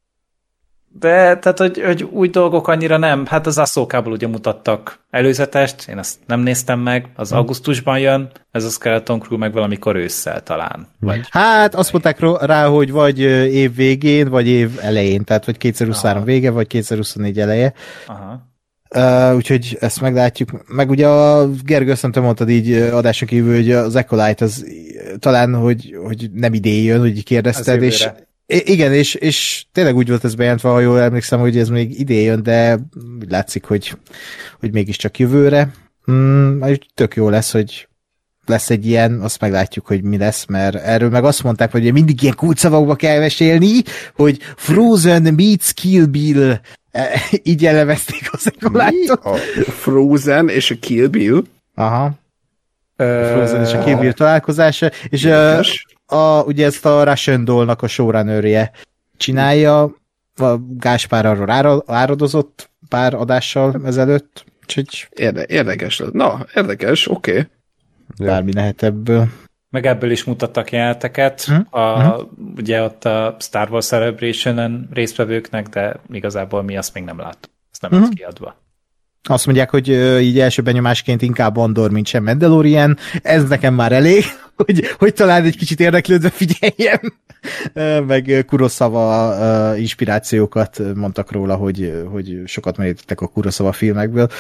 De, tehát, hogy új dolgok annyira nem. Hát az Ahsokából ugye mutattak előzetest, én azt nem néztem meg, az augusztusban jön, ez a Skeleton Crew meg valamikor ősszel talán. Vagy hát azt mondták rá, hogy vagy év végén, vagy év elején, tehát vagy 2023 vége, vagy 2024 eleje. Aha. Úgyhogy ezt meglátjuk. Meg ugye a Gergő, azt nem te mondtad így adáson kívül, hogy az Acolyte az talán, hogy nem idén jön, hogy kérdezted, és igen, és tényleg úgy volt ez bejelentve, ha jól emlékszem, hogy ez még idén jön, de úgy látszik, hogy mégiscsak jövőre. Tök jó lesz, hogy lesz egy ilyen, azt meglátjuk, hogy mi lesz, mert erről meg azt mondták, hogy mindig ilyen kulcsszavakba kell mesélni, hogy Frozen meets Kill Bill, így elevezték az Acolyte-ot. Frozen és a Kill Bill. Aha. Frozen és a Kill Bill találkozása, és ugye ezt a Russian Doll-nak a showrunnerje csinálja, a Gáspár arról áradozott pár adással ezelőtt. Érdekes lett. Na, érdekes, oké. Bármi lehet ebből. Meg ebből is mutattak jeleneteket, ugye ott a Star Wars Celebration-en résztvevőknek, de igazából mi azt még nem láttuk. Azt nem lett kiadva. Azt mondják, hogy így első benyomásként inkább Andor, mint sem Mandalorian. Ez nekem már elég, hogy talán egy kicsit érdeklődve figyeljem. Meg Kurosawa inspirációkat mondtak róla, hogy sokat merítottek a Kurosawa filmekből.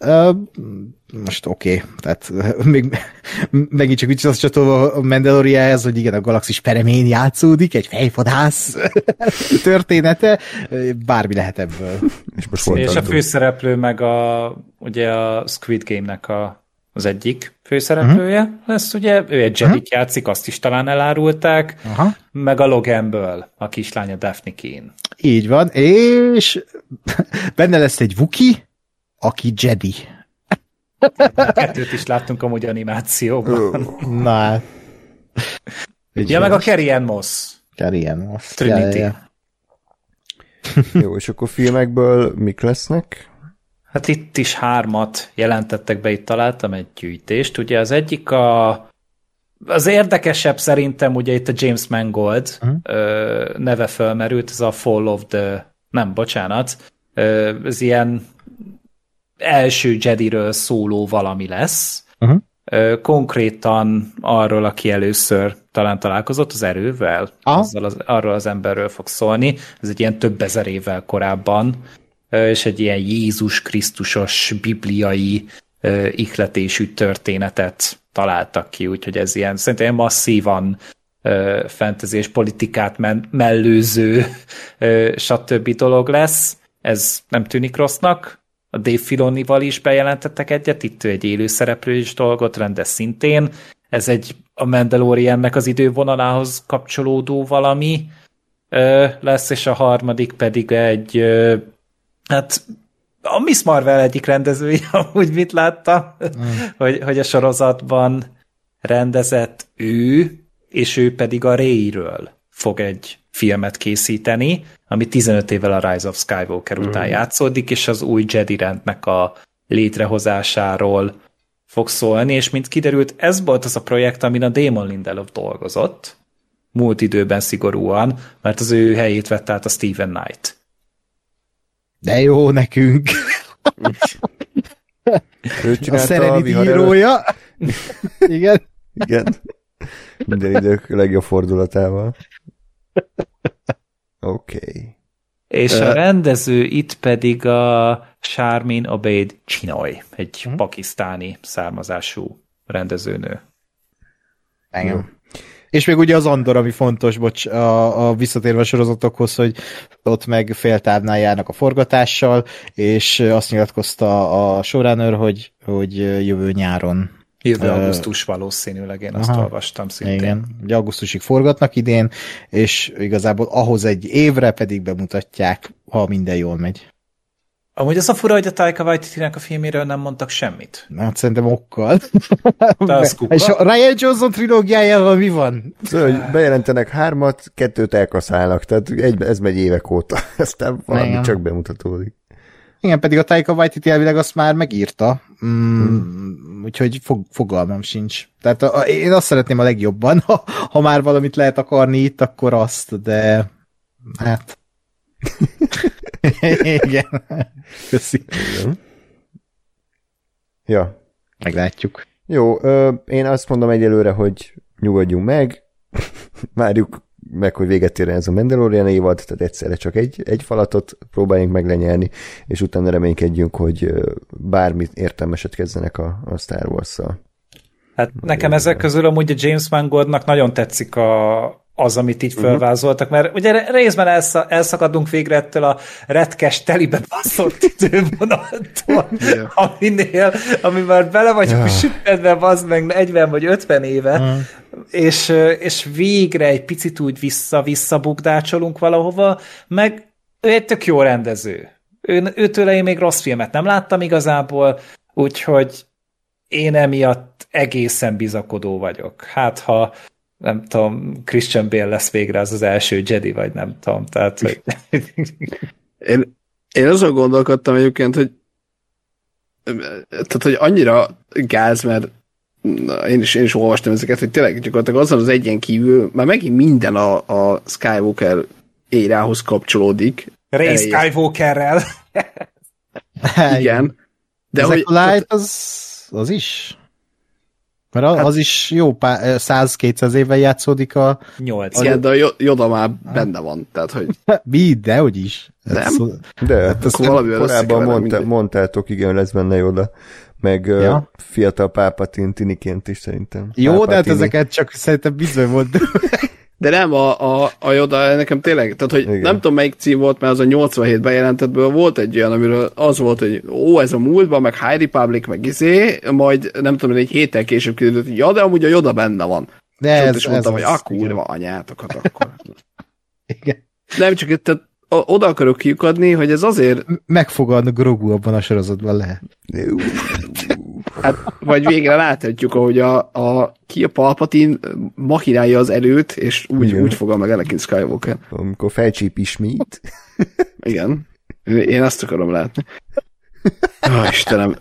Most oké. Tehát még megint csak visszacsatolva a Mandalorianhez, hogy igen, a galaxis peremén játszódik, egy fejvadász története. Bármi lehet ebből. És a főszereplő meg ugye a Squid Game-nek az egyik főszereplője lesz, ugye, ő egy Jedit játszik, azt is talán elárulták, meg a Loganből, a kislánya Daphne Keane. Így van, és benne lesz egy Wookie, aki Jedi. Kettőt is láttunk amúgy animációban. Na. Ja, meg a Carrie Ann Moss. Carrie Ann Moss. Trinity. Ja. Jó, és akkor filmekből mik lesznek? Hát itt is 3 jelentettek be, itt találtam egy gyűjtést. Ugye az egyik az érdekesebb szerintem, ugye itt a James Mangold neve fölmerült, ez a Fall of the... Nem, bocsánat. Ez ilyen első Jediről szóló valami lesz. Konkrétan arról, aki először talán találkozott az erővel, arról az emberről fog szólni. Ez egy ilyen több ezer évvel korábban, és egy ilyen Jézus Krisztusos bibliai ihletésű történetet találtak ki, úgyhogy ez ilyen szerintem masszívan fantasy és politikát mellőző stb. Dolog lesz. Ez nem tűnik rossznak. A Dave Filonival is bejelentettek egyet, itt egy élő szereplős dolgot rendez szintén. Ez a Mandaloriannek az idővonalához kapcsolódó valami lesz, és a harmadik pedig hát a Miss Marvel egyik rendezője, amúgy mit láttam, hogy a sorozatban rendezett ő, és ő pedig a Rey-ről fog egy filmet készíteni, ami 15 évvel a Rise of Skywalker után játszódik, és az új Jedi rendnek a létrehozásáról fog szólni, és mint kiderült, ez volt az a projekt, amin a Damon Lindelof dolgozott, múlt időben szigorúan, mert az ő helyét vett át a Steven Knight. De jó nekünk. Ő A Serenity írója. Igen. Igen. Minden idők legjobb fordulatával. Oké. Okay. És a rendező itt pedig a Sharmin Obaid Chinoy, egy pakisztáni származású rendezőnő. Engem. És még ugye az Andor, ami fontos, bocs, a visszatérve a sorozatokhoz, hogy ott meg féltávnál járnak a forgatással, és azt nyilatkozta a showrunner, hogy jövő nyáron. Jövő augusztus valószínűleg, én azt olvastam szintén. Igen, ugye augusztusig forgatnak idén, és igazából ahhoz egy évre pedig bemutatják, ha minden jól megy. Amúgy az a fura, hogy a Taika Waititi-nek a filméről nem mondtak semmit. Hát szerintem okkal. Az és a Ryan Johnson trilógiájával mi van? Szóval, hogy bejelentenek 3, 2 elkaszálnak, tehát ez megy évek óta. Aztán valami igen. Csak bemutatódik. Igen, pedig a Taika Waititi elvileg azt már megírta, úgyhogy fogalmam sincs. Tehát én azt szeretném a legjobban, ha már valamit lehet akarni itt, akkor azt, de hát... Igen. Köszi. Igen. Ja. Meglátjuk. Jó, én azt mondom egyelőre, hogy nyugodjunk meg, várjuk meg, hogy véget érjen ez a Mandalorian évad, tehát egyszerre csak egy falatot próbáljunk meglenyelni, és utána reménykedjünk, hogy bármi értelmeset kezdenek a Star Wars-szal. Hát nekem ezek közül amúgy a James Mangoldnak nagyon tetszik az, amit így felvázoltak, mert ugye részben elszakadunk végre ettől a retkes, telibe baszott idővonattól, ami már bele vagyunk süppedve, bazd meg 40 vagy 50 éve, és végre egy picit úgy visszabukdácsolunk valahova, meg ő egy tök jó rendező. Őtőle én még rossz filmet nem láttam igazából, úgyhogy én emiatt egészen bizakodó vagyok. Hát, ha nem tudom, Christian Bale lesz végre az első Jedi, vagy nem tudom, tehát, hogy... Én azon gondolkodtam egyébként, hogy annyira gáz, mert én is olvastam ezeket, hogy tényleg gyakorlatilag azon az egyen kívül már megint minden a Skywalker érához kapcsolódik. Rey Skywalkerrel. Igen. De hogy... Light az is... Mert az is jó 100-200 éve játszódik a... 8. Igen, de a Yoda már benne van, tehát hogy... Dehogy is. Nem? De hát korábban mondtátok, igen, lesz benne Yoda, meg fiatal Palpatine tiniként is szerintem. Jó, Palpatine. de hát ezeket csak szerintem bizony volt. De nem, a Yoda nekem tényleg, tehát hogy igen. Nem tudom melyik cím volt, mert az a 87 bejelentetből volt egy olyan, amiről az volt, hogy ez a múltban, meg High Republic, meg majd nem tudom, egy héttel később kiderült, hogy de amúgy a Yoda benne van. De és mondtam, hogy kurva anyátokat akkor. Igen. Nem, csak itt oda akarok kiukadni, hogy ez azért... Megfogadni Grogu abban a sorozatban lehet. Hát, vagy végre láthatjuk, ahogy ki a Palpatine machinálja az előtt, és úgy fogad meg Anakin Skywalker. Amikor felcsíp ismét. Igen. Én azt akarom látni. Istenem.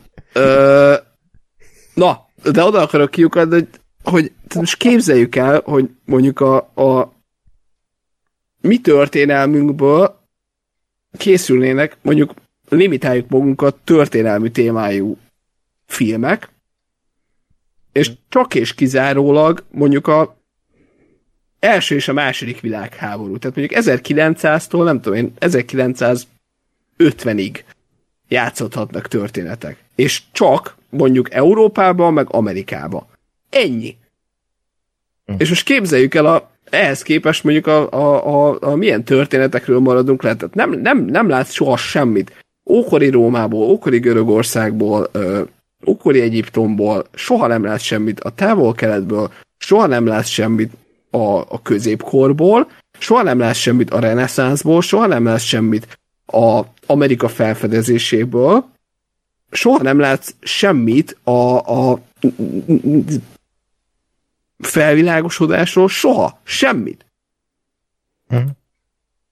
Na, de oda akarok kiukadni, hogy most képzeljük el, hogy mondjuk a mi történelmünkből készülnének, mondjuk limitáljuk magunkat történelmi témájú filmek, és csak és kizárólag mondjuk a első és a második világháború. Tehát mondjuk 1900-tól, nem tudom én, 1950-ig játszhatnak történetek. És csak mondjuk Európában, meg Amerikában. Ennyi. És most képzeljük el ehhez képest mondjuk a milyen történetekről maradunk le. Tehát nem látsz soha semmit. Ókori Rómából, ókori Görögországból, ókori Egyiptomból, soha nem látsz semmit a távol-keletből, soha nem látsz semmit a középkorból, soha nem látsz semmit a reneszánszból, soha nem látsz semmit a Amerika felfedezéséből, soha nem látsz semmit a felvilágosodásról, soha, semmit.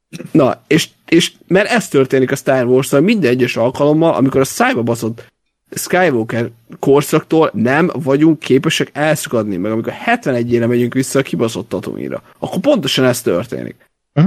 Na, és mert ez történik a Star Wars-szal minden egyes alkalommal, amikor a szájba baszott Skywalker korszaktól nem vagyunk képesek elszakadni, meg amikor 71 éve megyünk vissza a kibaszott Tatooine-ra, akkor pontosan ez történik.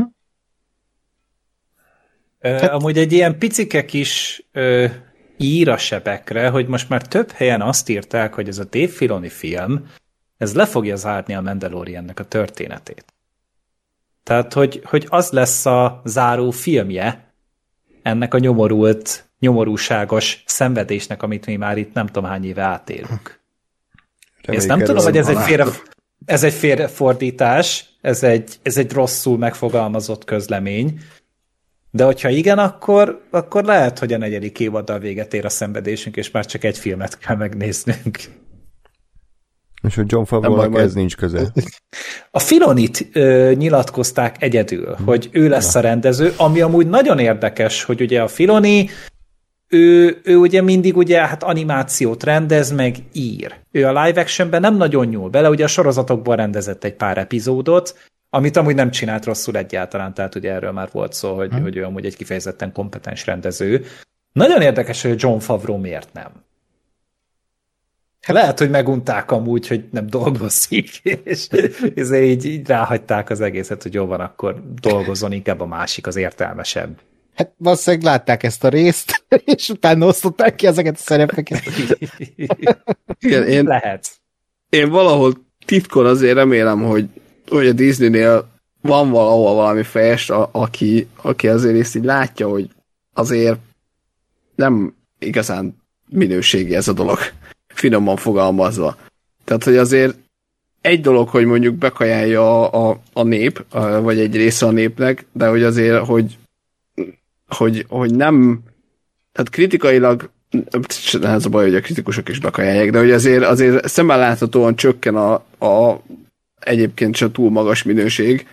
Amúgy egy ilyen picike kis ír a sebekre, hogy most már több helyen azt írták, hogy ez a Dave Filoni film, ez le fogja zárni a Mandaloriannek a történetét. Tehát, hogy az lesz a záró filmje ennek a nyomorúságos szenvedésnek, amit mi már itt nem tudom hány éve átélünk. Ezt nem tudom, hogy ez egy félrefordítás, ez egy rosszul megfogalmazott közlemény, de hogyha igen, akkor lehet, hogy a 4. évaddal véget ér a szenvedésünk, és már csak egy filmet kell megnéznünk. És hogy John Favreau-nak ez nincs köze. A Filonit nyilatkozták egyedül, hogy ő lesz a rendező, ami amúgy nagyon érdekes, hogy ugye a Filoni, ő ugye mindig ugye hát animációt rendez, meg ír. Ő a live actionben nem nagyon nyúl bele, ugye a sorozatokban rendezett egy pár epizódot, amit amúgy nem csinált rosszul egyáltalán, tehát ugye erről már volt szó, hogy ő amúgy egy kifejezetten kompetens rendező. Nagyon érdekes, hogy John Favreau miért nem. Lehet, hogy megunták amúgy, hogy nem dolgozik, és így ráhagyták az egészet, hogy jó van, akkor dolgozzon, inkább a másik, az értelmesebb. Hát valószínűleg látták ezt a részt, és utána osztották ki ezeket a szerepeket. Igen, lehet. Én valahol titkon azért remélem, hogy a Disneynél van valahol valami fejest, aki azért ezt így látja, hogy azért nem igazán minőségi ez a dolog, finoman fogalmazva. Tehát, hogy azért egy dolog, hogy mondjuk bekajálja a nép, vagy egy része a népnek, de hogy azért, hogy nem, tehát kritikailag, ez a baj, hogy a kritikusok is bekajálják, de hogy azért szemmel láthatóan csökken a egyébként sem túl magas minőség,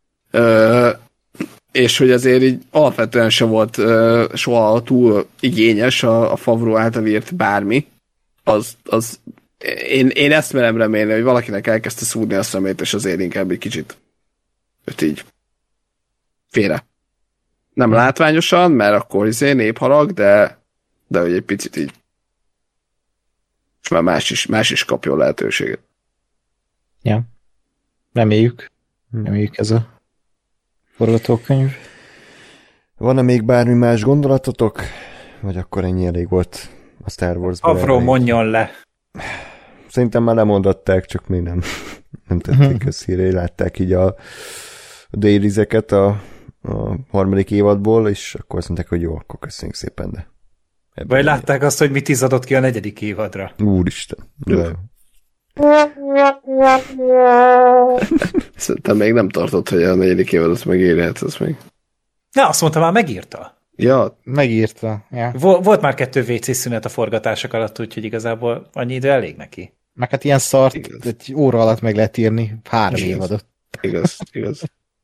és hogy azért így alapvetően se volt soha túl igényes a Favreau által írt bármi, az én ezt merem remélni, hogy valakinek elkezdte szúrni a szemét, és azért inkább egy kicsit őt így félre. Nem látványosan, mert akkor népharag, de hogy egy picit így és már más is kapjon lehetőséget. Ja. Reméljük ez a forgatókönyv. Van-e még bármi más gondolatotok? Vagy akkor ennyi elég volt a Star Wars-ban? Favreau mondjon le. Szerintem már lemondották, csak még nem tették összhíré. Látták így a Dailies-eket a 3. évadból, és akkor azt mondták, hogy jó, akkor köszönjük szépen, de... Vagy látták azt, hogy mit izadott ki a 4. évadra. Úristen. Szerintem még nem tartott, hogy a 4. évadot megírhat, az még. Ja, azt mondta, már megírta. Ja. Megírta. Ja. Volt már 2 WC szünet a forgatások alatt, úgyhogy igazából annyi idő elég neki. Meg hát ilyen szart egy óra alatt meg lehet írni 3 évadot. Igaz.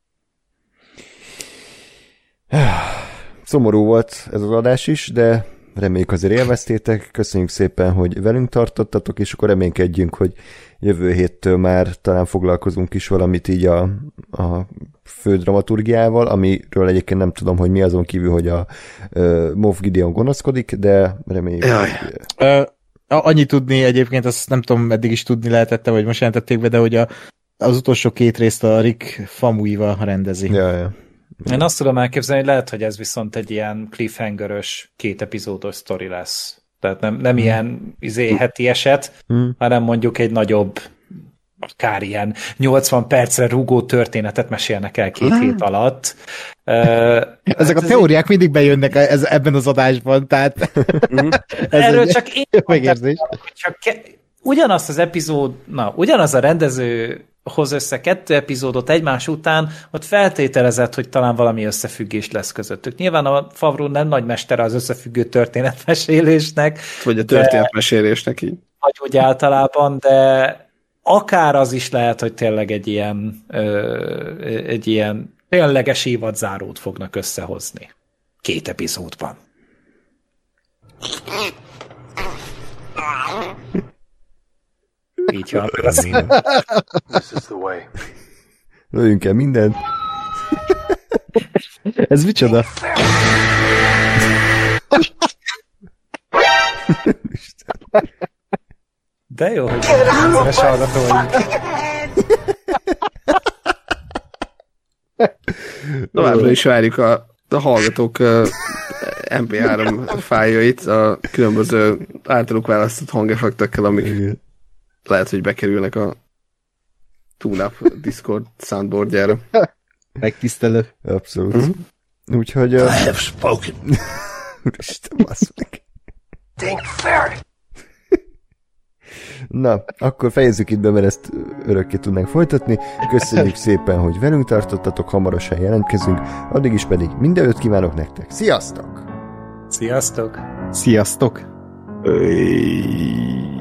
Szomorú volt ez az adás is, de reméljük azért élveztétek. Köszönjük szépen, hogy velünk tartottatok, és akkor reménykedjünk, hogy jövő héttől már talán foglalkozunk is valamit így a fő dramaturgiával, amiről egyébként nem tudom, hogy mi azon kívül, hogy a Moff Gideon gonoszkodik, de reméljük, hogy... Annyi tudni egyébként, azt nem tudom, eddig is tudni lehetette, vagy most jelentették be, de hogy az utolsó 2 részt a Rick Famuyiva rendezi. Ja. Én azt tudom elképzelni, hogy lehet, hogy ez viszont egy ilyen cliffhangerös 2 epizódos sztori lesz. Tehát nem ilyen heti eset, hanem mondjuk egy nagyobb, akár ilyen 80 percre rúgó történetet mesélnek el 2 hét alatt. Ezek a teóriák mindig bejönnek ebben az adásban, tehát erről csak én megérzés. Ugyanaz az epizód, ugyanaz a rendező hoz össze 2 epizódot egymás után, ott feltételezett, hogy talán valami összefüggés lesz közöttük. Nyilván a Favreau nem nagy mestere az összefüggő történetmesélésnek. Vagy a történetmesélésnek így. Vagy úgy általában, de akár az is lehet, hogy tényleg egy ilyen tényleges évadzárót fognak összehozni. 2 epizódban. Így van. This is the way. Lőjünk el mindent. Ez micsoda? De jó, hogy szíves hallgatóink. Továbbra is várjuk a hallgatók MP3 fájljait a különböző általuk választott hangeffektekkel, amik lehet, hogy bekerülnek a TuneUp Discord soundboardjára. Megtisztelő. Abszolút. Úgyhogy... I have spoken. Úristen, bassz meg. Think fair. Na, akkor fejezzük itt be, mert ezt örökké tudnánk folytatni. Köszönjük szépen, hogy velünk tartottatok, hamarosan jelentkezünk. Addig is pedig mindenöt kívánok nektek. Sziasztok! Sziasztok! Sziasztok! Öy.